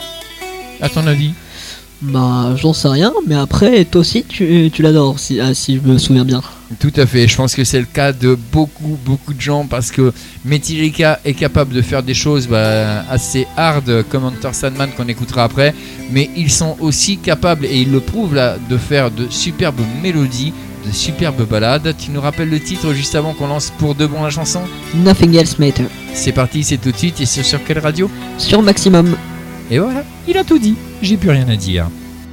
À ton avis? Bah, j'en sais rien, mais après, toi aussi, tu, tu l'adores, si, ah, si je me souviens bien. Tout à fait, je pense que c'est le cas de beaucoup, beaucoup de gens parce que Metallica est capable de faire des choses bah, assez hard comme Hunter Sandman qu'on écoutera après, mais ils sont aussi capables, et ils le prouvent là, de faire de superbes mélodies, de superbes ballades. Tu nous rappelles le titre juste avant qu'on lance pour de bon la chanson? Nothing Else Matter. C'est parti, c'est tout de suite, et c'est sur quelle radio? Sur Maximum. Et voilà, il a tout dit, j'ai plus rien à dire.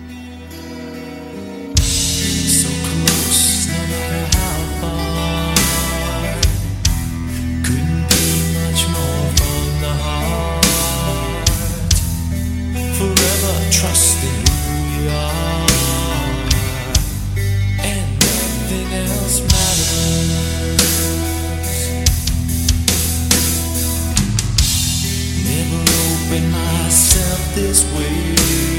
Forever trusting who we are, and nothing else matters. Never opened myself this way.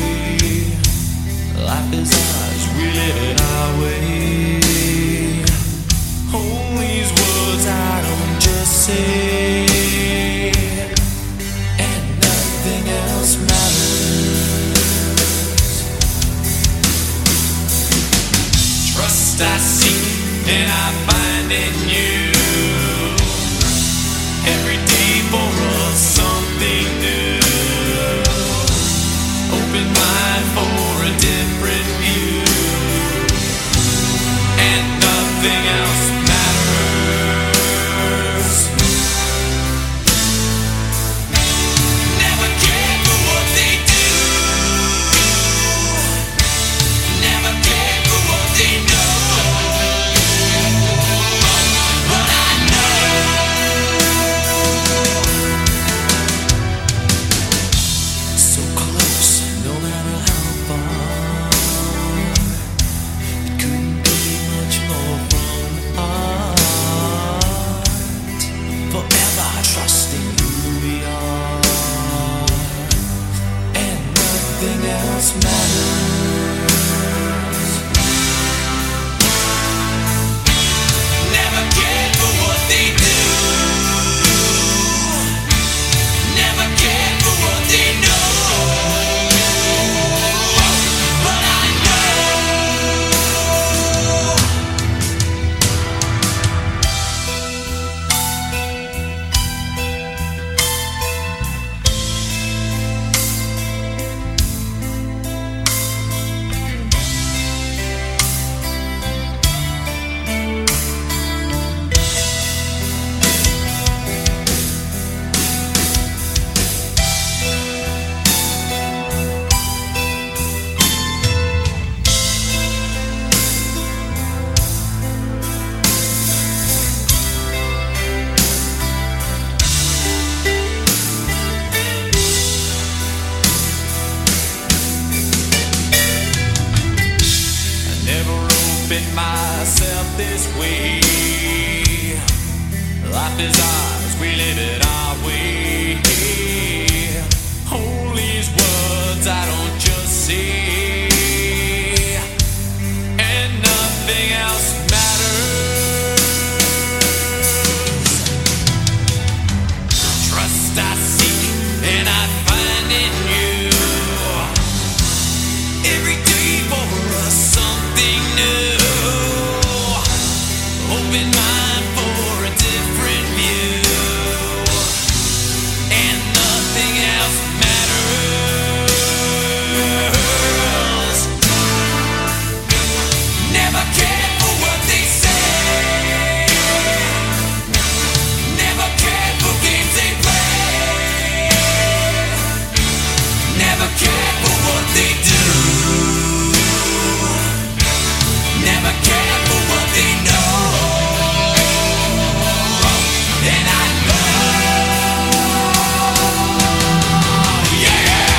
Life is ours, we live it our way. All these words I don't just say, and nothing else matters. Trust I seek and I find in you. Every day for us something new. Open mind for a different view, and nothing else matters. Never cared for what they do. Never cared for what they know. But I know. So close, no matter how far. It couldn't be much more from the heart. Forever trusting who we are, and nothing else matters. Never cared for what they do. Never cared for what they know. But I know. way. Life is ours, we live it our way. All these words I don't just say, and nothing else matters. Trust I seek and I find in you. Every day for us something new. Open mind for a different view, and nothing else matters. Never cared for what they say. Never cared for games they play. Never cared for what they do. Never cared for what they know. And I know, yeah.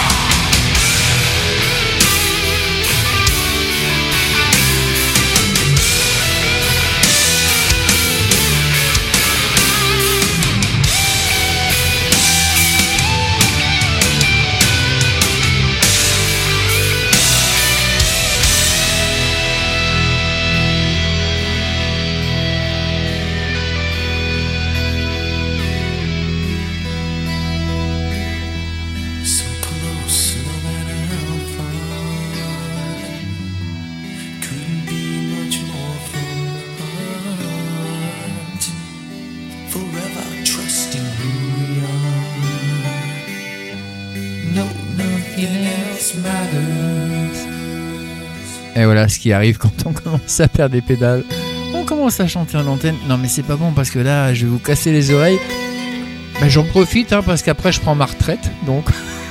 So close, no matter how far. Couldn't be much more from the heart. Forever trusting who we are. No, nothing else matters. Et voilà ce qui arrive quand on commence à perdre des pédales. On commence à chanter en antenne. Non mais c'est pas bon parce que là je vais vous casser les oreilles. Bah, j'en profite hein, parce qu'après je prends ma retraite. Donc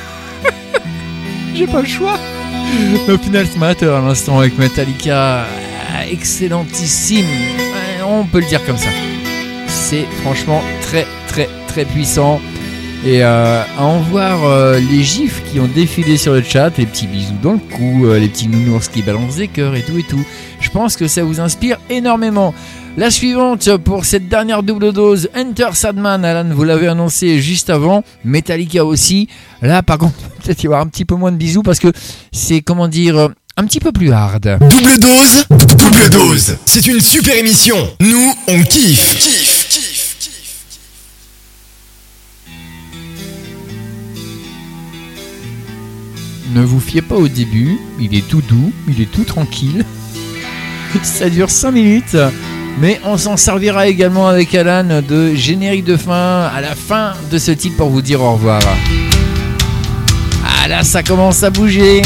j'ai pas le choix. Au final Matter à l'instant avec Metallica. Excellentissime. On peut le dire comme ça. C'est franchement très très très puissant. Et euh, à en voir euh, les gifs qui ont défilé sur le chat, les petits bisous dans le cou, euh, les petits nounours qui balancent des cœurs et tout et tout. Je pense que ça vous inspire énormément. La suivante pour cette dernière double dose, Enter Sandman. Alan, vous l'avez annoncé juste avant. Metallica aussi. Là, par contre, peut-être y avoir un petit peu moins de bisous parce que c'est, comment dire, euh, un petit peu plus hard. Double dose, double dose. C'est une super émission. Nous, on kiffe. Kiffe, kiffe. Ne vous fiez pas au début, il est tout doux, il est tout tranquille. Ça dure cinq minutes, mais on s'en servira également avec Alan de générique de fin à la fin de ce titre pour vous dire au revoir. Ah là, ça commence à bouger.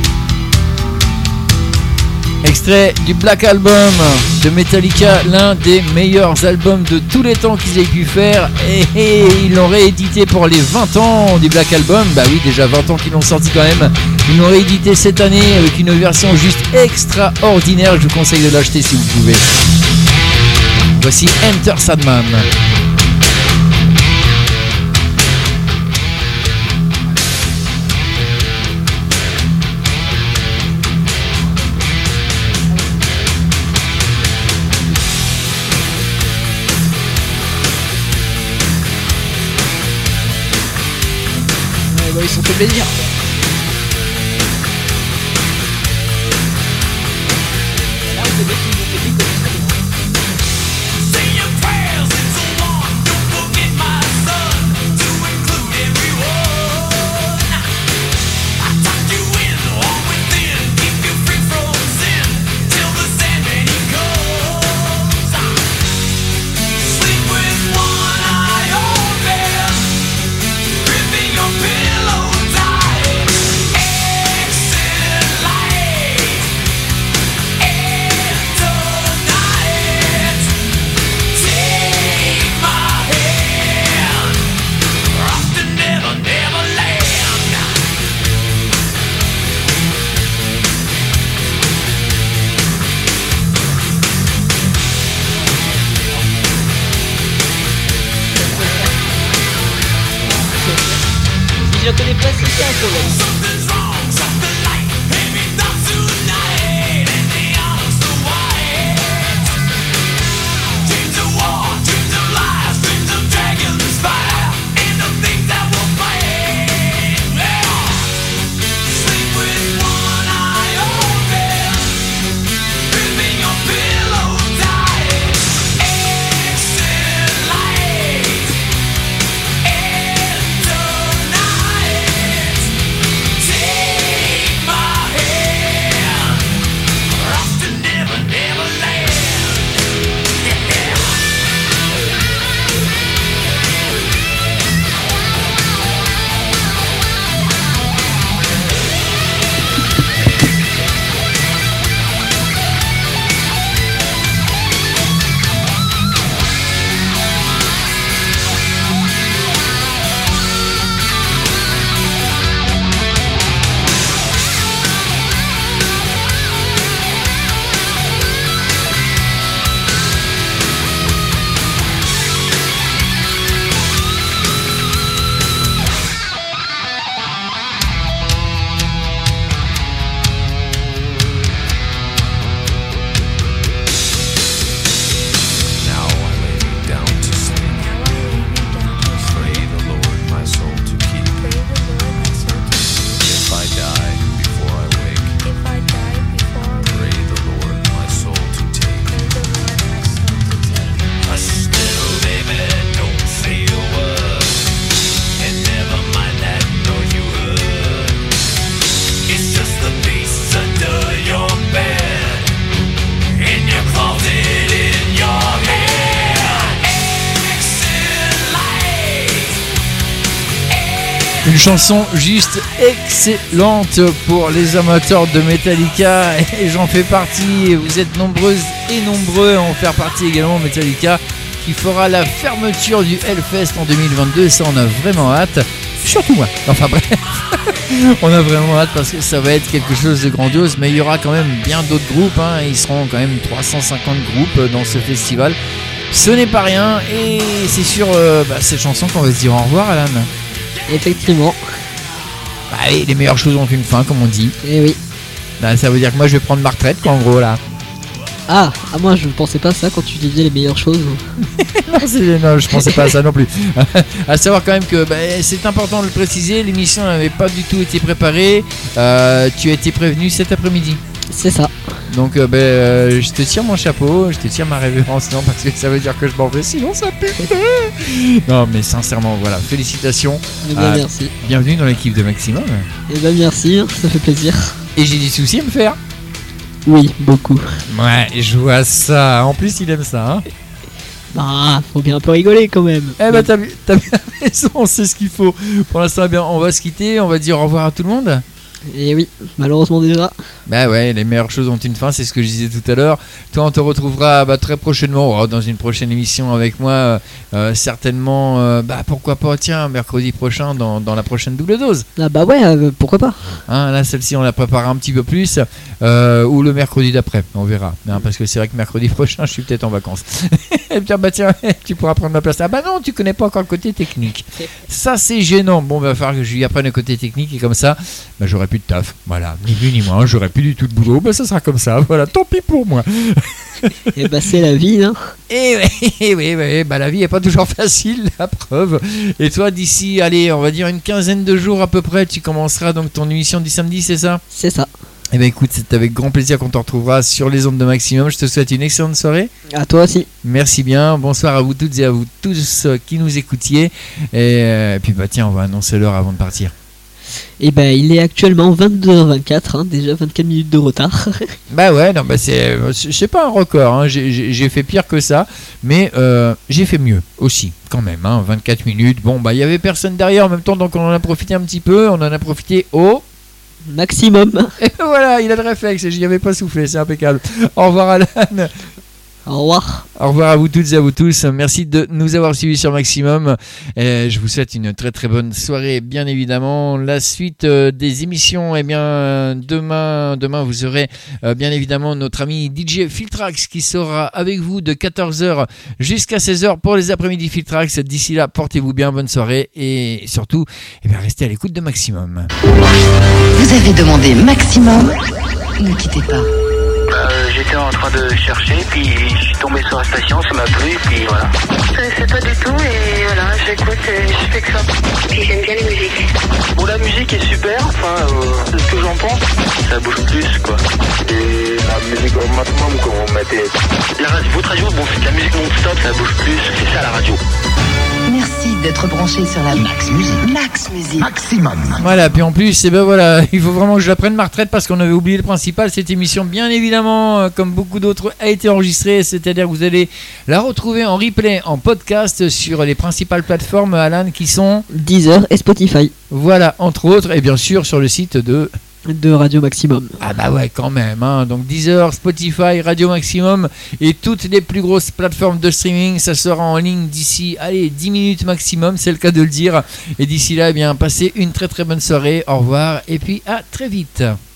Extrait du Black Album de Metallica, l'un des meilleurs albums de tous les temps qu'ils aient pu faire. Et, et ils l'ont réédité pour les vingt ans du Black Album. Bah oui, déjà vingt ans qu'ils l'ont sorti quand même. Ils l'ont réédité cette année avec une version juste extraordinaire. Je vous conseille de l'acheter si vous pouvez. Voici Enter Sandman. Ils sont fait plaisir. Là, on peut mettre une musique comme ça. Si je la connais pas, c'est un problème. Une chanson juste excellente pour les amateurs de Metallica et j'en fais partie. Vous êtes nombreuses et nombreux à en faire partie également. Metallica qui fera la fermeture du Hellfest en deux mille vingt-deux. Ça, on a vraiment hâte. Surtout moi. Enfin bref, on a vraiment hâte parce que ça va être quelque chose de grandiose. Mais il y aura quand même bien d'autres groupes. Hein. Ils seront quand même trois cent cinquante groupes dans ce festival. Ce n'est pas rien. Et c'est sur euh, bah, cette chanson qu'on va se dire au revoir, Alan. Effectivement. Bah oui, les meilleures choses ont une fin, comme on dit. Eh oui. Là, ça veut dire que moi je vais prendre ma retraite, quoi, en gros, là. Ah, ah moi je ne pensais pas ça quand tu disais les meilleures choses. non, c'est- non, je pensais pas à ça non plus. À savoir quand même que bah, c'est important de le préciser, l'émission n'avait pas du tout été préparée. Euh, tu as été prévenu cet après-midi. C'est ça. Donc euh, bah, euh, je te tire mon chapeau, je te tire ma révérence, non, parce que ça veut dire que je m'en vais, sinon ça pue. Non, mais sincèrement, voilà, félicitations. Eh bien, Euh, merci. Bienvenue dans l'équipe de Maximum. Eh ben merci, ça fait plaisir. Et j'ai des soucis à me faire. Oui, beaucoup. Ouais, je vois ça. En plus, il aime ça. Hein. Bah, faut bien un peu rigoler quand même. Eh bah, t'as bien t'as bien raison, c'est ce qu'il faut. Pour l'instant, eh bien, on va se quitter, on va dire au revoir à tout le monde. Et oui, malheureusement déjà. Bah ouais, les meilleures choses ont une fin, c'est ce que je disais tout à l'heure. Toi, on te retrouvera bah, très prochainement, oh, dans une prochaine émission avec moi, euh, euh, certainement, euh, bah pourquoi pas, tiens, mercredi prochain, dans, dans la prochaine double dose. Ah bah ouais, euh, pourquoi pas. Hein, là, celle-ci, on la prépare un petit peu plus, euh, ou le mercredi d'après, on verra. Hein, parce que c'est vrai que mercredi prochain, je suis peut-être en vacances. Et puis, bah tiens, tu pourras prendre ma place. Ah bah non, tu connais pas encore le côté technique. Ça, c'est gênant. Bon, il va falloir que je lui apprenne le côté technique, et comme ça, bah, j'aurai plus de taf. Voilà, ni plus ni moins, j'aurai plus du tout de boulot. Bah, ça sera comme ça. Voilà, tant pis pour moi. Et bah c'est la vie, hein. Et oui, oui, oui, bah la vie est pas toujours facile, la preuve. Et toi, d'ici, allez, on va dire une quinzaine de jours à peu près, tu commenceras donc ton émission du samedi, c'est ça ? C'est ça. Eh ben écoute, c'est avec grand plaisir qu'on te retrouvera sur les ondes de Maximum. Je te souhaite une excellente soirée. À toi aussi. Merci bien. Bonsoir à vous toutes et à vous tous euh, qui nous écoutiez. Et, euh, et puis bah tiens, on va annoncer l'heure avant de partir. Et bah il est actuellement vingt-deux heures vingt-quatre, hein, déjà vingt-quatre minutes de retard. Bah ouais, non, bah c'est, c'est pas un record. Hein. J'ai, j'ai, j'ai fait pire que ça, mais euh, j'ai fait mieux aussi, quand même. Hein. vingt-quatre minutes. Bon bah il y avait personne derrière en même temps, donc on en a profité un petit peu. On en a profité au maximum. Et voilà, il a le réflexe. J'y avais pas soufflé, c'est impeccable. Au revoir Alan. Au revoir. Au revoir à vous toutes et à vous tous. Merci de nous avoir suivis sur Maximum. Et je vous souhaite une très très bonne soirée, bien évidemment. La suite euh, des émissions, eh bien, demain, demain vous aurez euh, bien évidemment notre ami D J Filtrax qui sera avec vous de quatorze heures jusqu'à seize heures pour les après-midi Filtrax. D'ici là, portez-vous bien, bonne soirée et surtout, eh bien, restez à l'écoute de Maximum. Vous avez demandé Maximum. Ne quittez pas. Euh, j'étais en train de chercher, puis je suis tombé sur la station, ça m'a plu, puis voilà. Je connaissais pas du tout et voilà, j'écoute et je fais que ça. Puis j'aime bien les musiques. Bon, la musique est super, enfin, euh, c'est ce que j'en pense. Ça bouge plus, quoi. Et la musique au maximum, comme on mettait. La radio, votre radio, bon, c'est de la musique non-stop, ça bouge plus, c'est ça la radio. Merci d'être branché sur la Max Musique. Max Musique. Maximum. Voilà, puis en plus, eh ben voilà, il faut vraiment que je prenne ma retraite parce qu'on avait oublié le principal. Cette émission, bien évidemment, euh, comme beaucoup d'autres, a été enregistrée. C'est-à-dire que vous allez la retrouver en replay, en podcast sur les principales plateformes, Alan, qui sont Deezer et Spotify. Voilà, entre autres, et bien sûr sur le site de... de Radio Maximum. Ah bah ouais, quand même, hein. Donc Deezer, Spotify, Radio Maximum et toutes les plus grosses plateformes de streaming, ça sera en ligne d'ici, allez, dix minutes maximum, c'est le cas de le dire. Et d'ici là, eh bien, passez une très très bonne soirée, au revoir et puis à très vite.